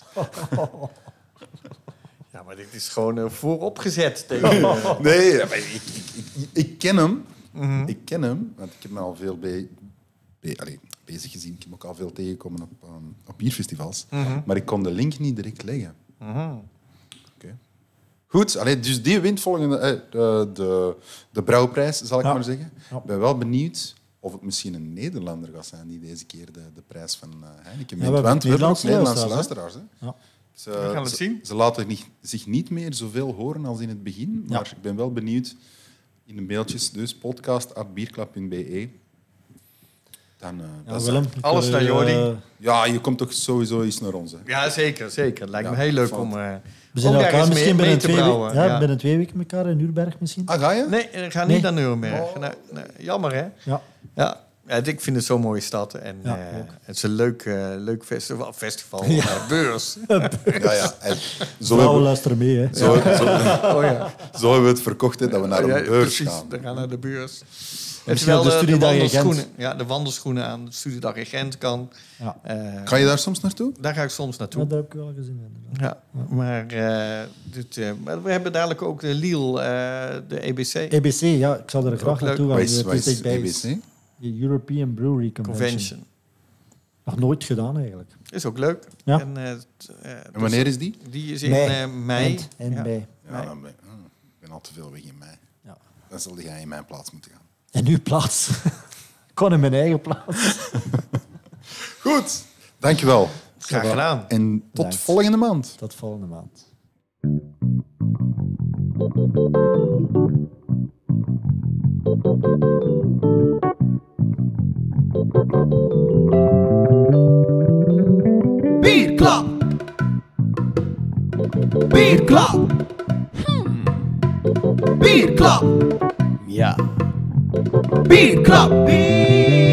Ja, maar dit is gewoon vooropgezet. Tegen, Nee, maar ik ken hem. Ik ken hem, want ik heb me al veel bezig gezien. Ik heb hem ook al veel tegengekomen op bierfestivals. Maar ik kon de link niet direct leggen. Oké. Goed, dus die wint volgende de brouwprijs, zal ik Ja. maar zeggen. Ja. Ik ben wel benieuwd of het misschien een Nederlander gaat zijn die deze keer de prijs van Heineken we wint. hebben Want we hebben ook Nederlandse Nederlandse luisteraars, luisteraars. Hè. Ja. We gaan het zien. Ze laten zich niet meer zoveel horen als in het begin. Maar ik ben wel benieuwd in de mailtjes. Dus podcast@bierklap.be. Dan, dat is- Willem, alles naar Jordi. ja, je komt toch sowieso eens naar ons. Hè. Ja, zeker. Het lijkt me Ja, heel leuk valt. om we zien om daar elkaar eens misschien mee binnen te 2 weken. brouwen. Ja, Ja. binnen 2 weken elkaar in Nuremberg misschien. Ah, ga je? Nee, we gaan Nee. niet naar Nuremberg. Nee, jammer, hè? Ja. Ja. Ja, ik vind het zo'n mooie stad. En Ja, ook. het is een leuk festival beurs. Ja. En zo Vrouwen hebben, luisteren mee, hè. zo, zo, Oh ja. zo hebben we het verkocht, hè, dat we naar een Ja, beurs precies. gaan. We gaan naar de beurs. Het is Misschien wel op de de studiedag in wandelschoenen. Gent. Ja, de wandelschoenen aan de studiedag in Gent kan. Ja. Ga je daar soms naartoe? Daar ga ik soms Ja, naartoe. dat heb ik wel gezien, inderdaad. Ja, maar we hebben dadelijk ook de Lille, de EBC EBC, ja, ik zou er graag leuk. naartoe gaan. Waar is Het is dichtbij. EBC? De European Brewery Convention. Convention. Nog nooit gedaan eigenlijk. Is ook leuk. Ja. En wanneer is die? Die is in mei. Eind Ja. mei. Ja, dan ik ben al te veel weg in mei. Ja. Dan zal jij in mijn plaats moeten gaan. En uw plaats. Ik kon in mijn eigen plaats. Goed, dankjewel. Graag gedaan. En tot Bedankt. volgende maand. Tot volgende maand. Bierklap. Bierklap. Bierklap. Ja. Bierklap. Bierklap.